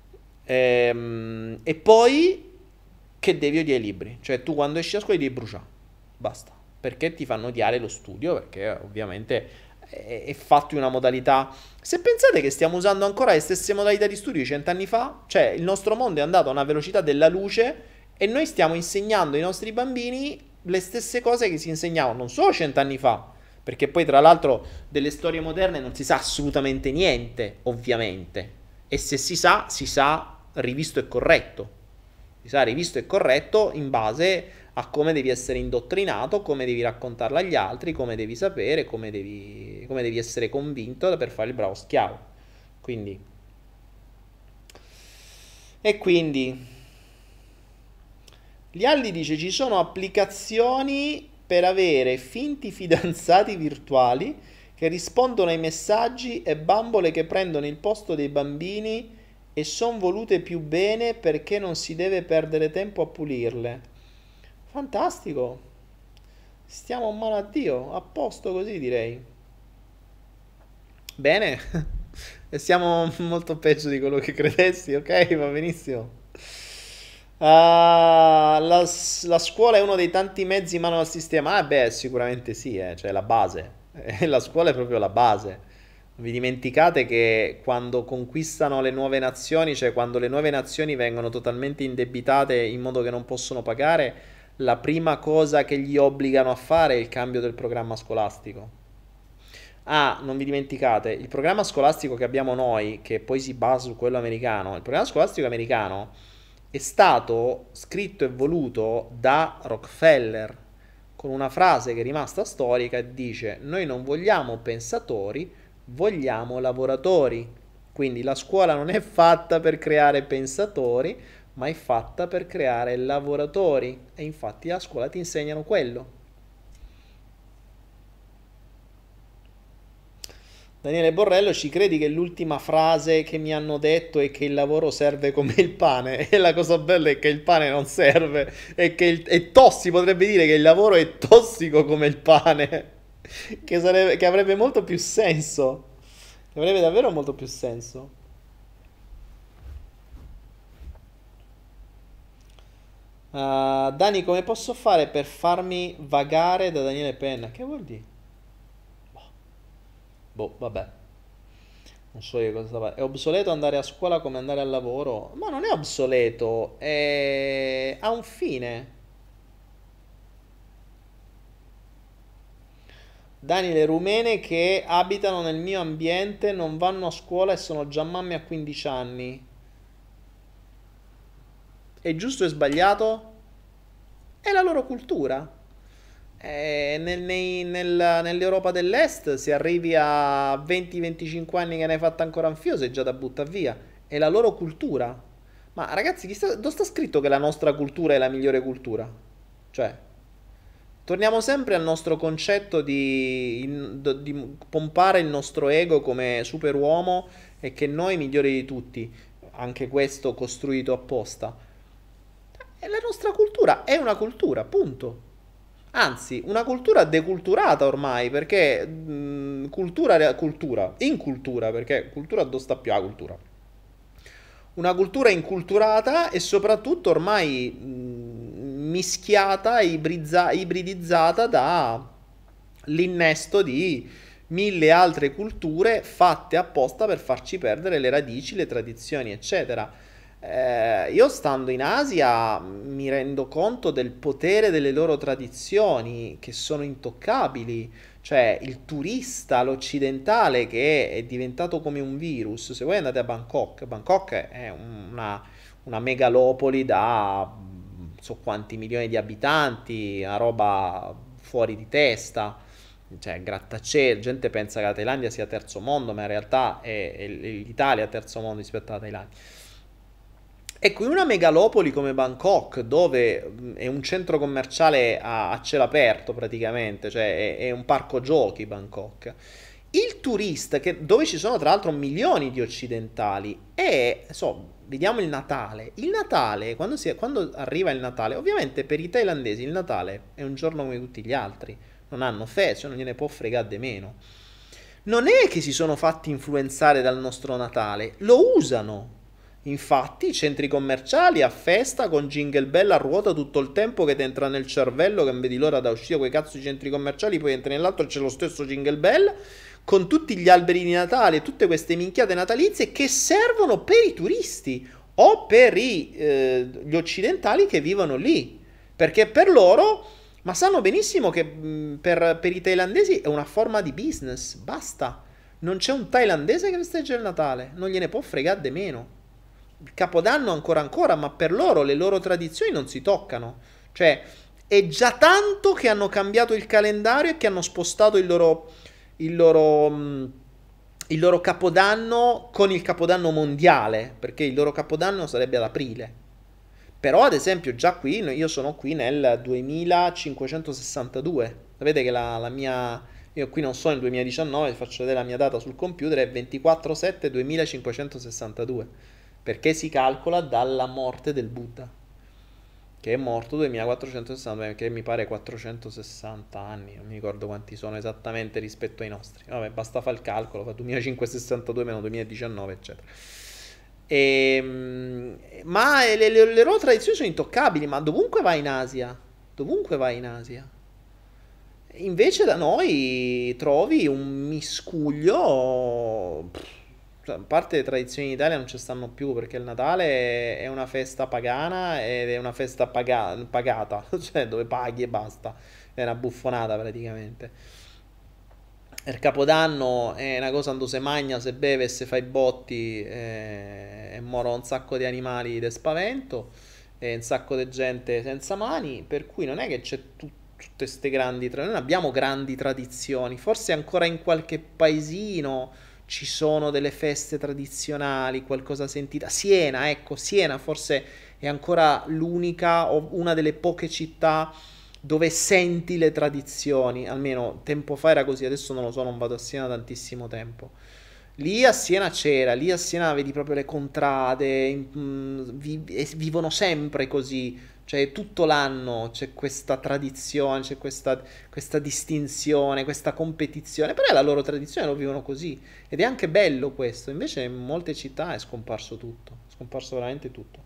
Ehm, e poi che devi odiare i libri, cioè tu quando esci da scuola devi bruciare, basta, perché ti fanno odiare lo studio, perché ovviamente è, è fatto in una modalità, se pensate che stiamo usando ancora le stesse modalità di studio di cent'anni fa, cioè il nostro mondo è andato a una velocità della luce e noi stiamo insegnando ai nostri bambini le stesse cose che si insegnavano non solo cent'anni fa, perché poi tra l'altro delle storie moderne non si sa assolutamente niente, ovviamente, e se si sa, si sa rivisto e corretto. Si sa rivisto e corretto in base a come devi essere indottrinato, come devi raccontarla agli altri, come devi sapere, come devi, come devi essere convinto per fare il bravo schiavo. Quindi, e quindi, Lialli dice ci sono applicazioni per avere finti fidanzati virtuali che rispondono ai messaggi e bambole che prendono il posto dei bambini e sono volute più bene perché non si deve perdere tempo a pulirle. Fantastico. Stiamo a mano a Dio, a posto così direi. Bene. E siamo molto peggio di quello che credessi, ok? Va benissimo. Ah, la, la scuola è uno dei tanti mezzi in mano al sistema. Ah, beh, sicuramente sì, eh, cioè la base. La scuola è proprio la base. Vi dimenticate che quando conquistano le nuove nazioni, cioè quando le nuove nazioni vengono totalmente indebitate in modo che non possono pagare, la prima cosa che gli obbligano a fare è il cambio del programma scolastico. Ah, non vi dimenticate, il programma scolastico che abbiamo noi, che poi si basa su quello americano, il programma scolastico americano è stato scritto e voluto da Rockefeller con una frase che è rimasta storica e dice: noi non vogliamo pensatori, vogliamo lavoratori. Quindi la scuola non è fatta per creare pensatori, ma è fatta per creare lavoratori. E infatti a scuola ti insegnano quello. Daniele Borrello, ci credi che l'ultima frase che mi hanno detto è che il lavoro serve come il pane? E la cosa bella è che il pane non serve, e che il, è tossico, potrebbe dire che il lavoro è tossico come il pane. Che, sarebbe, che avrebbe molto più senso, che avrebbe davvero molto più senso. Uh, Dani, come posso fare per farmi vagare da Daniele Penna? Che vuol dire? Boh, boh, vabbè, non so io cosa fare. È obsoleto andare a scuola come andare al lavoro? Ma non è obsoleto, è... ha un fine. Dani, le rumene che abitano nel mio ambiente non vanno a scuola e sono già mamme a quindici anni. È giusto o è sbagliato? È la loro cultura. Eh, nel- nei- nel- nell'Europa dell'Est, se arrivi a venti venticinque anni che ne hai fatta ancora un fio, sei già da buttare via. È la loro cultura. Ma ragazzi, chi sta- dove sta scritto che la nostra cultura è la migliore cultura? Cioè... Torniamo sempre al nostro concetto di, in- do- di pompare il nostro ego come superuomo e che noi migliori di tutti, anche questo costruito apposta. E la nostra cultura è una cultura, punto. Anzi, una cultura deculturata ormai, perché mh, cultura, rea- cultura, incultura, perché cultura dove sta più la cultura? Una cultura inculturata e soprattutto ormai mh, mischiata, ibrizza- ibridizzata da l'innesto di mille altre culture fatte apposta per farci perdere le radici, le tradizioni, eccetera. Eh, io stando in Asia mi rendo conto del potere delle loro tradizioni che sono intoccabili, cioè il turista, l'occidentale che è diventato come un virus. Se voi andate a Bangkok, Bangkok è una, una megalopoli da non so quanti milioni di abitanti, una roba fuori di testa, cioè grattacielo, gente pensa che la Thailandia sia terzo mondo, ma in realtà è, è l'Italia terzo mondo rispetto alla Thailandia. Ecco, in una megalopoli come Bangkok, dove mh, è un centro commerciale a, a cielo aperto praticamente, cioè è, è un parco giochi Bangkok, il turista, che, dove ci sono tra l'altro milioni di occidentali, e so, vediamo il Natale. Il Natale, quando, si- quando arriva il Natale, ovviamente per i thailandesi il Natale è un giorno come tutti gli altri, non hanno festa, cioè non gliene può fregare di meno. Non è che si sono fatti influenzare dal nostro Natale, lo usano. Infatti, i centri commerciali a festa con jingle bell a ruota tutto il tempo che ti entra nel cervello che non vedi l'ora da uscire quei cazzo di centri commerciali, poi entri nell'altro e c'è lo stesso jingle bell con tutti gli alberi di Natale e tutte queste minchiate natalizie che servono per i turisti o per i, eh, gli occidentali che vivono lì. Perché per loro, ma sanno benissimo che mh, per, per i thailandesi è una forma di business, basta. Non c'è un thailandese che festeggia il Natale, non gliene può fregare di meno. Il Capodanno ancora ancora, ma per loro le loro tradizioni non si toccano. Cioè, è già tanto che hanno cambiato il calendario e che hanno spostato il loro, il loro, mh, il loro Capodanno con il Capodanno mondiale, perché il loro Capodanno sarebbe ad aprile. Però, ad esempio, già qui, io sono qui nel duemilacinquecentosessantadue. Sapete che la, la mia... Io qui non sono nel duemiladiciannove, vi faccio vedere la mia data sul computer, è ventiquattro sette duemilacinquecentosessantadue, perché si calcola dalla morte del Buddha, che è morto duemilaquattrocentosessanta, che mi pare quattrocentosessanta anni, non mi ricordo quanti sono esattamente rispetto ai nostri. Vabbè, basta fare il calcolo, fa duemilacinquecentosessantadue meno duemiladiciannove, eccetera. E, ma le, le, le loro tradizioni sono intoccabili, ma dovunque vai in Asia, dovunque vai in Asia. Invece da noi trovi un miscuglio, pff, cioè, a parte le tradizioni in Italia non ci stanno più perché il Natale è una festa pagana ed è una festa paga- pagata, cioè dove paghi e basta, è una buffonata praticamente. Il Capodanno è una cosa dove si mangia, si beve e si fa i botti e, e moro un sacco di animali di spavento e un sacco di gente senza mani, per cui non è che c'è tutto tutte queste grandi tradizioni, non abbiamo grandi tradizioni, forse ancora in qualche paesino ci sono delle feste tradizionali, qualcosa sentita. Siena, ecco, Siena forse è ancora l'unica o una delle poche città dove senti le tradizioni, almeno tempo fa era così, adesso non lo so, non vado a Siena da tantissimo tempo. Lì a Siena c'era, lì a Siena vedi proprio le contrade, in- mm, vi- e vivono sempre così, cioè tutto l'anno c'è questa tradizione, c'è questa, questa distinzione, questa competizione, però è la loro tradizione, lo vivono così ed è anche bello questo, invece in molte città è scomparso tutto, è scomparso veramente tutto.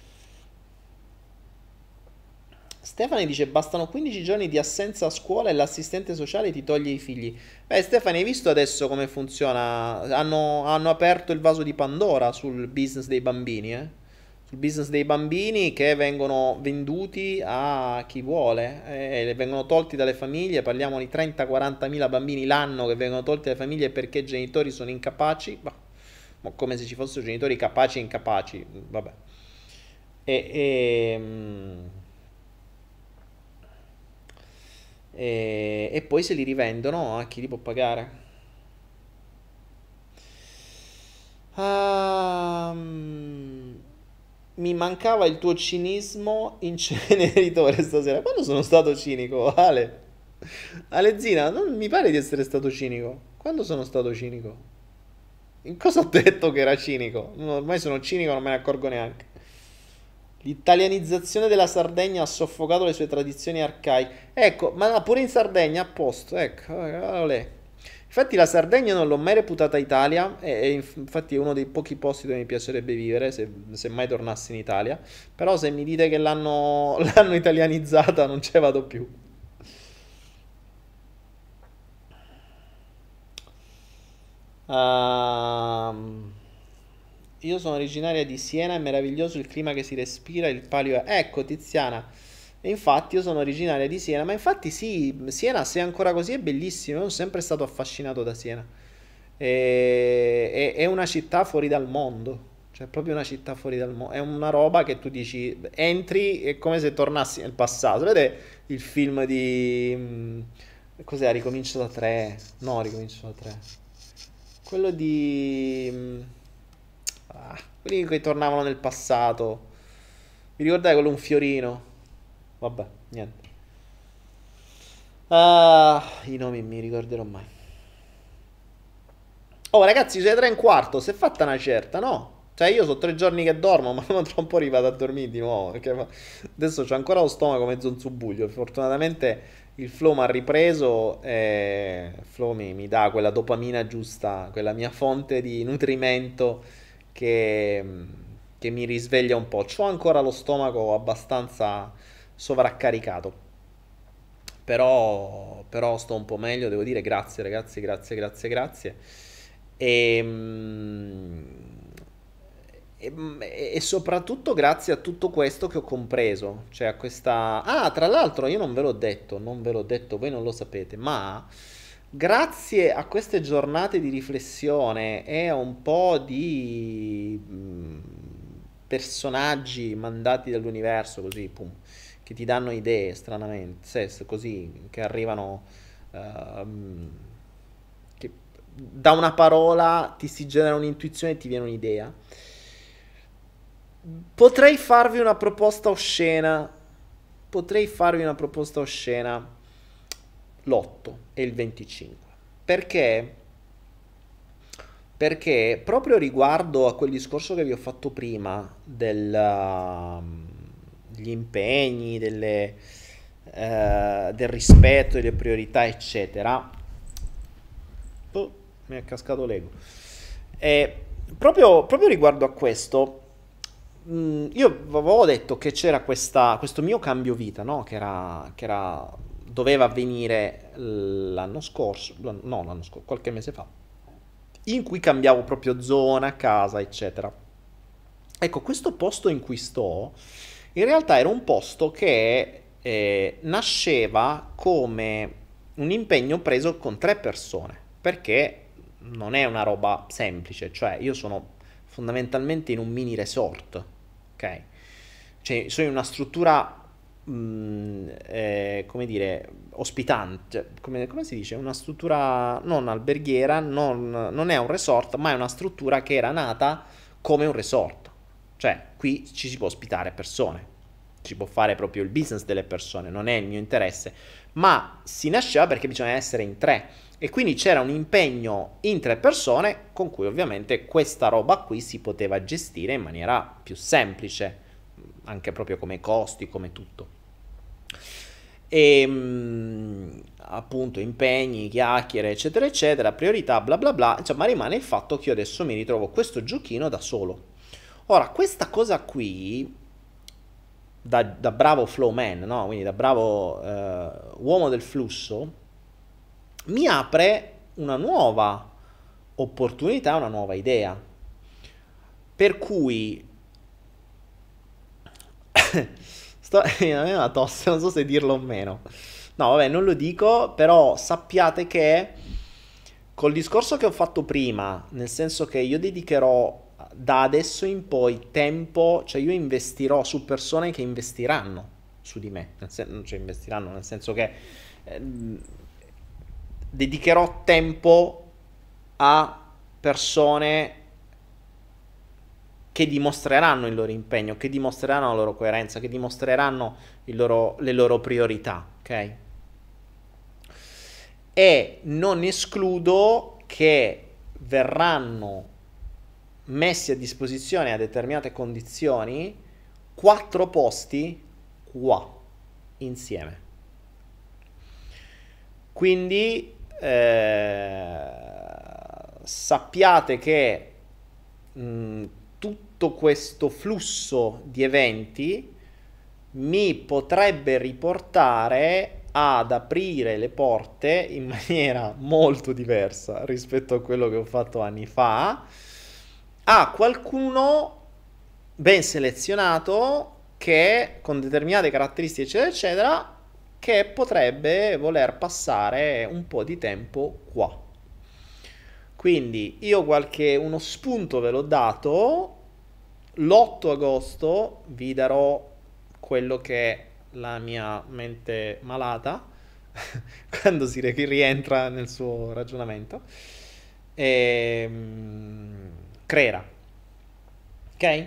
Stefani dice bastano quindici giorni di assenza a scuola e l'assistente sociale ti toglie i figli. Beh, Stefani, hai visto adesso come funziona? Hanno, hanno aperto il vaso di Pandora sul business dei bambini, eh? Sul business dei bambini che vengono venduti a chi vuole, eh, vengono tolti dalle famiglie, parliamo di trenta quaranta mila bambini l'anno che vengono tolti dalle famiglie perché i genitori sono incapaci, bah, ma come se ci fossero genitori capaci e incapaci, vabbè. E, e, mm, e, e poi se li rivendono a chi li può pagare. Ah, mm, mi mancava il tuo cinismo inceneritore stasera. Quando sono stato cinico, Ale? Alezina, non mi pare di essere stato cinico. Quando sono stato cinico? In cosa ho detto che era cinico? No, ormai sono cinico, non me ne accorgo neanche. L'italianizzazione della Sardegna ha soffocato le sue tradizioni arcaiche. Ecco, ma pure in Sardegna a posto, ecco. Olè. Infatti la Sardegna non l'ho mai reputata Italia, e e inf- infatti è uno dei pochi posti dove mi piacerebbe vivere se, se mai tornassi in Italia. Però se mi dite che l'hanno l'hanno italianizzata non ce vado più. Ehm, io sono originaria di Siena, è meraviglioso il clima che si respira, il palio è... Ecco, Tiziana. E infatti io sono originaria di Siena, ma infatti sì, Siena se è ancora così è bellissimo, io sono sempre stato affascinato da Siena. E- è, è una città fuori dal mondo, cioè proprio una città fuori dal mondo, è una roba che tu dici, entri, è come se tornassi nel passato. Vedete il film di... mm, cos'è? Ricomincio da tre? No, ricomincio da tre. Quello di... mm, ah, quelli che tornavano nel passato. Mi ricordai quello un fiorino? Vabbè, niente. Ah, i nomi non mi ricorderò mai. Oh ragazzi, c'è tre e un quarto, si è fatta una certa, no? Cioè io sono tre giorni che dormo, ma tra un po' rivado a dormire di nuovo, perché fa- adesso c'ho ancora lo stomaco mezzo in subbuglio. Fortunatamente il flow mi ha ripreso e il flow mi, mi dà quella dopamina giusta, quella mia fonte di nutrimento che, che mi risveglia un po'. C'ho ancora lo stomaco abbastanza sovraccaricato. Però, però sto un po' meglio, devo dire grazie ragazzi, grazie, grazie, grazie. E, mm, e, e soprattutto grazie a tutto questo che ho compreso, cioè a questa... Ah, tra l'altro io non ve l'ho detto, non ve l'ho detto, voi non lo sapete, ma grazie a queste giornate di riflessione e a un po' di mm, personaggi mandati dall'universo, così, pum, che ti danno idee, stranamente, se- se così, che arrivano, ehm, che da una parola ti si genera un'intuizione e ti viene un'idea. Potrei farvi una proposta oscena. Potrei farvi una proposta oscena l'otto e il venticinque. Perché? Perché proprio riguardo a quel discorso che vi ho fatto prima del, um, degli impegni, delle, eh, del rispetto delle priorità, eccetera. Oh, mi è cascato l'ego. E proprio, proprio riguardo a questo, mh, io avevo detto che c'era questa- questo mio cambio vita, no? Che era, che era- doveva avvenire l'anno scorso, no, l'anno scorso, qualche mese fa, in cui cambiavo proprio zona, casa, eccetera. Ecco, questo posto in cui sto, in realtà era un posto che eh, nasceva come un impegno preso con tre persone, perché non è una roba semplice, cioè io sono fondamentalmente in un mini resort, ok? Cioè, sono in una struttura, mh, eh, come dire, ospitante, cioè, come, come si dice? Una struttura non alberghiera, non, non è un resort, ma è una struttura che era nata come un resort. Cioè, qui ci si può ospitare persone, si può fare proprio il business delle persone, non è il mio interesse, ma si nasceva perché bisogna essere in tre. E quindi c'era un impegno in tre persone con cui ovviamente questa roba qui si poteva gestire in maniera più semplice, anche proprio come costi, come tutto. E mh, appunto impegni, chiacchiere, eccetera, eccetera, priorità, bla bla bla. Insomma, rimane il fatto che io adesso mi ritrovo questo giochino da solo. Ora, questa cosa qui, da, da bravo flowman, no? Quindi da bravo eh, uomo del flusso, mi apre una nuova opportunità, una nuova idea. Per cui sto, a me è una tosse, non so se dirlo o meno. No, vabbè, non lo dico, però sappiate che col discorso che ho fatto prima, nel senso che io dedicherò da adesso in poi tempo, cioè io investirò su persone che investiranno su di me, nel sen- cioè investiranno nel senso che ehm, dedicherò tempo a persone che dimostreranno il loro impegno, che dimostreranno la loro coerenza, che dimostreranno il loro- le loro priorità, ok? E non escludo che verranno messi a disposizione a determinate condizioni quattro posti qua insieme. Quindi eh, sappiate che mh, tutto questo flusso di eventi mi potrebbe riportare ad aprire le porte in maniera molto diversa rispetto a quello che ho fatto anni fa a qualcuno ben selezionato che con determinate caratteristiche eccetera eccetera che potrebbe voler passare un po' di tempo qua. Quindi io qualche uno spunto ve l'ho dato. L'otto agosto vi darò quello che è la mia mente malata quando si ri- rientra nel suo ragionamento e creerà. Ok?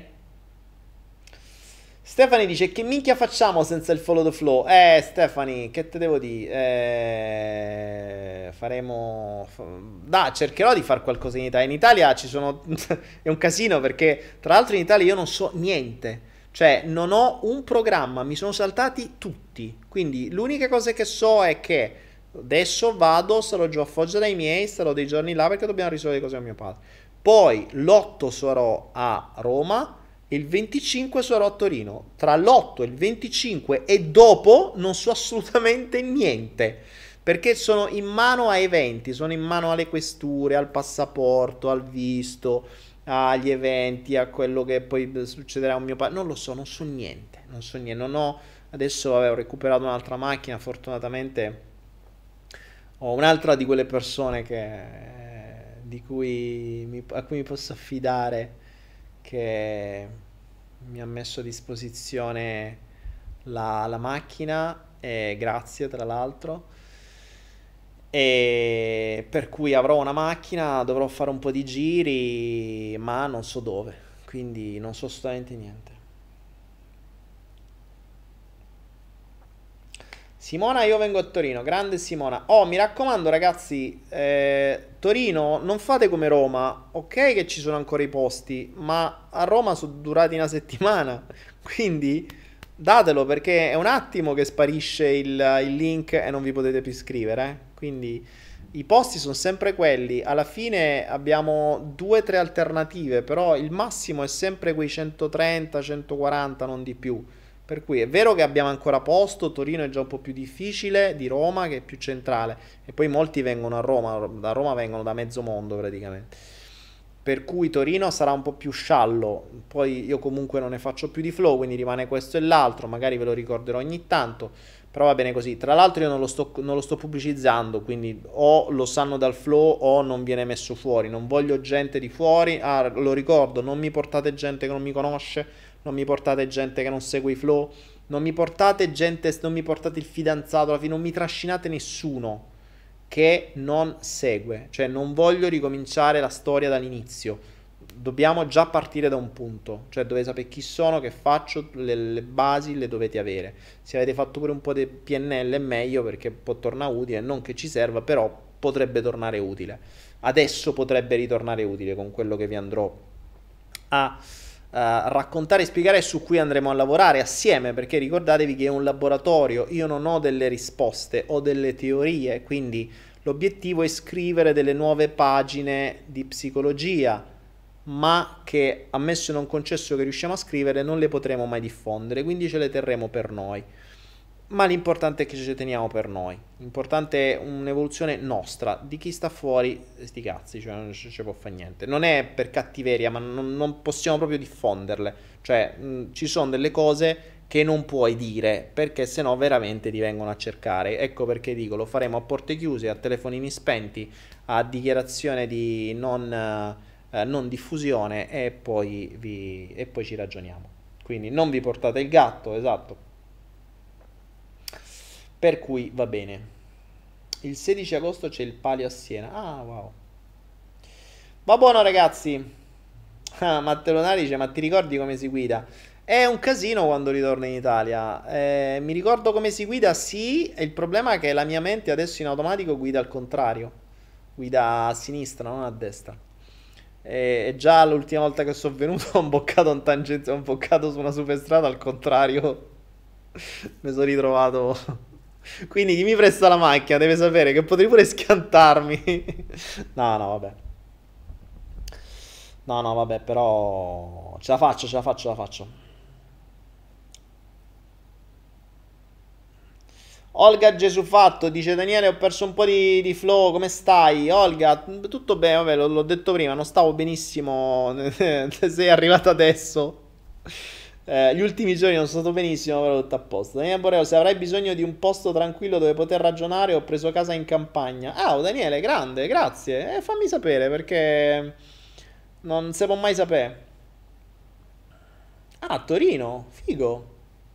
Stefani dice che minchia facciamo senza il follow the flow? Eh Stefani, che te devo dire? Eh, faremo... Da, cercherò di fare qualcosa in Italia. In Italia ci sono... è un casino perché tra l'altro in Italia io non so niente. Cioè non ho un programma, mi sono saltati tutti. Quindi l'unica cosa che so è che adesso vado, sarò giù a Foggia dai miei, starò dei giorni là perché dobbiamo risolvere cose a mio padre. Poi l'otto sarò a Roma. Il venticinque sarò a Torino. Tra l'otto e il venticinque e dopo non so assolutamente niente perché sono in mano a eventi, sono in mano alle questure, al passaporto, al visto, agli eventi, a quello che poi succederà a un mio padre. Non lo so, non so niente, non so niente. Non ho adesso vabbè, ho recuperato un'altra macchina, fortunatamente ho un'altra di quelle persone che di cui mi, a cui mi posso affidare che mi ha messo a disposizione la, la macchina e grazie tra l'altro e per cui avrò una macchina, dovrò fare un po' di giri ma non so dove, quindi non so assolutamente niente. Simona, io vengo a Torino, grande Simona. Oh, mi raccomando ragazzi, eh, Torino, non fate come Roma, ok che ci sono ancora i posti, ma a Roma sono durati una settimana, quindi datelo perché è un attimo che sparisce il, il link e non vi potete più iscrivere, eh. Quindi i posti sono sempre quelli, alla fine abbiamo due o tre alternative, però il massimo è sempre quei centotrenta centoquaranta, non di più. Per cui è vero che abbiamo ancora posto, Torino è già un po' più difficile di Roma che è più centrale e poi molti vengono a Roma, da Roma vengono da mezzo mondo praticamente. Per cui Torino sarà un po' più sciallo, poi io comunque non ne faccio più di flow, quindi rimane questo e l'altro, magari ve lo ricorderò ogni tanto, però va bene così. Tra l'altro io non lo sto, non lo sto pubblicizzando, quindi o lo sanno dal flow o non viene messo fuori, non voglio gente di fuori, ah, lo ricordo, non mi portate gente che non mi conosce, non mi portate gente che non segue i flow, non mi portate gente, non mi portate il fidanzato, alla fine non mi trascinate nessuno che non segue, cioè non voglio ricominciare la storia dall'inizio, dobbiamo già partire da un punto, cioè dovete sapere chi sono, che faccio, le, le basi le dovete avere. Se avete fatto pure un po' di P N L è meglio perché può tornare utile, non che ci serva, però potrebbe tornare utile. Adesso potrebbe ritornare utile con quello che vi andrò a Uh, raccontare e spiegare su cui andremo a lavorare assieme, perché ricordatevi che è un laboratorio, io non ho delle risposte, ho delle teorie, quindi l'obiettivo è scrivere delle nuove pagine di psicologia, ma che ammesso e non concesso che riusciamo a scrivere non le potremo mai diffondere, quindi ce le terremo per noi. Ma l'importante è che ce le teniamo per noi. L'importante è un'evoluzione nostra. Di chi sta fuori, sti cazzi, cioè non ci può fare niente. Non è per cattiveria, ma non, non possiamo proprio diffonderle. Cioè, mh, ci sono delle cose che non puoi dire, perché sennò veramente ti vengono a cercare. Ecco perché dico, lo faremo a porte chiuse, a telefonini spenti, a dichiarazione di non, eh, non diffusione e poi, vi, e poi ci ragioniamo. Quindi non vi portate il gatto, esatto. Per cui va bene. Il sedici agosto c'è il Palio a Siena. Ah, wow. Va buono, ragazzi. Ah, Matteo Lonari dice: ma ti ricordi come si guida? È un casino quando ritorno in Italia. Eh, mi ricordo come si guida, sì. E il problema è che la mia mente adesso in automatico guida al contrario. Guida a sinistra, non a destra. E, e già l'ultima volta che sono venuto ho imboccato un tangente, ho imboccato su una superstrada, al contrario, mi sono ritrovato. Quindi chi mi presta la macchina deve sapere che potrei pure schiantarmi. No, no, vabbè. No, no, vabbè, però ce la faccio, ce la faccio, ce la faccio. Olga Gesufatto dice: Daniele, ho perso un po' di, di flow, come stai? Olga, tutto bene, vabbè, l'ho l'ho detto prima, non stavo benissimo, sei arrivata adesso. Eh, gli ultimi giorni non sono stato benissimo, però tutto a posto. Daniele Borreo, se avrai bisogno di un posto tranquillo dove poter ragionare, ho preso casa in campagna. Ah, oh, Daniele, grande, grazie. Eh, fammi sapere perché non si può mai sapere. Ah, Torino, figo.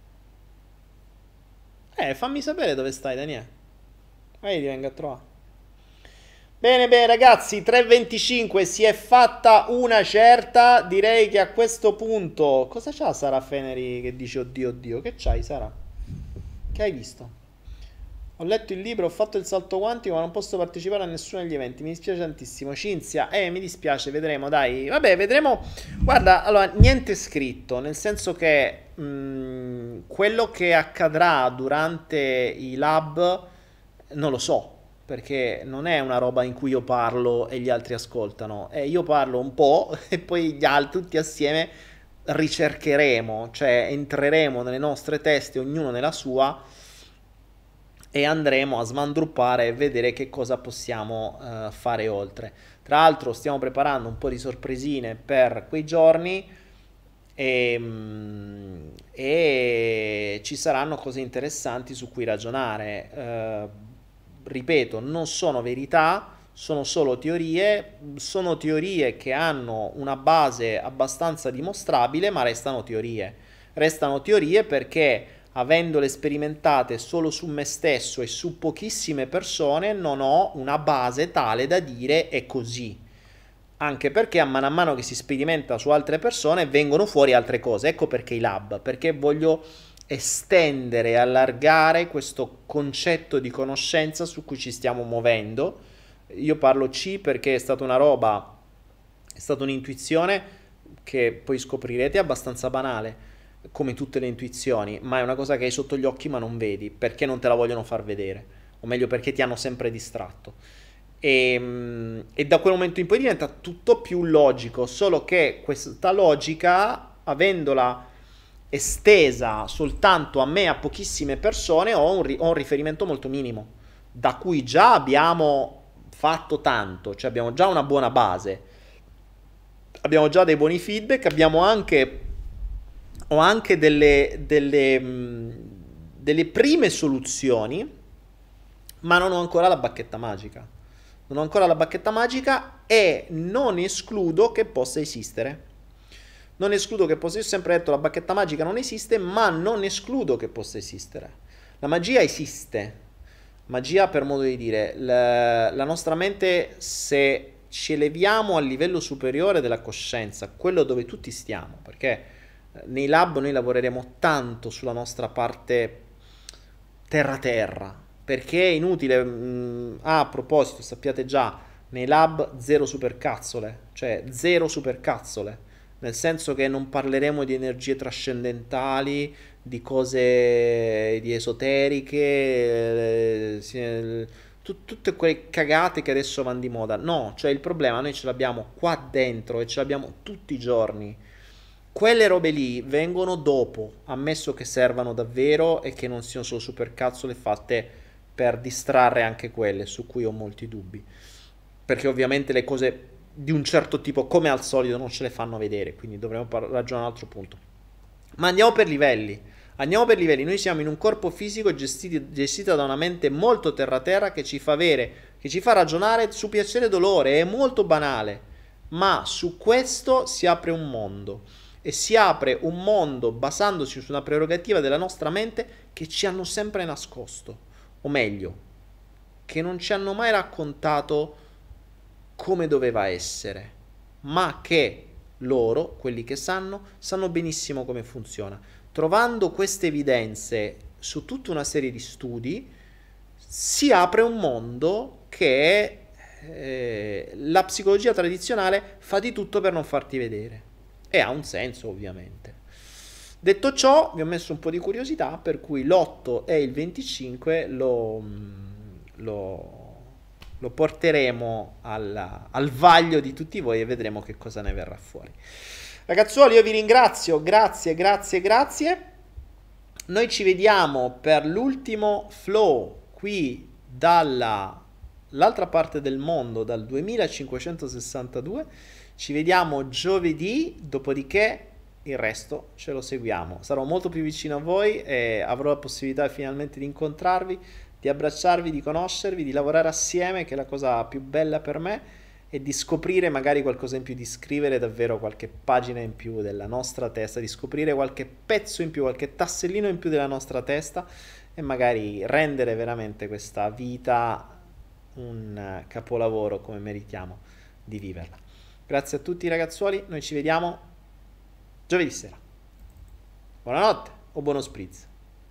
Eh, fammi sapere dove stai, Daniele. Vai, ti vengo a trovare. Bene, bene, ragazzi, tre e venticinque si è fatta una certa. Direi che a questo punto. Cosa c'ha Sara Feneri che dice oddio, oddio? Che c'hai, Sara? Che hai visto? Ho letto il libro, ho fatto il salto quantico, ma non posso partecipare a nessuno degli eventi. Mi dispiace tantissimo. Cinzia, eh, mi dispiace, vedremo, dai. Vabbè, vedremo. Guarda, allora, niente scritto, nel senso che mh, quello che accadrà durante i lab non lo so, perché non è una roba in cui io parlo e gli altri ascoltano. Eh, io parlo un po' e poi gli altri tutti assieme ricercheremo, cioè entreremo nelle nostre teste, ognuno nella sua, e andremo a smandruppare e vedere che cosa possiamo eh, fare oltre. Tra l'altro stiamo preparando un po' di sorpresine per quei giorni e, mm, e ci saranno cose interessanti su cui ragionare. Eh, ripeto, non sono verità, sono solo teorie, sono teorie che hanno una base abbastanza dimostrabile, ma restano teorie. Restano teorie perché avendole sperimentate solo su me stesso e su pochissime persone, non ho una base tale da dire è così. Anche perché a mano a mano che si sperimenta su altre persone vengono fuori altre cose. Ecco perché i lab, perché voglio estendere e allargare questo concetto di conoscenza su cui ci stiamo muovendo. Io parlo C perché è stata una roba, è stata un'intuizione che poi scoprirete è abbastanza banale, come tutte le intuizioni, ma è una cosa che hai sotto gli occhi ma non vedi, perché non te la vogliono far vedere, o meglio perché ti hanno sempre distratto. E, e da quel momento in poi diventa tutto più logico, solo che questa logica, avendola estesa soltanto a me, a pochissime persone, ho un, ri- ho un riferimento molto minimo, da cui già abbiamo fatto tanto, cioè abbiamo già una buona base, abbiamo già dei buoni feedback, abbiamo anche ho anche delle, delle, mh, delle prime soluzioni, ma non ho ancora la bacchetta magica. Non ho ancora la bacchetta magica e non escludo che possa esistere. Non escludo che possa, io ho sempre detto la bacchetta magica non esiste, ma non escludo che possa esistere. La magia esiste. Magia per modo di dire, la, la nostra mente, se ci eleviamo al livello superiore della coscienza, quello dove tutti stiamo, perché nei lab noi lavoreremo tanto sulla nostra parte terra-terra, perché è inutile. Mh, ah, a proposito, sappiate già, nei lab zero supercazzole, cioè zero supercazzole, nel senso che non parleremo di energie trascendentali, di cose di esoteriche, eh, si- tut- tutte quelle cagate che adesso vanno di moda. No, cioè il problema noi ce l'abbiamo qua dentro e ce l'abbiamo tutti i giorni. Quelle robe lì vengono dopo, ammesso che servano davvero e che non siano solo supercazzole fatte per distrarre anche quelle, su cui ho molti dubbi. Perché ovviamente le cose di un certo tipo, come al solito, non ce le fanno vedere, quindi dovremo par- ragionare a un altro punto. Ma andiamo per livelli. Andiamo per livelli. Noi siamo in un corpo fisico gestiti- gestito da una mente molto terra-terra che ci fa avere, che ci fa ragionare su piacere e dolore. È molto banale, ma su questo si apre un mondo. E si apre un mondo basandosi su una prerogativa della nostra mente che ci hanno sempre nascosto, o meglio, che non ci hanno mai raccontato come doveva essere, ma che loro, quelli che sanno, sanno benissimo come funziona. Trovando queste evidenze su tutta una serie di studi, si apre un mondo che eh, la psicologia tradizionale fa di tutto per non farti vedere. E ha un senso, ovviamente. Detto ciò, vi ho messo un po' di curiosità, per cui l'otto e il venticinque lo, lo, lo porteremo alla, al vaglio di tutti voi e vedremo che cosa ne verrà fuori. Ragazzuoli, io vi ringrazio, grazie, grazie, grazie. Noi ci vediamo per l'ultimo flow qui dall'altra parte del mondo, dal duemilacinquecentosessantadue. Ci vediamo giovedì, dopodiché il resto ce lo seguiamo. Sarò molto più vicino a voi e avrò la possibilità finalmente di incontrarvi, di abbracciarvi, di conoscervi, di lavorare assieme, che è la cosa più bella per me, e di scoprire magari qualcosa in più, di scrivere davvero qualche pagina in più della nostra testa, di scoprire qualche pezzo in più, qualche tassellino in più della nostra testa e magari rendere veramente questa vita un capolavoro come meritiamo di viverla. Grazie a tutti ragazzuoli, noi ci vediamo giovedì sera. Buonanotte o buono spritz.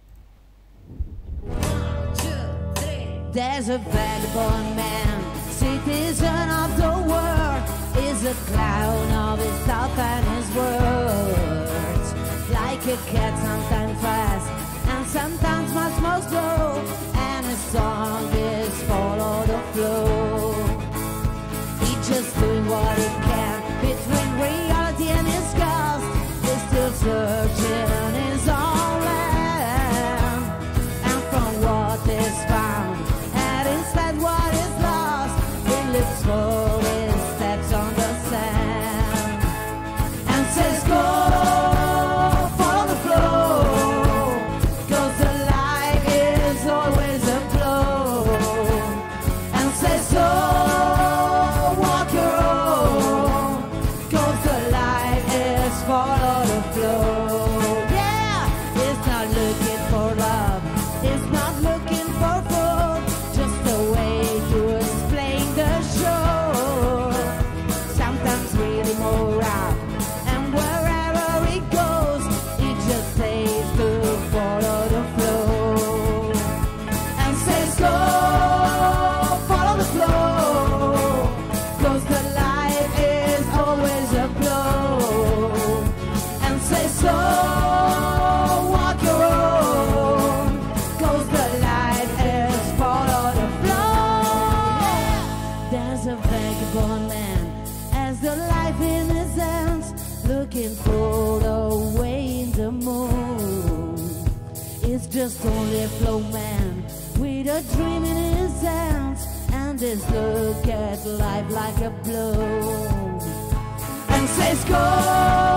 There's a vagabond man, citizen of the world, is a clown of his thought and his words. Like a cat, sometimes fast and sometimes much more slow, and his song is follow the flow. He's just doing what he can between reality and his ghost. He's still searching his own land, and from what is found what is lost, he looks for his steps on the sand and says go, follow the flow, 'cause the light is always a flow, and says so, walk your own, 'cause the light is follow the flow. Yeah, it's not looking for love, it's not looking for food, just a way to explain the show. Sometimes really more out, and wherever it goes, it just takes to follow the flow. And says go, follow the flow, 'cause the light is always a flow. And says so, walk your own, 'cause the light is follow the flow. There's a vagabond man, has the life in his hands, looking for the way in the moon. It's just only a flow man with a dream in his hands, and his look at life like a blow. And says go,